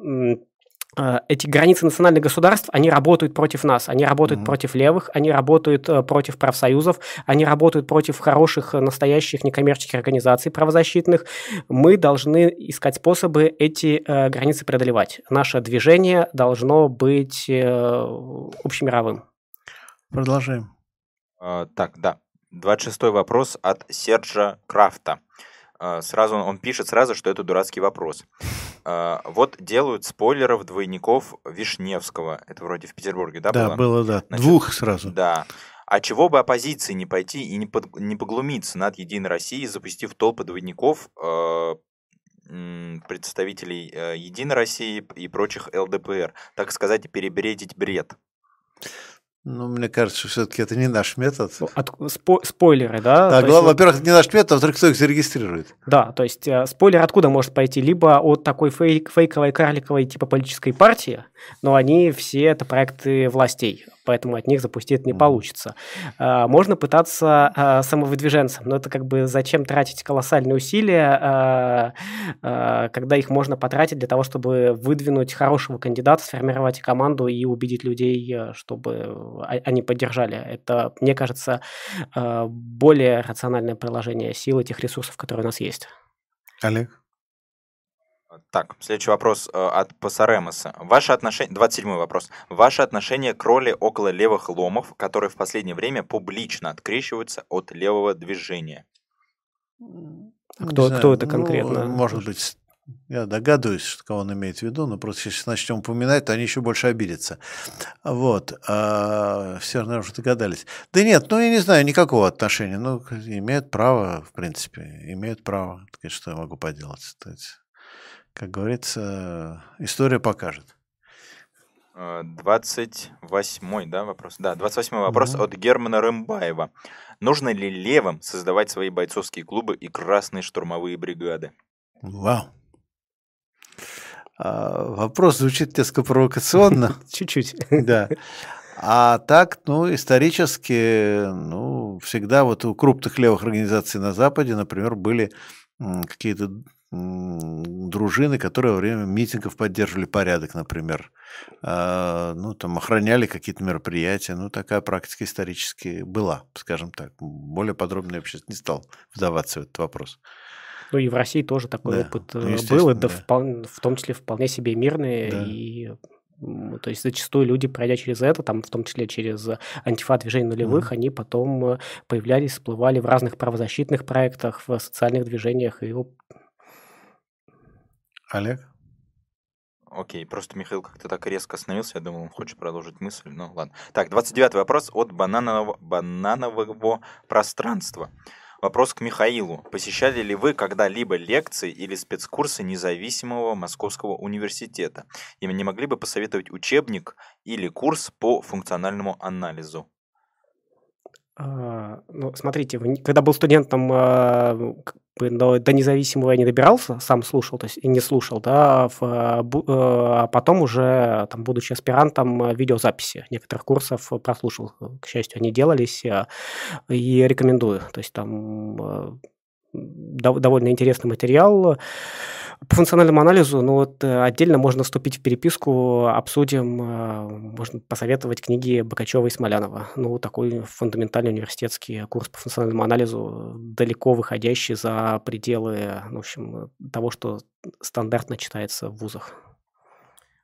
эти границы национальных государств, они работают против нас, они работают против левых, они работают против профсоюзов, они работают против хороших, настоящих некоммерческих организаций правозащитных. Мы должны искать способы эти границы преодолевать. Наше движение должно быть общемировым. Продолжаем. Так, да. 26-й вопрос от Сержа Крафта. Он пишет сразу, что это дурацкий вопрос. Вот делают спойлеров двойников Вишневского. Это вроде в Петербурге, да, было? Да, было, да. Значит, 2 сразу. Да. А чего бы оппозиции не пойти и не поглумиться над Единой Россией, запустив толпы двойников представителей Единой России и прочих ЛДПР, так сказать, перебредить бред? Ну, мне кажется, что все-таки это не наш метод. Спойлеры, да? Да, главное, во-первых, это не наш метод, а во-вторых, кто их зарегистрирует. Да, то есть спойлер откуда может пойти? Либо от такой фейковой, карликовой типа политической партии, но они все это проекты властей, поэтому от них запустить не получится. Можно пытаться самовыдвиженцем, но это как бы зачем тратить колоссальные усилия, когда их можно потратить для того, чтобы выдвинуть хорошего кандидата, сформировать команду и убедить людей, чтобы они поддержали. Это, мне кажется, более рациональное приложение сил этих ресурсов, которые у нас есть. Олег? Так, следующий вопрос от Пасаремоса. 27-й вопрос. Ваше отношение к роли около левых ломов, которые в последнее время публично открещиваются от левого движения? Кто это конкретно? Может быть, я догадываюсь, кого он имеет в виду, но просто если начнем упоминать, то они еще больше обидятся. Вот. Все, наверное, уже догадались. Да нет, я не знаю никакого отношения. Имеют право, в принципе, имеют право. Что я могу поделать? Как говорится, история покажет. 28-й, да, вопрос? Да, 28-й вопрос от Германа Рымбаева. Нужно ли левым создавать свои бойцовские клубы и красные штурмовые бригады? Вау. Вопрос звучит несколько провокационно. Чуть-чуть. Да. А так, исторически, всегда вот у крупных левых организаций на Западе, например, были какие-то дружины, которые во время митингов поддерживали порядок, например. Охраняли какие-то мероприятия. Такая практика исторически была, скажем так. Более подробно я вообще не стал вдаваться в этот вопрос. И в России тоже такой опыт был, это в том числе вполне себе мирный. Да. И то есть зачастую люди, пройдя через это, в том числе через антифа движение нулевых, они потом появлялись, всплывали в разных правозащитных проектах, в социальных движениях. Олег? Окей, просто Михаил как-то так резко остановился, я думал, он хочет продолжить мысль, ладно. Так, 29-й вопрос от бананового пространства. Вопрос к Михаилу. Посещали ли вы когда-либо лекции или спецкурсы независимого Московского университета? И не могли бы посоветовать учебник или курс по функциональному анализу? Смотрите, когда был студентом, до независимого я не добирался, сам слушал, то есть и не слушал, да, а потом уже, будучи аспирантом, видеозаписи некоторых курсов прослушал. К счастью, они делались, и рекомендую. То есть там довольно интересный материал. По функциональному анализу, отдельно можно вступить в переписку, обсудим, можно посоветовать книги Богачева и Смолянова. Такой фундаментальный университетский курс по функциональному анализу, далеко выходящий за пределы, того, что стандартно читается в вузах.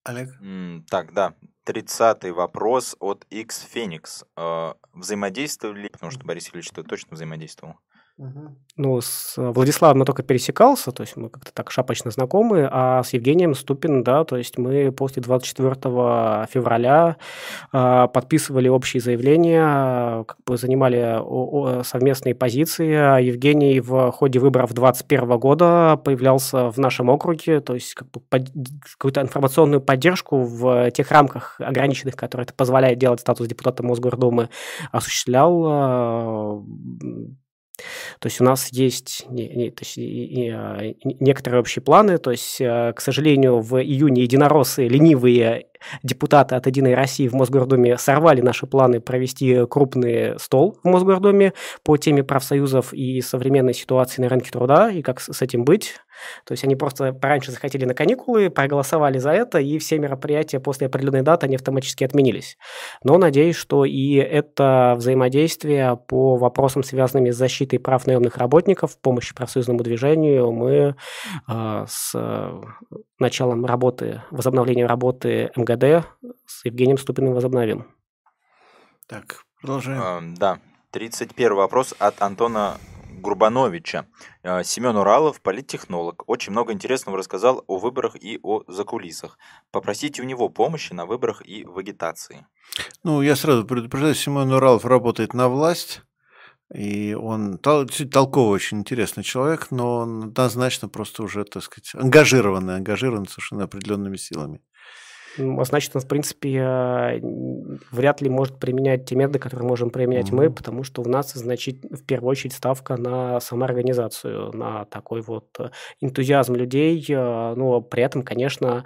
Олег? Так, да. 30-й вопрос от X-Phoenix. Взаимодействовали, потому что Борис Ильич точно взаимодействовал. Ну, с Владиславом я только пересекался, то есть мы как-то так шапочно знакомы, а с Евгением Ступиным, да, то есть мы после 24 февраля подписывали общие заявления, как бы занимали совместные позиции. Евгений в ходе выборов 2021 года появлялся в нашем округе, то есть как бы какую-то информационную поддержку в тех рамках ограниченных, которые это позволяет делать статус депутата Мосгордумы, осуществлял. То есть у нас есть некоторые общие планы, то есть, к сожалению, в июне единороссы, ленивые депутаты от «Единой России» в Мосгордуме сорвали наши планы провести крупный стол в Мосгордуме по теме профсоюзов и современной ситуации на рынке труда, и как с этим быть. То есть они просто пораньше захотели на каникулы, проголосовали за это, и все мероприятия после определенной даты, они автоматически отменились. Но надеюсь, что и это взаимодействие по вопросам, связанным с защитой прав наемных работников, помощи профсоюзному движению, мы с началом работы, возобновлением работы МГД с Евгением Ступиным возобновим. Так, продолжаем. Да, 31 вопрос от Антона Гурбановича. Семен Уралов, политтехнолог, очень много интересного рассказал о выборах и о закулисах. Попросите у него помощи на выборах и в агитации. Ну, я сразу предупреждаю, Семен Уралов работает на власть, и он толковый, очень интересный человек, но он однозначно просто уже, так сказать, ангажирован совершенно определенными силами. Значит, он, в принципе, вряд ли может применять те методы, которые можем применять мы, потому что у нас, в первую очередь, ставка на самоорганизацию, на такой вот энтузиазм людей, но при этом, конечно,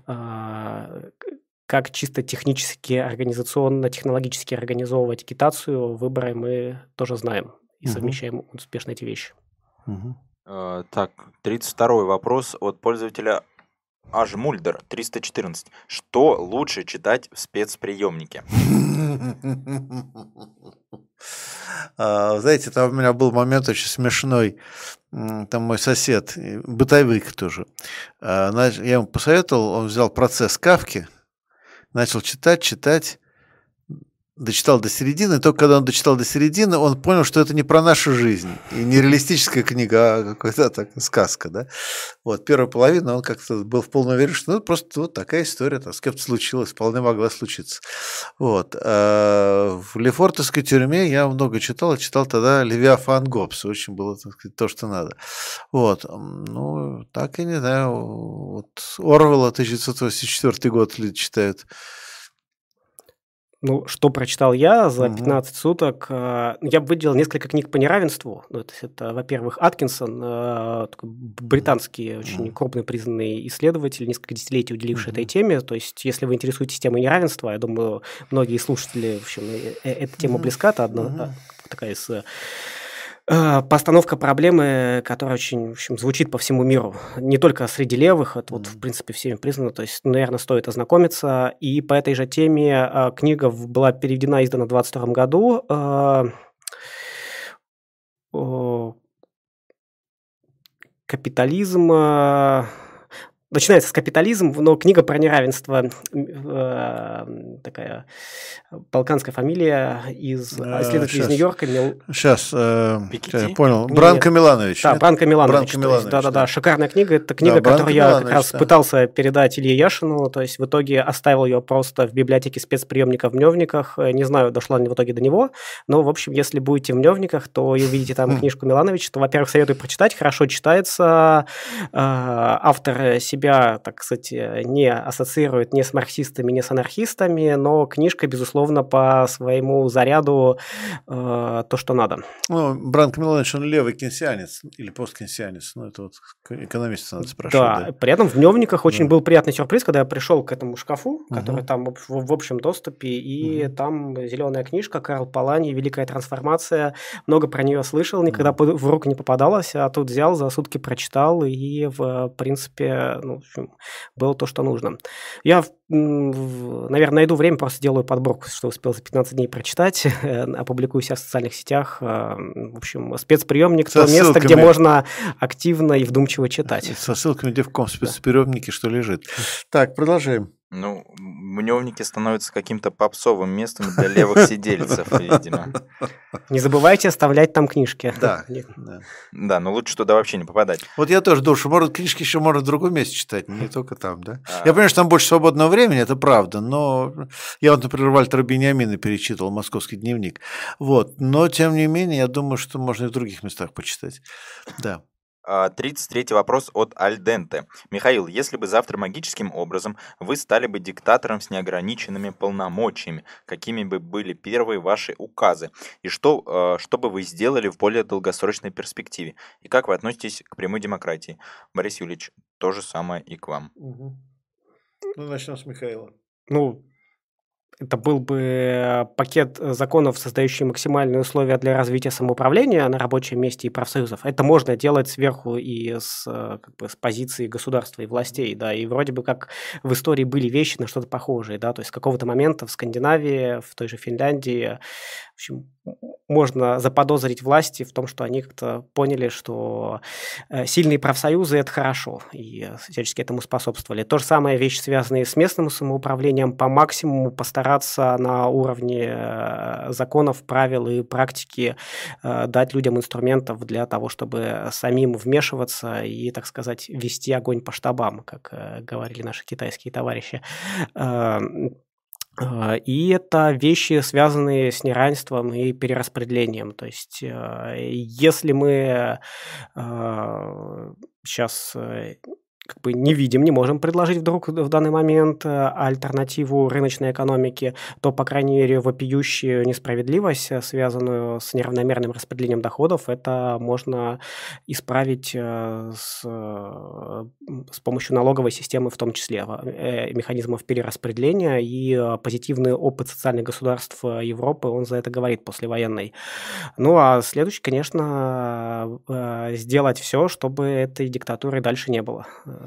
как чисто технически, организационно, технологически организовывать агитацию, выборы мы тоже знаем и совмещаем успешно эти вещи. Так, 32-й вопрос от пользователя Ажмульдер 314. Что лучше читать в спецприемнике? Знаете, там у меня был момент очень смешной. Там мой сосед, бытовик тоже. Я ему посоветовал, он взял «Процесс Кафки», начал читать, дочитал до середины, и только когда он дочитал до середины, он понял, что это не про нашу жизнь, и не реалистическая книга, а какая-то сказка, да. Вот, первая половина, он как-то был в полной уверенности, что просто вот такая история, там, с кем-то случилось, вполне могла случиться. Вот. В Лефортовской тюрьме я много читал тогда «Левиафан Гоббс», очень было, так сказать, то, что надо. Вот. Ну, так я не знаю, вот Орвелла 1984 год люди читают. Ну, что прочитал я за 15 суток? Я бы выделил несколько книг по неравенству. Это, во-первых, Аткинсон, такой британский, очень крупный признанный исследователь, несколько десятилетий уделивший этой теме. То есть, если вы интересуетесь темой неравенства, я думаю, многие слушатели, в общем, эта тема близка. Это одна такая из... постановка проблемы, которая очень, в общем, звучит по всему миру, не только среди левых, это вот, в принципе, всеми признано, то есть, наверное, стоит ознакомиться. И по этой же теме книга была переведена, издана в 2022 году. Капитализм... Начинается с капитализма, но книга про неравенство, такая балканская фамилия, исследователь из Нью-Йорка. Сейчас, я понял. Бранко Миланович. Да, Бранко Миланович. Да, шикарная книга. Это книга, которую я как раз пытался передать Илье Яшину, то есть в итоге оставил ее просто в библиотеке спецприемника в Мневниках. Не знаю, дошла ли в итоге до него, но, в общем, если будете в Мневниках, то и увидите там книжку Милановича, то, во-первых, советую прочитать, хорошо читается. Автор себя, так сказать, не ассоциирует ни с марксистами, ни с анархистами, но книжка, безусловно, по своему заряду то, что надо. Ну, Бранко Миланович, он левый кейнсианец или посткейнсианец, ну, это вот экономиста надо спрашивать. Да, при этом в Мневниках очень был приятный сюрприз, когда я пришел к этому шкафу, который там в общем доступе, и там зеленая книжка Карл Палани «Великая трансформация», много про нее слышал, никогда в руку не попадалось, а тут взял, за сутки прочитал, и, в принципе, в общем, было то, что нужно. Я, наверное, найду время, просто делаю подборку, что успел за 15 дней прочитать, опубликую себя в социальных сетях. В общем, спецприемник – то место, где можно активно и вдумчиво читать. Со ссылками, где в каком спецприемнике что лежит. Так, продолжаем. Ну, мневники становятся каким-то попсовым местом для левых сидельцев, видимо. Не забывайте оставлять там книжки. Да. Да, но лучше туда вообще не попадать. Вот я тоже думаю, что может, книжки еще можно в другом месте читать, не только там, да? Я понимаю, что там больше свободного времени, это правда, но я вот, например, Вальтера Бениамина перечитывал «Московский дневник». Вот. Но, тем не менее, я думаю, что можно и в других местах почитать. Да. 33-й вопрос от Альденте. Михаил, если бы завтра магическим образом вы стали бы диктатором с неограниченными полномочиями, какими бы были первые ваши указы? И что бы вы сделали в более долгосрочной перспективе? И как вы относитесь к прямой демократии? Борис Юрьевич, то же самое и к вам. Ну, начнем с Михаила. Ну, это был бы пакет законов, создающий максимальные условия для развития самоуправления на рабочем месте и профсоюзов. Это можно делать сверху и с позиции государства и властей, да, и вроде бы как в истории были вещи на что-то похожее, да, то есть с какого-то момента в Скандинавии, в той же Финляндии, в общем, можно заподозрить власти в том, что они как-то поняли, что сильные профсоюзы – это хорошо, и всячески этому способствовали. То же самое вещи, связанные с местным самоуправлением, по максимуму постараться на уровне законов, правил и практики дать людям инструментов для того, чтобы самим вмешиваться и, так сказать, вести огонь по штабам, как говорили наши китайские товарищи. И это вещи, связанные с неравенством и перераспределением. То есть, если мы сейчас как бы не видим, не можем предложить вдруг в данный момент альтернативу рыночной экономике, то, по крайней мере, вопиющую несправедливость, связанную с неравномерным распределением доходов, это можно исправить с помощью налоговой системы, в том числе механизмов перераспределения, и позитивный опыт социальных государств Европы, он за это говорит, послевоенный. Ну, а следующий, конечно, сделать все, чтобы этой диктатуры дальше не было.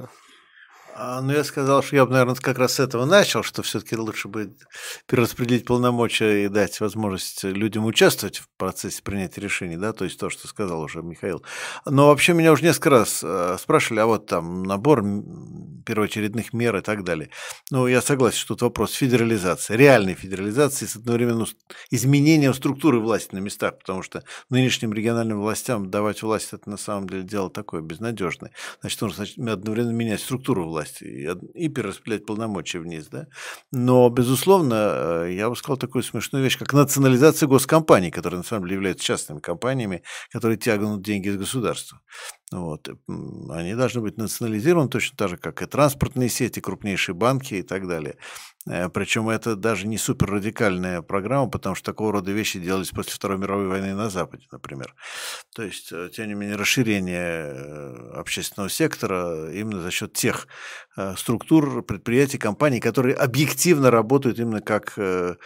Ну, я сказал, что я бы, наверное, как раз с этого начал, что все-таки лучше бы перераспределить полномочия и дать возможность людям участвовать в процессе принятия решений, да, то есть то, что сказал уже Михаил. Но вообще меня уже несколько раз спрашивали, а вот там набор первоочередных мер и так далее. Ну, я согласен, что тут вопрос федерализации, реальной федерализации с одновременным изменением структуры власти на местах, потому что нынешним региональным властям давать власть – это на самом деле дело такое безнадежное. Значит, нужно одновременно менять структуру власти и перераспределять полномочия вниз, да. Но, безусловно, я бы сказал такую смешную вещь, как национализация госкомпаний, которые на самом деле являются частными компаниями, которые тягнут деньги из государства. Вот. Они должны быть национализированы точно так же, как и транспортные сети, крупнейшие банки и так далее. Причем это даже не суперрадикальная программа, потому что такого рода вещи делались после Второй мировой войны на Западе, например. То есть, тем не менее, расширение общественного сектора именно за счет тех структур, предприятий, компаний, которые объективно работают именно как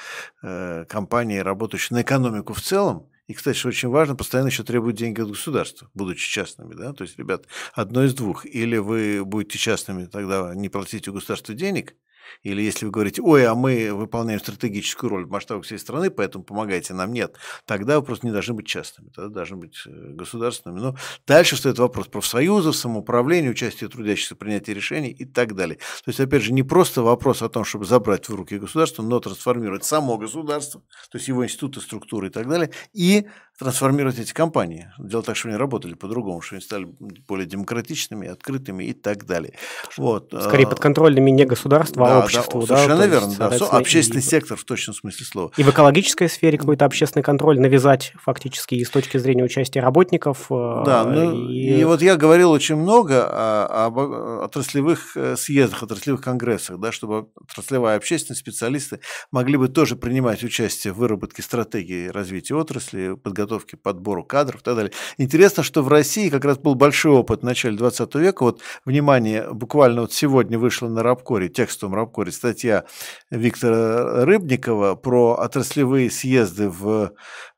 компании, работающие на экономику в целом. И, кстати, что очень важно, постоянно еще требуют деньги от государства, будучи частными. Да? То есть, ребят, одно из двух. Или вы будете частными, тогда не платите государству денег, или если вы говорите, ой, а мы выполняем стратегическую роль в масштабах всей страны, поэтому помогайте нам, нет, тогда вы просто не должны быть частными, тогда должны быть государственными. Но дальше встает вопрос профсоюзов, самоуправления, участия трудящихся в принятии решений и так далее. То есть, опять же, не просто вопрос о том, чтобы забрать в руки государство, но трансформировать само государство, то есть его институты, структуры и так далее, и трансформировать эти компании, делать так, чтобы они работали по-другому, чтобы они стали более демократичными, открытыми и так далее. Вот. Скорее подконтрольными не государству, а обществу. Да, совершенно верно. Да. Общественный сектор в точном смысле слова. И в экологической сфере какой-то общественный контроль навязать фактически и с точки зрения участия работников. Да, и вот я говорил очень много об отраслевых съездах, отраслевых конгрессах, да, чтобы отраслевая общественность, специалисты могли бы тоже принимать участие в выработке стратегии развития отрасли, подготовке, подбору кадров и так далее. Интересно, что в России как раз был большой опыт в начале 20 века. Вот, внимание, буквально вот сегодня вышла на Рабкоре, текстовом Рабкоре, статья Виктора Рыбникова про отраслевые съезды в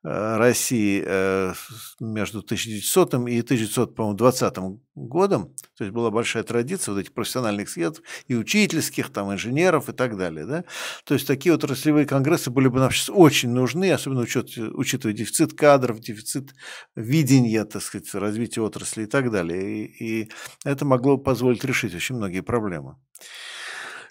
России между 1900 и 1920 годом. То есть была большая традиция вот этих профессиональных съездов и учительских, там, инженеров и так далее. Да? То есть такие вот отраслевые конгрессы были бы нам сейчас очень нужны, особенно учитывая дефицит кадров, дефицит видения, так сказать, развития отрасли и так далее. И это могло бы позволить решить очень многие проблемы.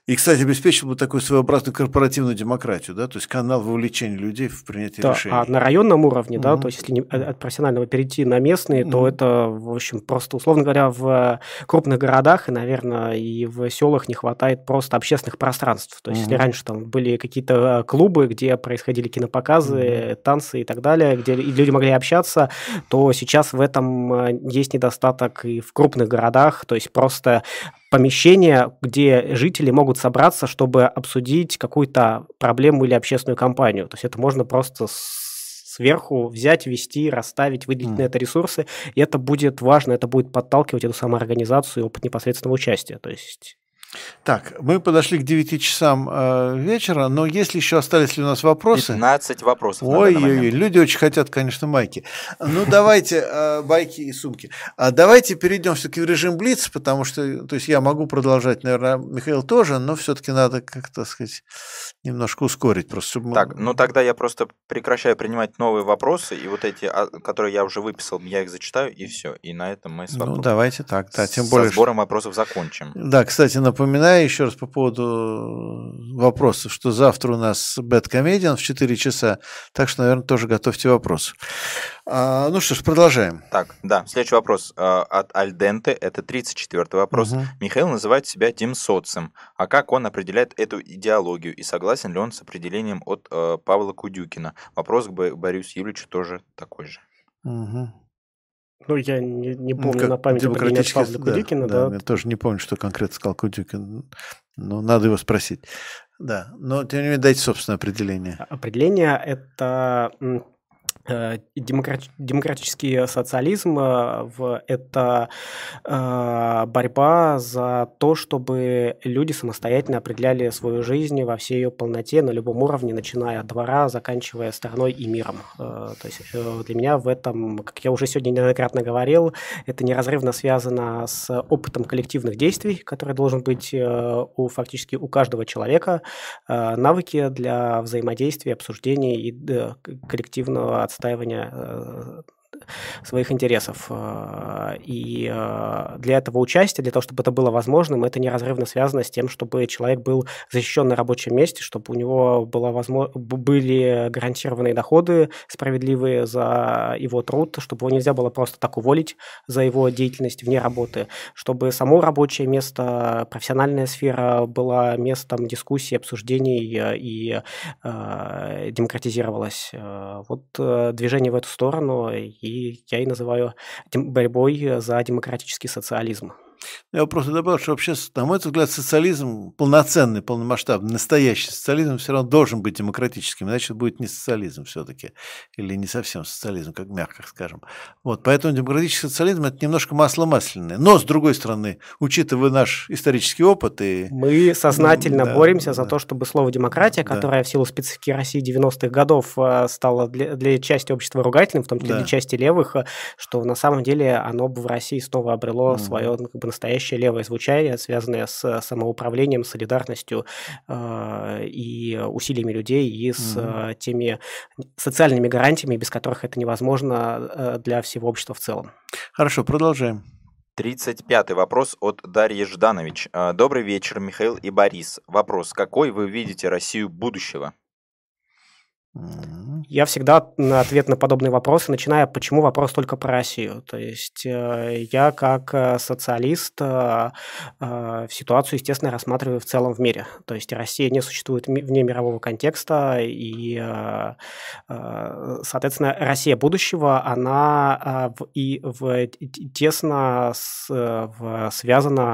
И, кстати, обеспечил бы такую своеобразную корпоративную демократию, да, то есть канал вовлечения людей в принятие решений. А на районном уровне, да, то есть если от профессионального перейти на местные, то это, в общем, просто, условно говоря, в крупных городах и, наверное, и в селах не хватает просто общественных пространств. То есть если раньше там были какие-то клубы, где происходили кинопоказы, танцы и так далее, где люди могли общаться, то сейчас в этом есть недостаток и в крупных городах, то есть просто помещение, где жители могут собраться, чтобы обсудить какую-то проблему или общественную кампанию. То есть это можно просто сверху взять, вести, расставить, выделить на это ресурсы, и это будет важно, это будет подталкивать эту самоорганизацию и опыт непосредственного участия. То есть... Так, мы подошли к 9 часам вечера, но если еще остались ли у нас вопросы? 15 вопросов. Ой-ой-ой, люди очень хотят, конечно, майки. Ну, давайте байки и сумки. Давайте перейдем все-таки в режим Блиц, потому что, то есть я могу продолжать, наверное, Михаил тоже, но все-таки надо, как-то сказать, немножко ускорить. Просто, чтобы... Так, ну тогда я просто прекращаю принимать новые вопросы, и вот эти, которые я уже выписал, я их зачитаю, и все. И на этом мы с Ну, давайте так, да, тем со более... сбором вопросов закончим. Да, кстати, напоминаю еще раз по поводу вопросов, что завтра у нас Бэдкомедиан в 4 часа, так что, наверное, тоже готовьте вопросы. Ну что ж, продолжаем. Так, да, следующий вопрос от Альденте, это 34-й вопрос. Михаил называет себя демсоцем. А как он определяет эту идеологию? И согласен ли он с определением от Павла Кудюкина? Вопрос к Борису Юрьевичу тоже такой же. Ну, я не помню на память определения от Павла Кудюкина. Да, я тоже не помню, что конкретно сказал Кудюкин. Но надо его спросить. Да, но тем не менее дайте собственное определение. Определение – это... Демократический социализм – это борьба за то, чтобы люди самостоятельно определяли свою жизнь во всей ее полноте на любом уровне, начиная от двора, заканчивая страной и миром. То есть для меня в этом, как я уже сегодня неоднократно говорил, это неразрывно связано с опытом коллективных действий, который должен быть фактически у каждого человека, навыки для взаимодействия, обсуждений и коллективного отстаивания своих интересов. И для этого участия, для того, чтобы это было возможным, это неразрывно связано с тем, чтобы человек был защищен на рабочем месте, чтобы у него были гарантированные доходы справедливые за его труд, чтобы его нельзя было просто так уволить за его деятельность вне работы, чтобы само рабочее место, профессиональная сфера была местом дискуссий, обсуждений и демократизировалась. Вот движение в эту сторону, и я и называю борьбой за демократический социализм. Я просто добавил, что вообще, на мой взгляд, социализм полноценный, полномасштабный, настоящий социализм все равно должен быть демократическим, иначе это будет не социализм все-таки, или не совсем социализм, как мягко скажем. Вот, поэтому демократический социализм – это немножко масло масляное. Но, с другой стороны, учитывая наш исторический опыт… Мы сознательно боремся за то, чтобы слово «демократия», которое в силу специфики России 90-х годов стало для части общества ругательным, в том числе для части левых, что на самом деле оно бы в России снова обрело свое настоящее левое звучание, связанное с самоуправлением, солидарностью и усилиями людей, и с теми социальными гарантиями, без которых это невозможно для всего общества в целом. Хорошо, продолжаем. 35-й вопрос от Дарьи Жданович. Добрый вечер, Михаил и Борис. Вопрос. Какой вы видите Россию будущего? Я всегда ответ на подобные вопросы начинаю, почему вопрос только про Россию. То есть я как социалист ситуацию, естественно, рассматриваю в целом в мире. То есть Россия не существует вне мирового контекста, и, соответственно, Россия будущего, она тесно связана,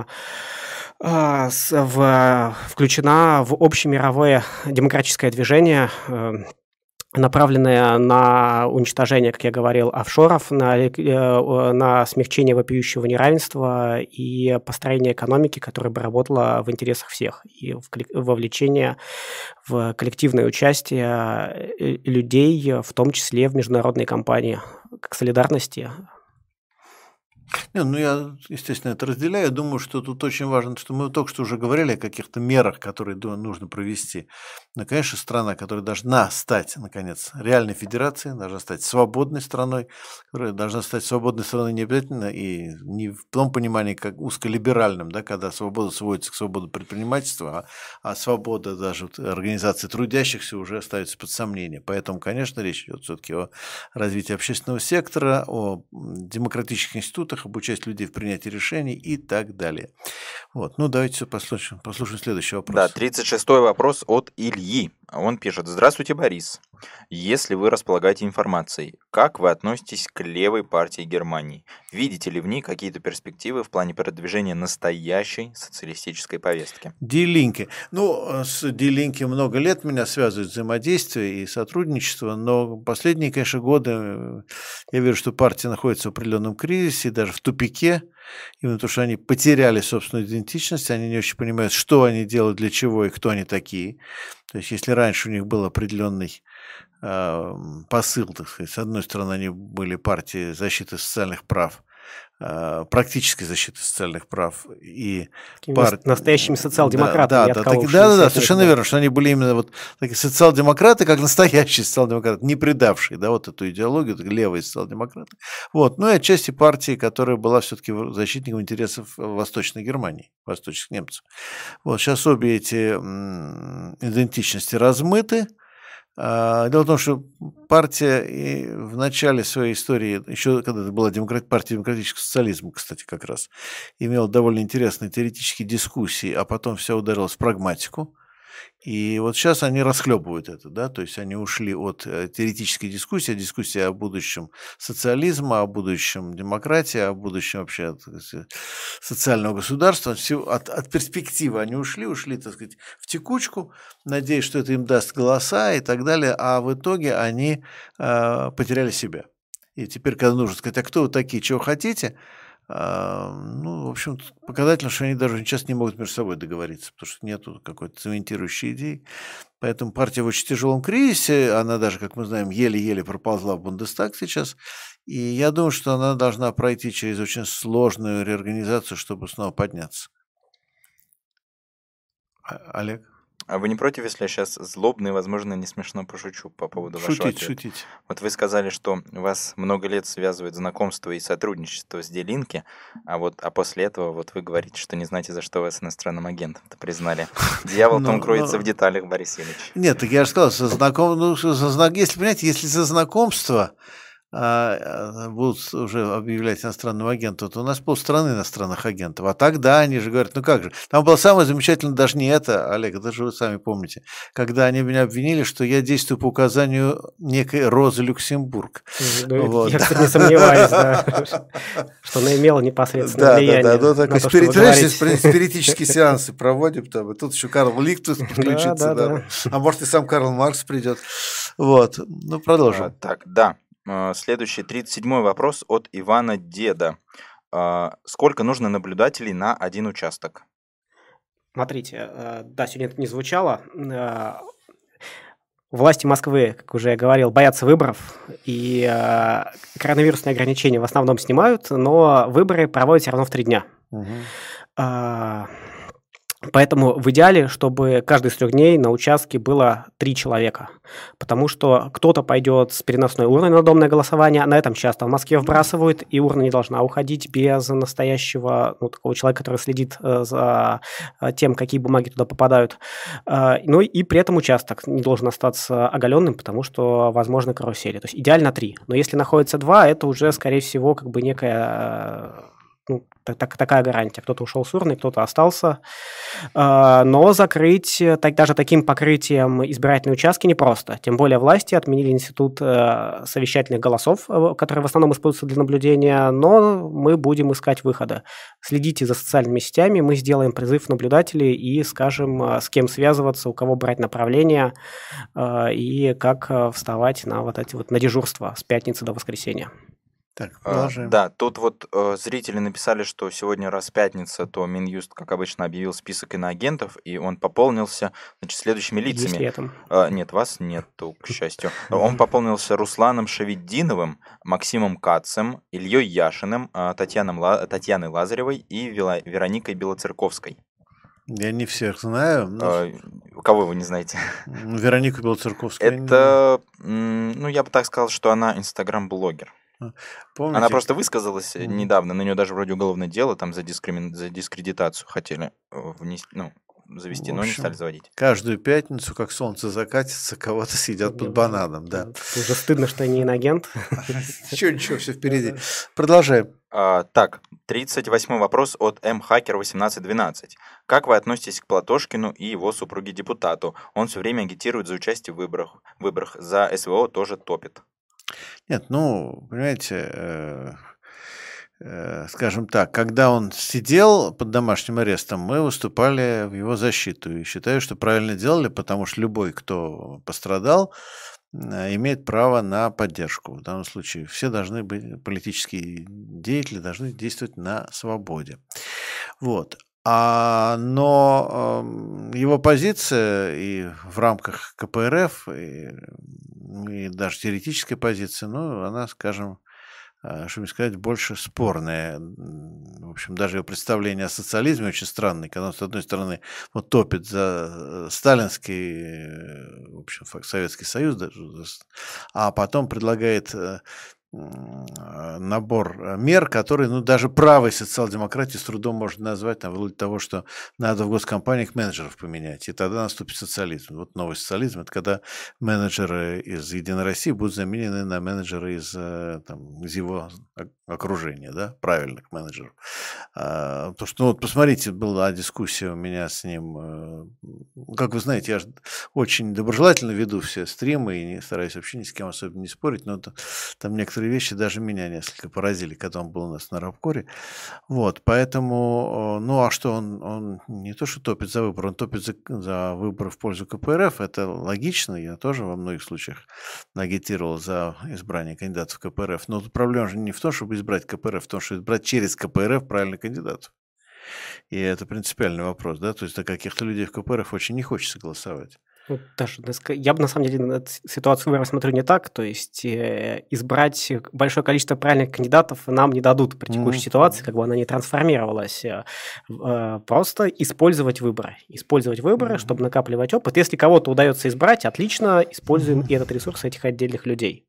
включена в общемировое демократическое движение, направленная на уничтожение, как я говорил, офшоров, на смягчение вопиющего неравенства и построение экономики, которая бы работала в интересах всех, и вовлечение в коллективное участие людей, в том числе в международные компании, к солидарности. Не, я, естественно, это разделяю. Думаю, что тут очень важно, что мы только что уже говорили о каких-то мерах, которые нужно провести. Но, конечно, страна, которая должна стать, наконец, реальной федерацией, должна стать свободной страной, которая должна стать свободной страной не обязательно и не в том понимании, как узколиберальным, да, когда свобода сводится к свободе предпринимательства, а свобода даже организации трудящихся уже ставится под сомнение. Поэтому, конечно, речь идет все-таки о развитии общественного сектора, о демократических институтах, об участии людей в принятии решений и так далее. Давайте послушаем следующий вопрос. Да, 36-й вопрос от Ильи. Он пишет: Здравствуйте, Борис. Если вы располагаете информацией, как вы относитесь к левой партии Германии? Видите ли в ней какие-то перспективы в плане продвижения настоящей социалистической повестки? Die Linke. С Die Linke много лет меня связывает взаимодействие и сотрудничество, но последние, конечно, годы я вижу, что партия находится в определенном кризисе, даже в тупике, именно потому что они потеряли собственную идентичность, они не очень понимают, что они делают, для чего и кто они такие. То есть, если раньше у них был определенный посыл, так сказать, с одной стороны, они были партией защиты социальных прав, практической защиты социальных прав и настоящими социал-демократами. Да, совершенно верно, что они были именно такие социал-демократы, как настоящие социал-демократы, не предавшие, эту идеологию, левые социал-демократы. И отчасти партии, которая была все-таки защитником интересов Восточной Германии, восточных немцев. Сейчас обе эти идентичности размыты. Дело в том, что партия и в начале своей истории, еще когда это была партия демократического социализма, кстати, как раз, имела довольно интересные теоретические дискуссии, а потом вся ударилась в прагматику. И сейчас они расхлебывают это, то есть они ушли от теоретической дискуссии о будущем социализма, о будущем демократии, о будущем вообще социального государства, от перспективы они ушли, так сказать, в текучку, надеясь, что это им даст голоса и так далее, а в итоге они потеряли себя. И теперь, когда нужно сказать, а кто вы такие, чего хотите, в общем, показательно, что они даже часто не могут между собой договориться, потому что нету какой-то цементирующей идеи. Поэтому партия в очень тяжелом кризисе, она даже, как мы знаем, еле-еле проползла в Бундестаг сейчас, и я думаю, что она должна пройти через очень сложную реорганизацию, чтобы снова подняться. Олег? А вы не против, если я сейчас злобно и, возможно, не смешно пошучу по поводу вашего ответа? Шутите. Вы сказали, что вас много лет связывает знакомство и сотрудничество с Die Linke, а после этого вы говорите, что не знаете, за что вас иностранным агентом признали. Дьявол там кроется в деталях, Борис Ильич. Нет, так я же сказал, если за знакомство будут уже объявлять иностранного агента, то у нас полстраны иностранных агентов. А тогда они же говорят, как же. Там было самое замечательное, даже не это, Олег, это же вы сами помните, когда они меня обвинили, что я действую по указанию некой Розы Люксембург. Я, кстати, не сомневаюсь, что она имела непосредственное влияние. Да, спиритические сеансы проводим, и тут еще Карл Лихтус подключится, а может и сам Карл Маркс придет. Продолжим. Так, да. Следующий, 37-й вопрос от Ивана Деда. Сколько нужно наблюдателей на один участок? Смотрите, сегодня это не звучало. Власти Москвы, как уже я говорил, боятся выборов, и коронавирусные ограничения в основном снимают, но выборы проводят все равно в 3 дня. Поэтому в идеале, чтобы каждый из 3 дней на участке было 3 человека, потому что кто-то пойдет с переносной урной на домное голосование, на этом часто в Москве вбрасывают, и урна не должна уходить без настоящего такого человека, который следит за тем, какие бумаги туда попадают. И при этом участок не должен остаться оголенным, потому что возможны карусели. То есть идеально 3, но если находится 2, это уже, скорее всего, некая... такая гарантия. Кто-то ушел с урны, кто-то остался. Но закрыть даже таким покрытием избирательные участки непросто. Тем более власти отменили институт совещательных голосов, который в основном используется для наблюдения, но мы будем искать выхода. Следите за социальными сетями, мы сделаем призыв наблюдателей и скажем, с кем связываться, у кого брать направление и как вставать на на дежурство с пятницы до воскресенья. Так, продолжаем. Да, тут вот зрители написали, что сегодня раз пятница, то Минюст, как обычно, объявил список иноагентов, и он пополнился, значит, следующими Есть ли лицами. этом? Нет, вас нету, к счастью. Он пополнился Русланом Шавиддиновым, Максимом Кацем, Ильей Яшиным, Татьяной Лазаревой и Вероникой Белоцерковской. Я не всех знаю. Но... Кого вы не знаете? Веронику Белоцерковскую. Это, ну, я бы так сказал, что она инстаграм-блогер. Помните? Она просто высказалась недавно, на нее даже вроде уголовное дело там за дискредитацию хотели завести, но не стали заводить. Каждую пятницу, как солнце закатится, кого-то съедят под бананом, да. Уже стыдно, что я не иноагент. Ничего, все впереди. Продолжаем. Так, 38-й вопрос от mhacker1812. Как вы относитесь к Платошкину и его супруге-депутату? Он все время агитирует за участие в выборах. За СВО тоже топит. Нет, ну, понимаете, скажем так, когда он сидел под домашним арестом, мы выступали в его защиту. И считаю, что правильно делали, потому что любой, кто пострадал, имеет право на поддержку. В данном случае все должны быть, политические деятели должны действовать на свободе. Вот. Но его позиция и в рамках КПРФ, и даже теоретическая позиция, ну, она, скажем, что мне сказать, больше спорная. В общем, даже его представление о социализме очень странное, когда он, с одной стороны, вот топит за сталинский, в общем, Советский Союз, даже, а потом предлагает набор мер, которые, ну, даже правой социал-демократии с трудом можно назвать, там, вроде того, что надо в госкомпаниях менеджеров поменять, и тогда наступит социализм. Вот новый социализм – это когда менеджеры из «Единой России» будут заменены на менеджеры из его окружения, да, правильных менеджеров. Потому что, ну, вот посмотрите, была дискуссия у меня с ним. Как вы знаете, я очень доброжелательно веду все стримы и не стараюсь вообще ни с кем особенно не спорить, но там некоторые вещи даже меня несколько поразили, когда он был у нас на Рабкоре. Вот, поэтому, ну, а что он не то, что топит за выбор, он топит за выбор в пользу КПРФ, это логично, я тоже во многих случаях агитировал за избрание кандидатов в КПРФ, но проблема же не в том, чтобы избрать КПРФ, в том, чтобы избрать через КПРФ правильных кандидатов. И это принципиальный вопрос, да, то есть до каких-то людей в КПРФ очень не хочется голосовать. Ну, даже, я бы, на самом деле, на ситуацию выбора смотрю не так, то есть избрать большое количество правильных кандидатов нам не дадут при текущей ситуации, как бы она не трансформировалась. Просто использовать выборы, чтобы накапливать опыт. Если кого-то удается избрать, отлично, используем и этот ресурс этих отдельных людей.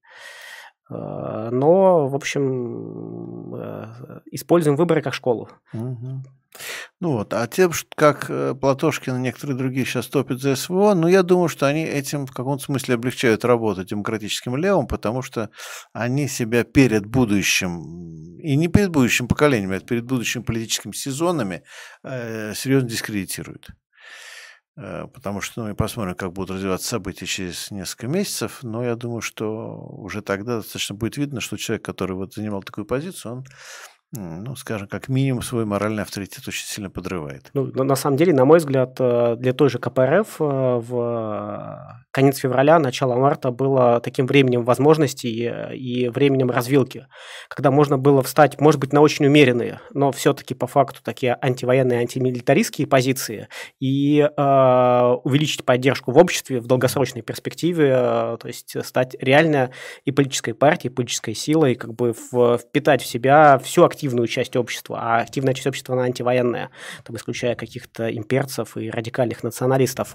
Но, в общем, используем выборы как школу. Ну вот, а тем, как Платошкин и некоторые другие сейчас топят за СВО, ну, я думаю, что они этим в каком-то смысле облегчают работу демократическим левым, потому что они себя перед будущим, и не перед будущим поколением, а перед будущими политическими сезонами серьезно дискредитируют. Потому что, ну, мы посмотрим, как будут развиваться события через несколько месяцев, но я думаю, что уже тогда достаточно будет видно, что человек, который вот занимал такую позицию, он, ну, скажем, как минимум свой моральный авторитет очень сильно подрывает. Ну, на самом деле, на мой взгляд, для той же КПРФ в конец февраля, начало марта было таким временем возможностей и временем развилки, когда можно было встать, может быть, на очень умеренные, но все-таки по факту такие антивоенные, антимилитаристские позиции и увеличить поддержку в обществе в долгосрочной перспективе, то есть стать реально и политической партией, политической силой, как бы впитать в себя всю активную часть общества, а активная часть общества, она антивоенная, там, исключая каких-то имперцев и радикальных националистов.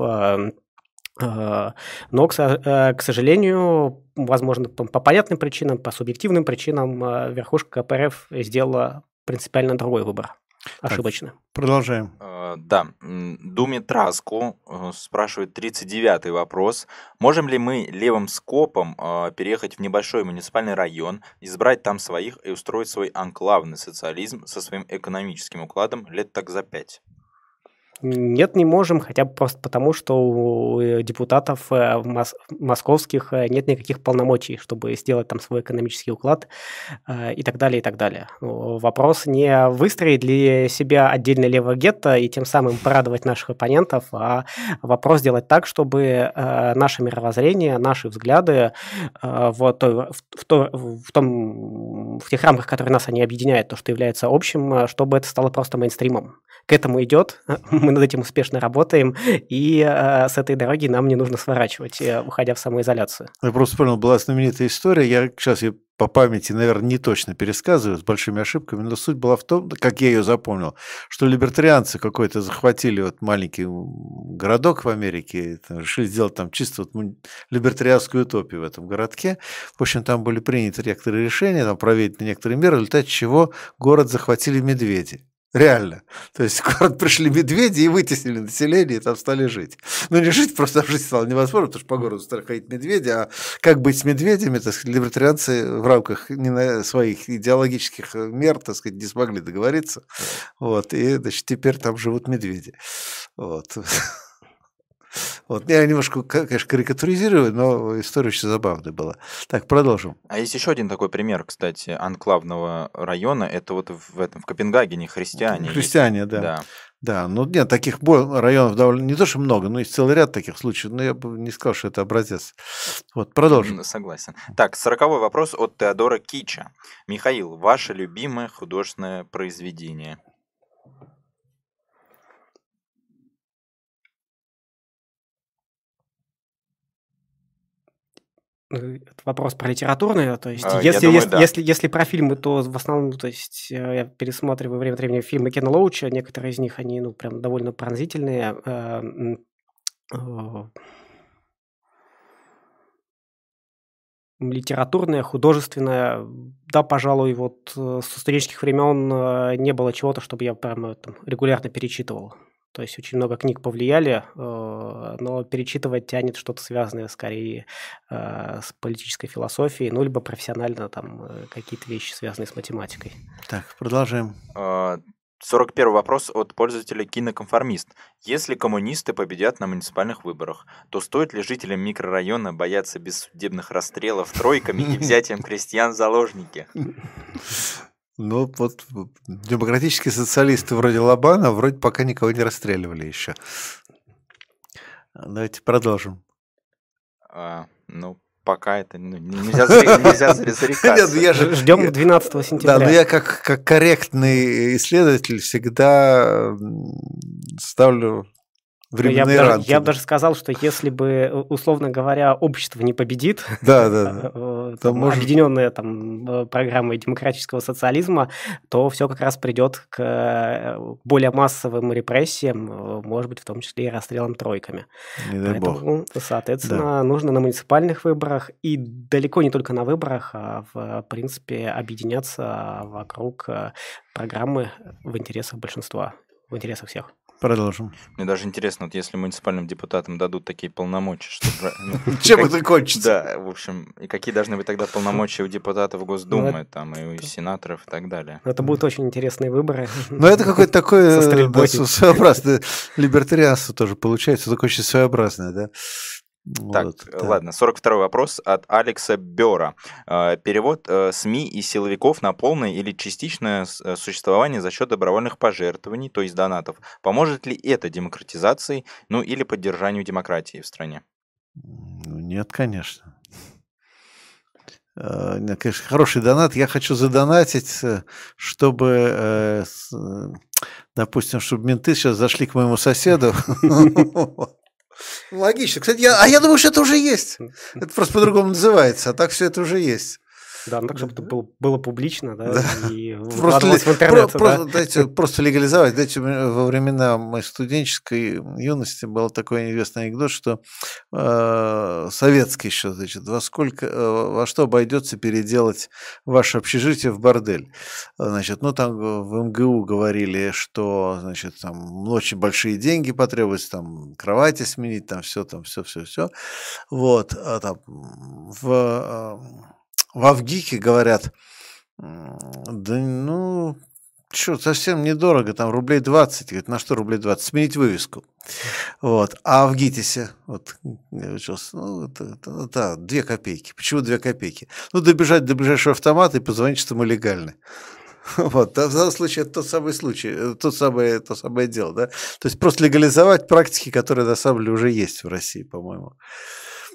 Но, к сожалению, возможно, по понятным причинам, по субъективным причинам, верхушка КПРФ сделала принципиально другой выбор. Ошибочно. Так, продолжаем. Да. Думе Траску спрашивает 39-й вопрос. Можем ли мы левым скопом переехать в небольшой муниципальный район, избрать там своих и устроить свой анклавный социализм со своим экономическим укладом лет так за 5? Нет, не можем, хотя бы просто потому, что у депутатов московских нет никаких полномочий, чтобы сделать там свой экономический уклад и так далее, и так далее. Вопрос не выстроить для себя отдельно левое гетто и тем самым порадовать наших оппонентов, а вопрос сделать так, чтобы наше мировоззрение, наши взгляды в в тех рамках, которые нас они объединяют, то, что является общим, чтобы это стало просто мейнстримом. К этому идет, мы над этим успешно работаем, и с этой дороги нам не нужно сворачивать, уходя в самоизоляцию. Я просто понял, была знаменитая история, я сейчас ее по памяти, наверное, не точно пересказываю, с большими ошибками, но суть была в том, как я ее запомнил, что либертарианцы какой-то захватили вот маленький городок в Америке, решили сделать там чисто вот либертарианскую утопию в этом городке. В общем, там были приняты некоторые решения, там проведены некоторые меры, в результате чего город захватили медведи. Реально. То есть в город пришли медведи и вытеснили население, и там стали жить. Ну, не жить, просто жить стало невозможно, потому что по городу стали ходить медведи, а как быть с медведями, так сказать, либертарианцы в рамках своих идеологических мер, так сказать, не смогли договориться. Вот, и, значит, теперь там живут медведи. Вот. Вот. Я немножко, конечно, карикатуризирую, но история очень забавная была. Так, продолжим. А есть еще один такой пример, кстати, анклавного района. Это вот в Копенгагене христиане. Христиане, да. Да, ну нет, таких районов довольно не то, что много, но есть целый ряд таких случаев, но я бы не сказал, что это образец. Вот, продолжим. Согласен. Так, 40-й вопрос от Теодора Кича. Михаил, ваше любимое художественное произведение? Это вопрос про литературное, то есть если про фильмы, то в основном, то есть я пересматриваю время от времени фильмы Кена Лоуча, некоторые из них, они, прям довольно пронзительные. Литературное, художественное, да, пожалуй, вот со студенческих времен не было чего-то, чтобы я прям регулярно перечитывал. То есть очень много книг повлияли, но перечитывать тянет что-то связанное скорее с политической философией, ну, либо профессионально там какие-то вещи, связанные с математикой. Так, продолжаем. 41 вопрос от пользователя Киноконформист. Если коммунисты победят на муниципальных выборах, то стоит ли жителям микрорайона бояться бессудебных расстрелов тройками и взятием крестьян в заложники? Ну, вот демократические социалисты вроде Лобана вроде пока никого не расстреливали еще. Давайте продолжим. Пока это нельзя зарекаться. Ждем 12 сентября. Да, но я как корректный исследователь всегда ставлю временные рамки. Я бы даже сказал, что если бы, условно говоря, общество не победит, объединенная там программой демократического социализма, то все как раз придет к более массовым репрессиям, может быть, в том числе и расстрелам тройками. Поэтому, соответственно, нужно на муниципальных выборах и далеко не только на выборах, а в принципе объединяться вокруг программы в интересах большинства, в интересах всех. Продолжим. Мне даже интересно, вот если муниципальным депутатам дадут такие полномочия, чтобы... Чем это кончится? Да, в общем, и какие должны быть тогда полномочия у депутатов Госдумы, там, и у сенаторов и так далее. Это будут очень интересные выборы. Ну, это какое-то такое своеобразное либертарианство тоже получается, такое очень своеобразное, да? Так, ладно, 42-й вопрос от Алекса Бёра. Перевод СМИ и силовиков на полное или частичное существование за счет добровольных пожертвований, то есть донатов. Поможет ли это демократизации, или поддержанию демократии в стране? Нет, конечно. Конечно, хороший донат. Я хочу задонатить, чтобы, допустим, чтобы менты сейчас зашли к моему соседу. Логично. Кстати, я думаю, что это уже есть. Это просто по-другому называется, а так все это уже есть. Да, ну так, чтобы это было публично, да, и выкладывалось в интернет. Просто легализовать. Дайте, во времена моей студенческой юности был такой известный анекдот, что советский еще, значит, во что обойдется переделать ваше общежитие в бордель. Значит, там в МГУ говорили, что, значит, там очень большие деньги потребуются, там кровати сменить, там все. Вот, а там в Авгике говорят, совсем недорого, там рублей 20. Говорит, на что рублей 20? Сменить вывеску. Вот. А в ГИТИСе, я учился, 2 копейки. Почему 2 копейки? Добежать до ближайшего автомата и позвонить, что мы легальны. Вот, в данном случае это тот самый случай, то самое дело, да. То есть просто легализовать практики, которые на самом деле уже есть в России, по-моему.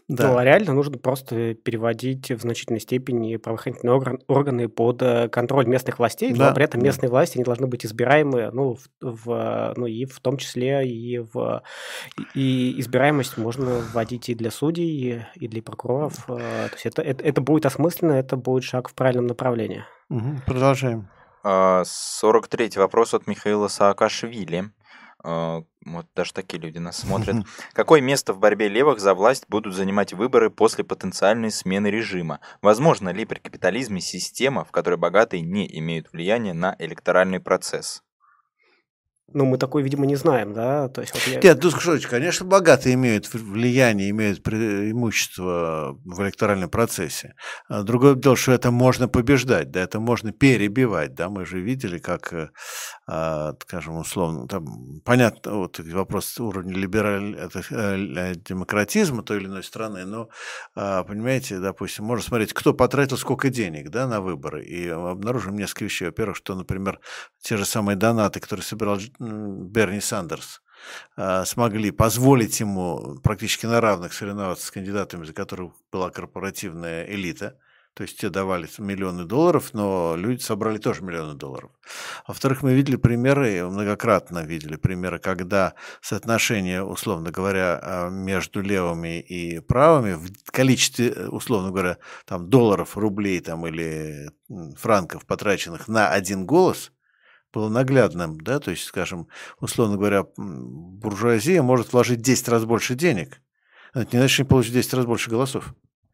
Да. Ну, а реально нужно просто переводить в значительной степени правоохранительные органы под контроль местных властей, но Да, при этом да. местные власти они должны быть избираемы, ну, и в том числе и избираемость можно вводить и для судей, и для прокуроров. То есть это будет осмысленно, это будет шаг в правильном направлении. Продолжаем. 43-й вопрос от Михаила Саакашвили. Вот даже такие люди нас смотрят. Какое место в борьбе левых за власть будут занимать выборы после потенциальной смены режима? Возможно ли при капитализме система, в которой богатые не имеют влияния на электоральный процесс? Ну, мы такой, видимо, не знаем, да? То есть, Нет, ну, слушайте, конечно, богатые имеют влияние, имеют преимущество в электоральном процессе. Другое дело, что это можно побеждать, да, это можно перебивать, да, мы же видели, как, скажем, условно, там, понятно, вот вопрос уровня демократизма той или иной страны, но, понимаете, допустим, можно смотреть, кто потратил сколько денег, да, на выборы, и обнаружим несколько вещей. Во-первых, что, например, те же самые донаты, которые собирал Берни Сандерс, смогли позволить ему практически на равных соревноваться с кандидатами, за которых была корпоративная элита. То есть те давали миллионы долларов, но люди собрали тоже миллионы долларов. Во-вторых, мы видели примеры, многократно видели примеры, когда соотношение, условно говоря, между левыми и правыми в количестве, условно говоря, там, долларов, рублей там, или франков, потраченных на один голос, было наглядным, да, то есть, скажем, условно говоря, буржуазия может вложить 10 раз больше денег, это не значит, что они получат 10 раз больше голосов.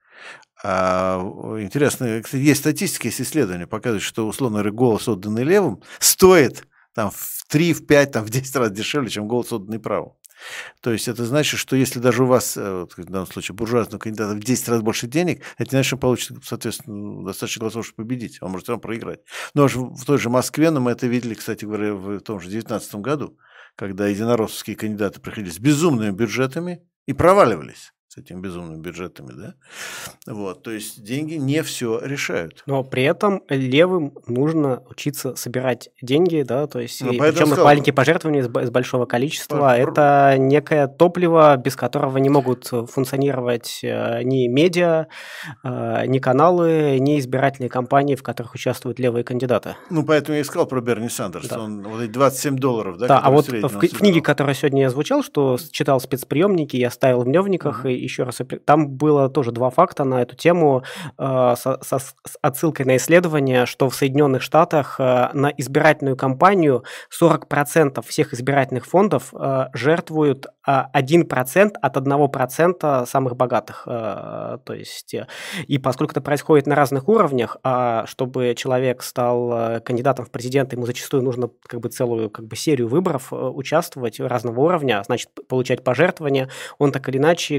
Интересно, есть статистика, есть исследования, показывают, что, условно говоря, голос, отданный левым, стоит там, в 3, в 5, там, в 10 раз дешевле, чем голос, отданный правым. То есть это значит, что если даже у вас, в данном случае, буржуазного кандидата в 10 раз больше денег, это не значит, что он получит, соответственно, достаточно голосов, чтобы победить. Он может все равно проиграть. Но в той же Москве, но мы это видели, кстати говоря, в том же 2019 году, когда единороссовские кандидаты приходили с безумными бюджетами и проваливались с этими безумными бюджетами, да? Вот, то есть деньги не все решают. Но при этом левым нужно учиться собирать деньги, да, то есть, причем их маленькие пожертвования с большого количества, это некое топливо, без которого не могут функционировать ни медиа, ни каналы, ни избирательные кампании, в которых участвуют левые кандидаты. Ну, поэтому я и сказал про Берни Сандерса, да. Он вот эти $27, да? Да, а вот в книге, которая сегодня я озвучал, что читал спецприемники, я ставил в дневниках, и еще раз, там было тоже 2 факта на эту тему с отсылкой на исследование, что в Соединенных Штатах на избирательную кампанию 40% всех избирательных фондов жертвуют 1% от 1% самых богатых. То есть, и поскольку это происходит на разных уровнях, чтобы человек стал кандидатом в президенты, ему зачастую нужно целую серию выборов участвовать разного уровня, значит, получать пожертвования, он так или иначе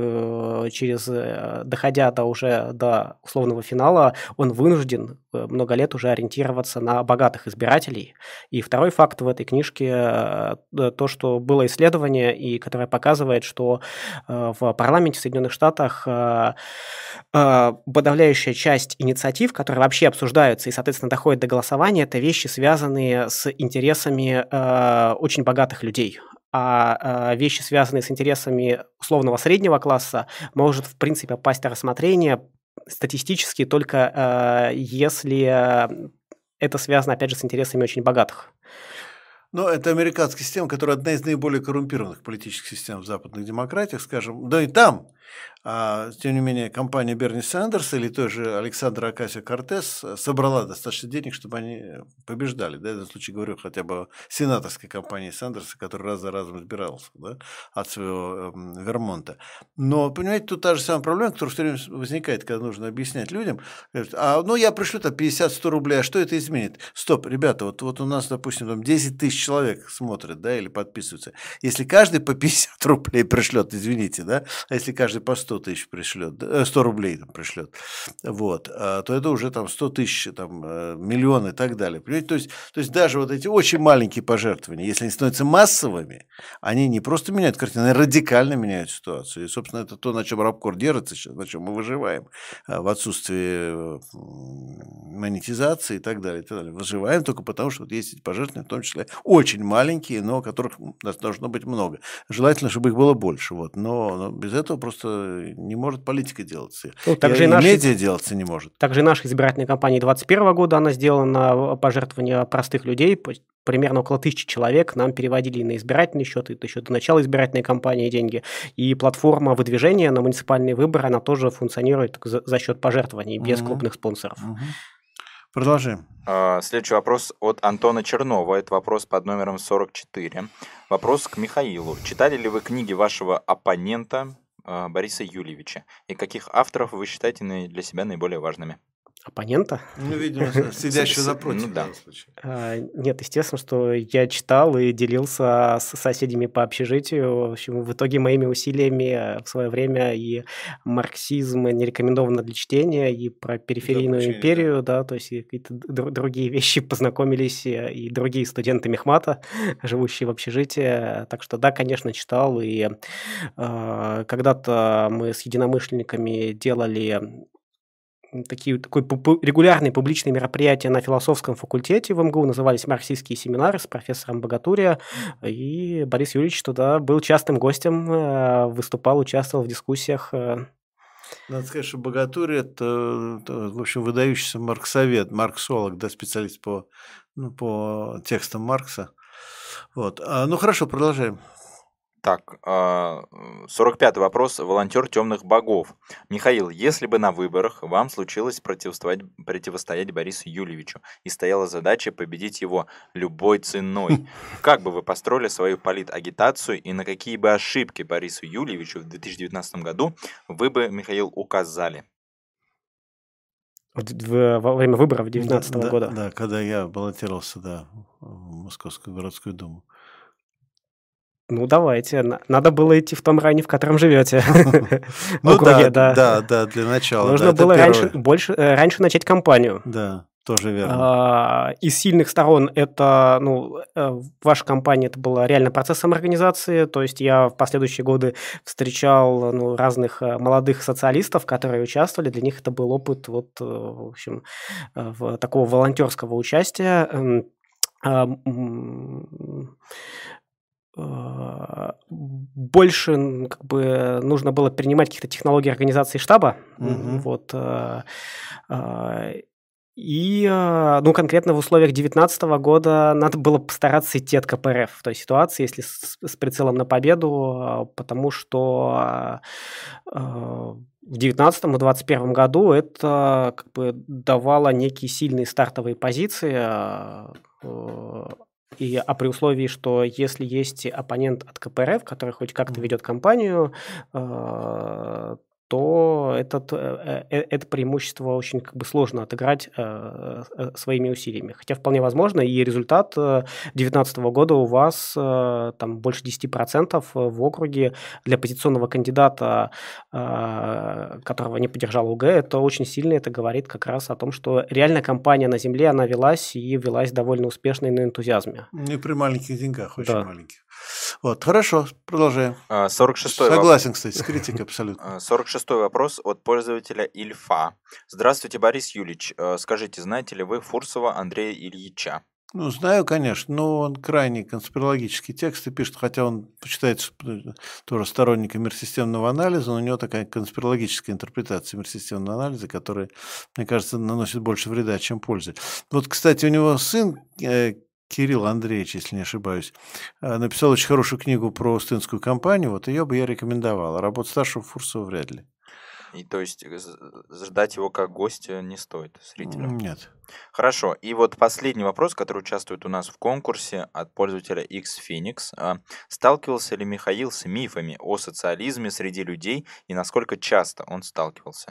доходя до условного финала, он вынужден много лет уже ориентироваться на богатых избирателей. И второй факт в этой книжке то, что было исследование, и которое показывает, что в парламенте в Соединенных Штатах подавляющая часть инициатив, которые вообще обсуждаются и, соответственно, доходят до голосования, это вещи, связанные с интересами очень богатых людей. А вещи, связанные с интересами условного среднего класса, может, в принципе, попасть на рассмотрение статистически только если это связано, опять же, с интересами очень богатых. Но это американская система, которая одна из наиболее коррумпированных политических систем в западных демократиях, скажем. Да и там, тем не менее, компания Берни Сандерса или той же Александра Окасио-Кортес собрала достаточно денег, чтобы они побеждали. Да? В этом случае говорю хотя бы о сенаторской компании Сандерса, который раз за разом избирался, да, от своего Вермонта. Но, понимаете, тут та же самая проблема, которая все время возникает, когда нужно объяснять людям. Я пришлю там 50-100 рублей, а что это изменит? Стоп, ребята, вот у нас, допустим, там 10 тысяч человек смотрят, да, или подписываются. Если каждый по 50 рублей пришлет, извините, да, а если каждый по 100 тысяч пришлет, 100 рублей там пришлет, вот, то это уже там 100 тысяч, там, миллион и так далее. Понимаете? То есть даже вот эти очень маленькие пожертвования, если они становятся массовыми, они не просто меняют картину, они радикально меняют ситуацию. И, собственно, это то, на чем Рабкор держится сейчас, на чем мы выживаем в отсутствии монетизации и так далее, и так далее. Выживаем только потому, что вот есть эти пожертвования, в том числе очень маленькие, но которых должно быть много. Желательно, чтобы их было больше. Вот. Но без этого просто не может политика делаться. Также и медиа делаться не может. Также и наша избирательная кампания 2021 года, она сделана на пожертвования простых людей. Примерно около 1000 человек нам переводили на избирательный счет, это еще до начала избирательной кампании деньги. И платформа выдвижения на муниципальные выборы, она тоже функционирует за счет пожертвований, без крупных спонсоров. Продолжаем. Следующий вопрос от Антона Чернова. Это вопрос под номером 44. Вопрос к Михаилу. Читали ли вы книги вашего оппонента Бориса Юльевича? И каких авторов вы считаете для себя наиболее важными? Оппонента? Видимо, сидящего напротив. Ну, да. Нет, естественно, что я читал и делился с соседями по общежитию. В общем, в итоге моими усилиями в свое время и марксизм не рекомендовано для чтения, и про периферийную империю, да, то есть и какие-то другие вещи познакомились, и другие студенты мехмата, живущие в общежитии. Так что да, конечно, читал. И когда-то мы с единомышленниками делали такие регулярные публичные мероприятия на философском факультете в МГУ, назывались «Марксистские семинары» с профессором Богатурия, и Борис Юрьевич туда был частым гостем, выступал, участвовал в дискуссиях. Надо сказать, что Богатурия – это, в общем, выдающийся марксовед, марксолог, да, специалист по текстам Маркса. Вот. Ну, хорошо, продолжаем. Так, 45-й вопрос. Волонтер темных богов. Михаил, если бы на выборах вам случилось противостоять Борису Юльевичу и стояла задача победить его любой ценой, как бы вы построили свою политагитацию и на какие бы ошибки Борису Юльевичу в 2019 году вы бы, Михаил, указали? Во время выборов 2019 года? Да, когда я баллотировался, в Московскую городскую думу. Ну, давайте. Надо было идти в том районе, в котором живете. Ну, да, для начала. Нужно было раньше начать кампанию. Да, тоже верно. Из сильных сторон это, ваша компания, это была реально процесс самоорганизации, то есть я в последующие годы встречал разных молодых социалистов, которые участвовали, для них это был опыт в общем, такого волонтерского участия. Больше нужно было принимать каких-то технологий организации штаба. И конкретно в условиях 2019 года надо было постараться идти от КПРФ в той ситуации, если с прицелом на победу, потому что в 2019 и 2021 году это давало некие сильные стартовые позиции. А при условии, что если есть оппонент от КПРФ, который хоть как-то ведет кампанию, то это преимущество очень сложно отыграть своими усилиями. Хотя вполне возможно, и результат 2019 года у вас там больше 10% в округе для позиционного кандидата, которого не поддержал УГ, это очень сильно, это говорит как раз о том, что реально кампания на земле, она велась и велась довольно успешно и на энтузиазме. Не при маленьких деньгах, очень маленьких. Вот, хорошо, продолжаем. 46-й Согласен, кстати, с критикой абсолютно. 46-й вопрос от пользователя Ильфа. Здравствуйте, Борис Юльевич. Скажите, знаете ли вы Фурсова Андрея Ильича? Знаю, конечно, но он крайне конспирологические тексты пишет, хотя он считается тоже сторонником мирсистемного анализа, но у него такая конспирологическая интерпретация мирсистемного анализа, которая, мне кажется, наносит больше вреда, чем пользы. Вот, кстати, у него сын Кирилл Андреевич, если не ошибаюсь, написал очень хорошую книгу про Устинскую кампанию, вот ее бы я рекомендовал, а работу старшего Фурсова вряд ли. И то есть ждать его как гостя не стоит зрителю? Нет. Хорошо. И вот последний вопрос, который участвует у нас в конкурсе от пользователя Xphoenix. Сталкивался ли Михаил с мифами о социализме среди людей и насколько часто он сталкивался?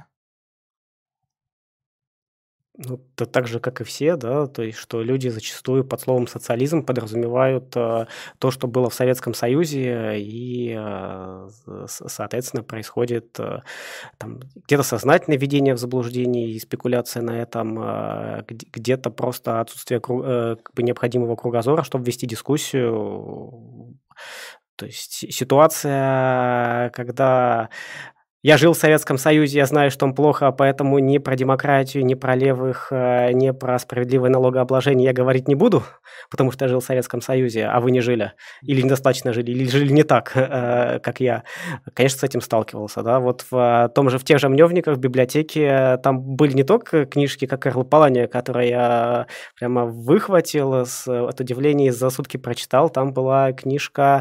Это так же, как и все, да, то есть, что люди зачастую под словом социализм подразумевают то, что было в Советском Союзе, и, соответственно, происходит там где-то сознательное введение в заблуждение и спекуляция на этом, где-то просто отсутствие необходимого кругозора, чтобы вести дискуссию. То есть ситуация, когда Я жил в Советском Союзе, я знаю, что он плохо, поэтому ни про демократию, ни про левых, ни про справедливое налогообложение я говорить не буду, потому что я жил в Советском Союзе, а вы не жили. Или недостаточно жили, или жили не так, как я. Конечно, с этим сталкивался. Да? Вот в тех же Мневниках, в библиотеке, там были не только книжки, как Карл Палания, которые я прямо выхватил от удивления и за сутки прочитал. Там была книжка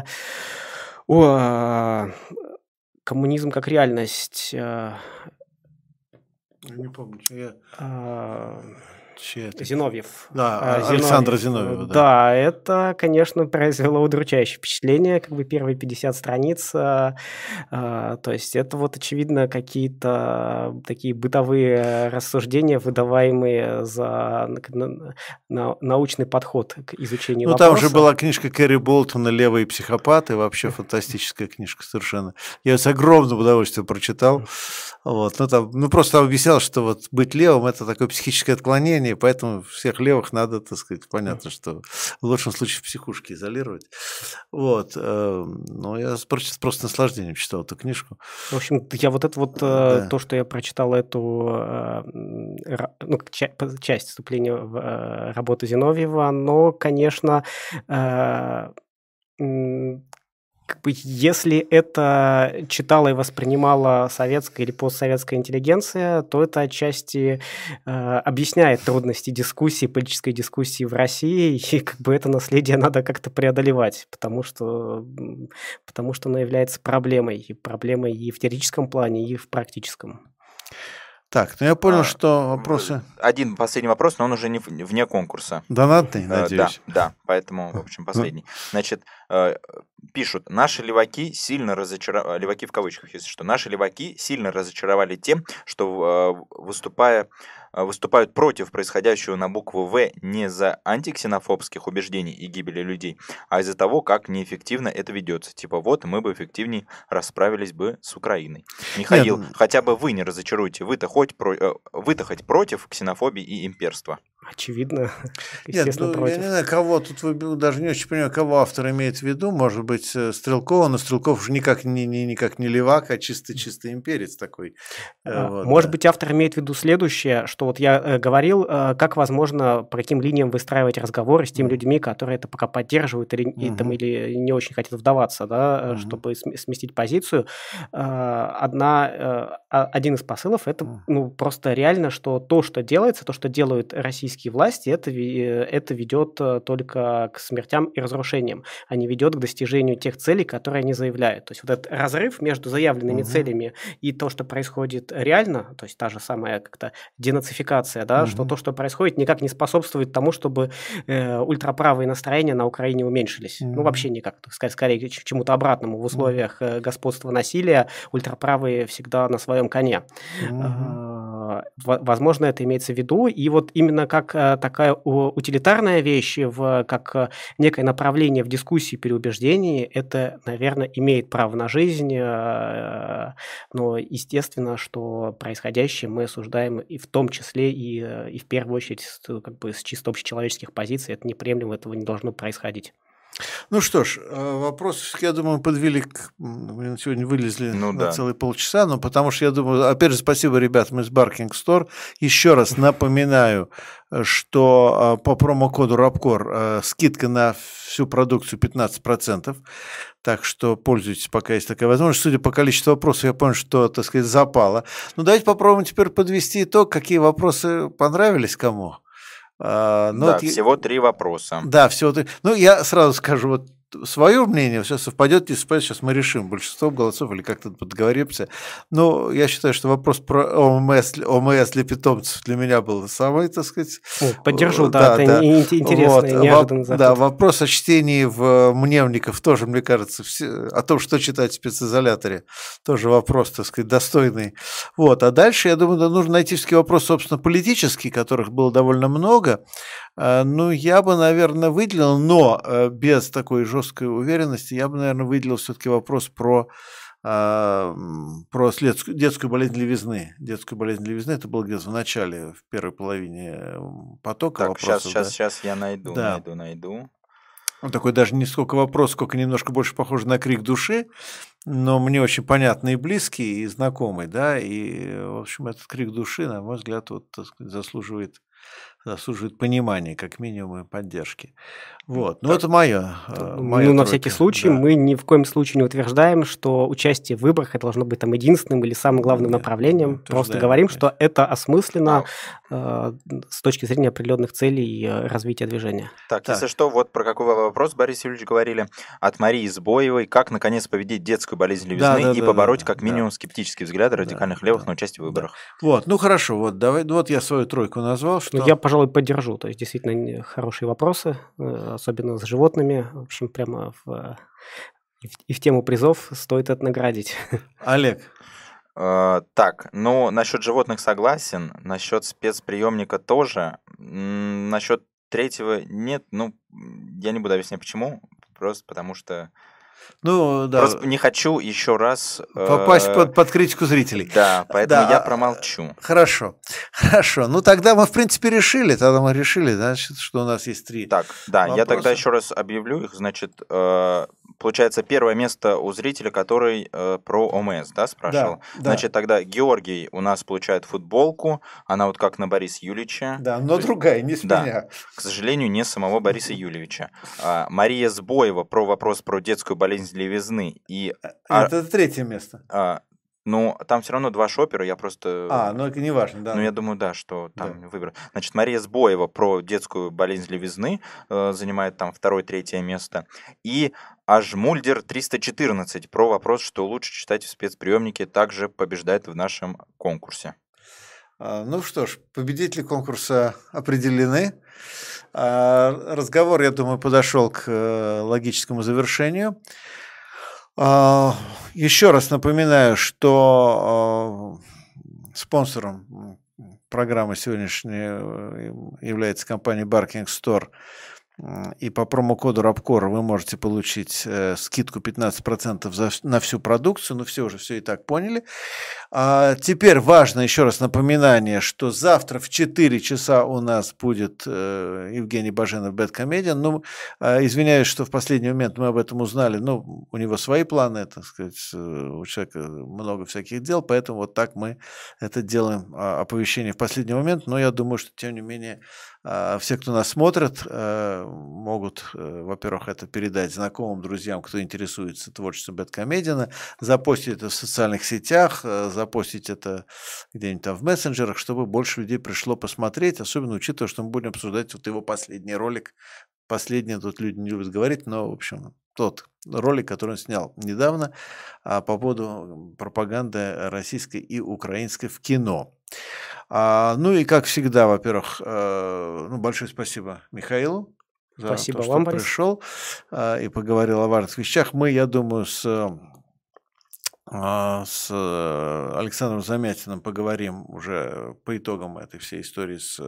«Коммунизм как реальность». Я не помню, Зиновьев. Да, Александра Зиновьева. Да, это, конечно, произвело удручающее впечатление, как бы первые 50 страниц. То есть это вот, очевидно, какие-то такие бытовые рассуждения, выдаваемые за научный подход к изучению вопроса. Там же была книжка Кэрри Болтона «Левые психопаты», вообще фантастическая книжка совершенно. Я ее с огромным удовольствием прочитал. Вот. Просто объяснял, что вот быть левым – это такое психическое отклонение, поэтому всех левых надо, так сказать, понятно, что в лучшем случае в психушке изолировать. Вот. Но я просто с наслаждением читал эту книжку. В общем, я то, что я прочитал эту часть вступления в работу Зиновьева, оно, конечно, если это читала и воспринимала советская или постсоветская интеллигенция, то это отчасти объясняет трудности политической дискуссии в России, и это наследие надо как-то преодолевать, потому что оно является проблемой и в теоретическом плане, и в практическом. Так, я понял, что вопросы... Один последний вопрос, но он уже не вне конкурса. Донатный, надеюсь. Да, поэтому, в общем, последний. Значит, пишут, наши леваки сильно разочаровали, леваки в кавычках, если что, наши леваки сильно разочаровали тем, что выступают против происходящего на букву «В» не за антиксенофобских убеждений и гибели людей, а из-за того, как неэффективно это ведется. Типа вот, мы бы эффективнее расправились бы с Украиной. Михаил, хотя бы вы не разочаруете, вы-то хоть против ксенофобии и имперства. Очевидно, естественно, против. Я не знаю, кого тут вы даже не очень понимаю, кого автор имеет в виду. Может быть, Стрелкова, но Стрелков уже никак не левак, а чисто имперец такой. Может быть, автор имеет в виду следующее, что вот я говорил, как возможно, по каким линиям выстраивать разговоры с теми людьми, которые это пока поддерживают или не очень хотят вдаваться, да, чтобы сместить позицию. Один из посылов – это просто реально, что то, что делается, то, что делают российские власти, это ведет только к смертям и разрушениям, а не ведет к достижению тех целей, которые они заявляют. То есть вот этот разрыв между заявленными целями и то, что происходит реально, то есть та же самая как-то денацификация, да, что то, что происходит, никак не способствует тому, чтобы ультраправые настроения на Украине уменьшились. Вообще никак. Скорее к чему-то обратному. В условиях господства насилия ультраправые всегда на своем коне. Возможно, это имеется в виду. И вот именно как такая утилитарная вещь, как некое направление в дискуссии переубеждений, это, наверное, имеет право на жизнь. Но естественно, что происходящее мы осуждаем и в том числе и в первую очередь с чисто общечеловеческих позиций. Это неприемлемо, этого не должно происходить. Ну что ж, вопрос, я думаю, подвели мы сегодня вылезли на целые полчаса, но потому что я думаю, опять же, спасибо ребятам из Barking Store. Еще раз напоминаю, что по промокоду Рабкор скидка на всю продукцию 15%. Так что пользуйтесь, пока есть такая возможность. Судя по количеству вопросов, я понял, что, так сказать, запало. Ну, давайте попробуем теперь подвести итог, какие вопросы понравились кому. Всего 3 вопроса. Да, всего 3. Я сразу скажу, вот свое мнение, все совпадет, не совпадет, сейчас мы решим, большинство голосов или как-то подговоримся. Но я считаю, что вопрос про ОМС для питомцев для меня был самый, так сказать... Поддержу, это интересный, неожиданный заход. Да, вопрос о чтении в Мневников тоже, мне кажется, о том, что читать в специзоляторе, тоже вопрос, так сказать, достойный. А дальше, я думаю, нужно найти все-таки вопрос, собственно, политический, которых было довольно много. Я бы, наверное, выделил, но без такой жесткой уверенности, я бы, наверное, выделил все-таки вопрос про детскую болезнь левизны. Детскую болезнь левизны, это было где-то в начале, в первой половине потока так, вопросов. Сейчас я найду. Он такой даже не сколько вопрос, сколько немножко больше похож на крик души, но мне очень понятный и близкий, и знакомый, да, и, в общем, этот крик души, на мой взгляд, вот, так сказать, заслуживает понимания, как минимум, и поддержки. Вот. Ну, это мое. Ну, на всякий случай, мы ни в коем случае не утверждаем, что участие в выборах это должно быть там единственным или самым главным направлением. Просто говорим, что это осмысленно с точки зрения определенных целей развития движения. Так, если что, вот про какой вопрос, Борис Юрьевич, говорили от Марии Сбоевой. Как, наконец, победить детскую болезнь левизны и побороть, как минимум, скептические взгляды радикальных левых на участие в выборах? Вот, ну хорошо, вот давай, вот я свою тройку назвал. Что... Я, пожалуй, поддержу. То есть, действительно, хорошие вопросы, особенно с животными. В общем, прямо и в тему призов стоит это наградить. Олег. Так, ну, насчет животных согласен, насчет спецприемника тоже, насчет третьего нет, ну, я не буду объяснять почему, просто потому что... Ну, да. Просто не хочу еще раз... попасть под критику зрителей. Да, поэтому я промолчу. Хорошо. Ну, тогда мы, в принципе, решили, значит, что у нас есть 3 Так, да, вопроса. Я тогда еще раз объявлю их. Значит, получается, первое место у зрителя, который про ОМС, да, спрашивал. Да. Значит, тогда Георгий у нас получает футболку, она вот как на Бориса Юльевича. Да, но другая, не с меня. К сожалению, не самого Бориса Юльевича. Мария Сбоева про вопрос про детскую болезнь левизны. Это 3 место. Ну, там все равно 2 шопера, я просто... ну это не важно, да. Ну, я думаю, да, что там выбор. Значит, Мария Сбоева про детскую болезнь левизны занимает там 2-3 место. И Ажмульдер 314 про вопрос, что лучше читать в спецприемнике, также побеждает в нашем конкурсе. Ну что ж, победители конкурса определены. Разговор, я думаю, подошел к логическому завершению. Еще раз напоминаю, что спонсором программы сегодняшней является компания Barking Store. И по промокоду Рабкор вы можете получить скидку 15% на всю продукцию. Ну, все уже все и так поняли. Теперь важно еще раз напоминание, что завтра в 4 часа у нас будет Евгений Баженов Бэдкомедиан. Ну, извиняюсь, что в последний момент мы об этом узнали. Ну, у него свои планы, так сказать, у человека много всяких дел, поэтому вот так мы это делаем, оповещение в последний момент. Но я думаю, что, тем не менее, все, кто нас смотрит, могут, во-первых, это передать знакомым, друзьям, кто интересуется творчеством Бэдкомедиана, запостить это в социальных сетях, запостить это где-нибудь там в мессенджерах, чтобы больше людей пришло посмотреть, особенно учитывая, что мы будем обсуждать вот его последний ролик. Последний, тут люди не любят говорить, но, в общем, тот ролик, который он снял недавно по поводу пропаганды российской и украинской в кино. Ну и, как всегда, во-первых, большое спасибо Михаилу за спасибо то, что вам, пришел и поговорил о важных вещах. Мы, я думаю, с Александром Замятиным поговорим уже по итогам этой всей истории с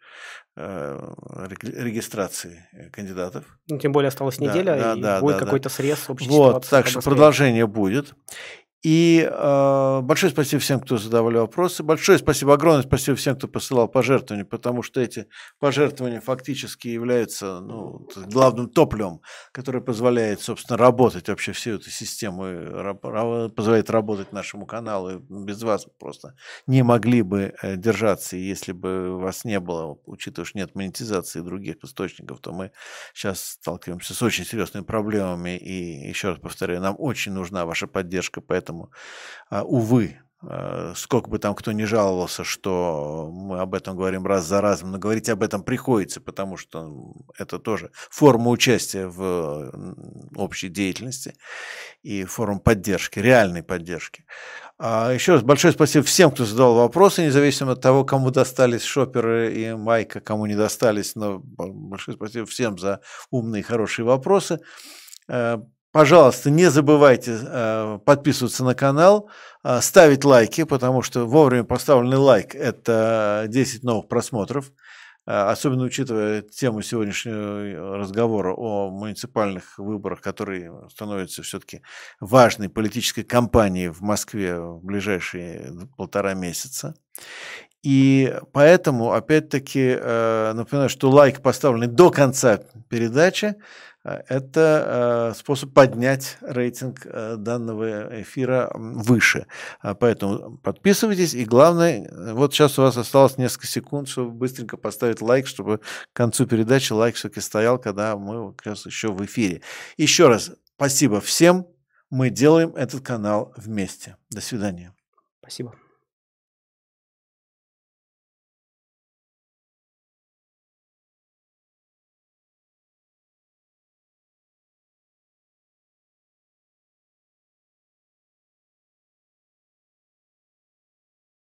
регистрацией кандидатов. Ну, тем более осталась неделя, и будет какой-то срез общей ситуации. Вот, так что продолжение будет. И большое спасибо всем, кто задавали вопросы. Большое спасибо, огромное спасибо всем, кто посылал пожертвования, потому что эти пожертвования фактически являются главным топливом, которое позволяет, собственно, работать вообще всю эту систему, позволяет работать нашему каналу. Без вас просто не могли бы держаться. И если бы вас не было, учитывая, что нет монетизации и других источников, то мы сейчас сталкиваемся с очень серьезными проблемами. И еще раз повторяю, нам очень нужна ваша поддержка, поэтому увы, сколько бы там кто ни жаловался, что мы об этом говорим раз за разом, но говорить об этом приходится, потому что это тоже форма участия в общей деятельности и форма поддержки, реальной поддержки. Еще раз большое спасибо всем, кто задавал вопросы, независимо от того, кому достались шоперы и майка, кому не достались, но большое спасибо всем за умные и хорошие вопросы. Пожалуйста, не забывайте подписываться на канал, ставить лайки, потому что вовремя поставленный лайк – это 10 новых просмотров, особенно учитывая тему сегодняшнего разговора о муниципальных выборах, которые становятся все-таки важной политической кампанией в Москве в ближайшие 1,5 месяца. И поэтому, опять-таки, напоминаю, что лайк, поставленный до конца передачи, это способ поднять рейтинг данного эфира выше. Поэтому подписывайтесь. И главное, вот сейчас у вас осталось несколько секунд, чтобы быстренько поставить лайк, чтобы к концу передачи лайк все-таки стоял, когда мы как раз еще в эфире. Еще раз спасибо всем. Мы делаем этот канал вместе. До свидания. Спасибо.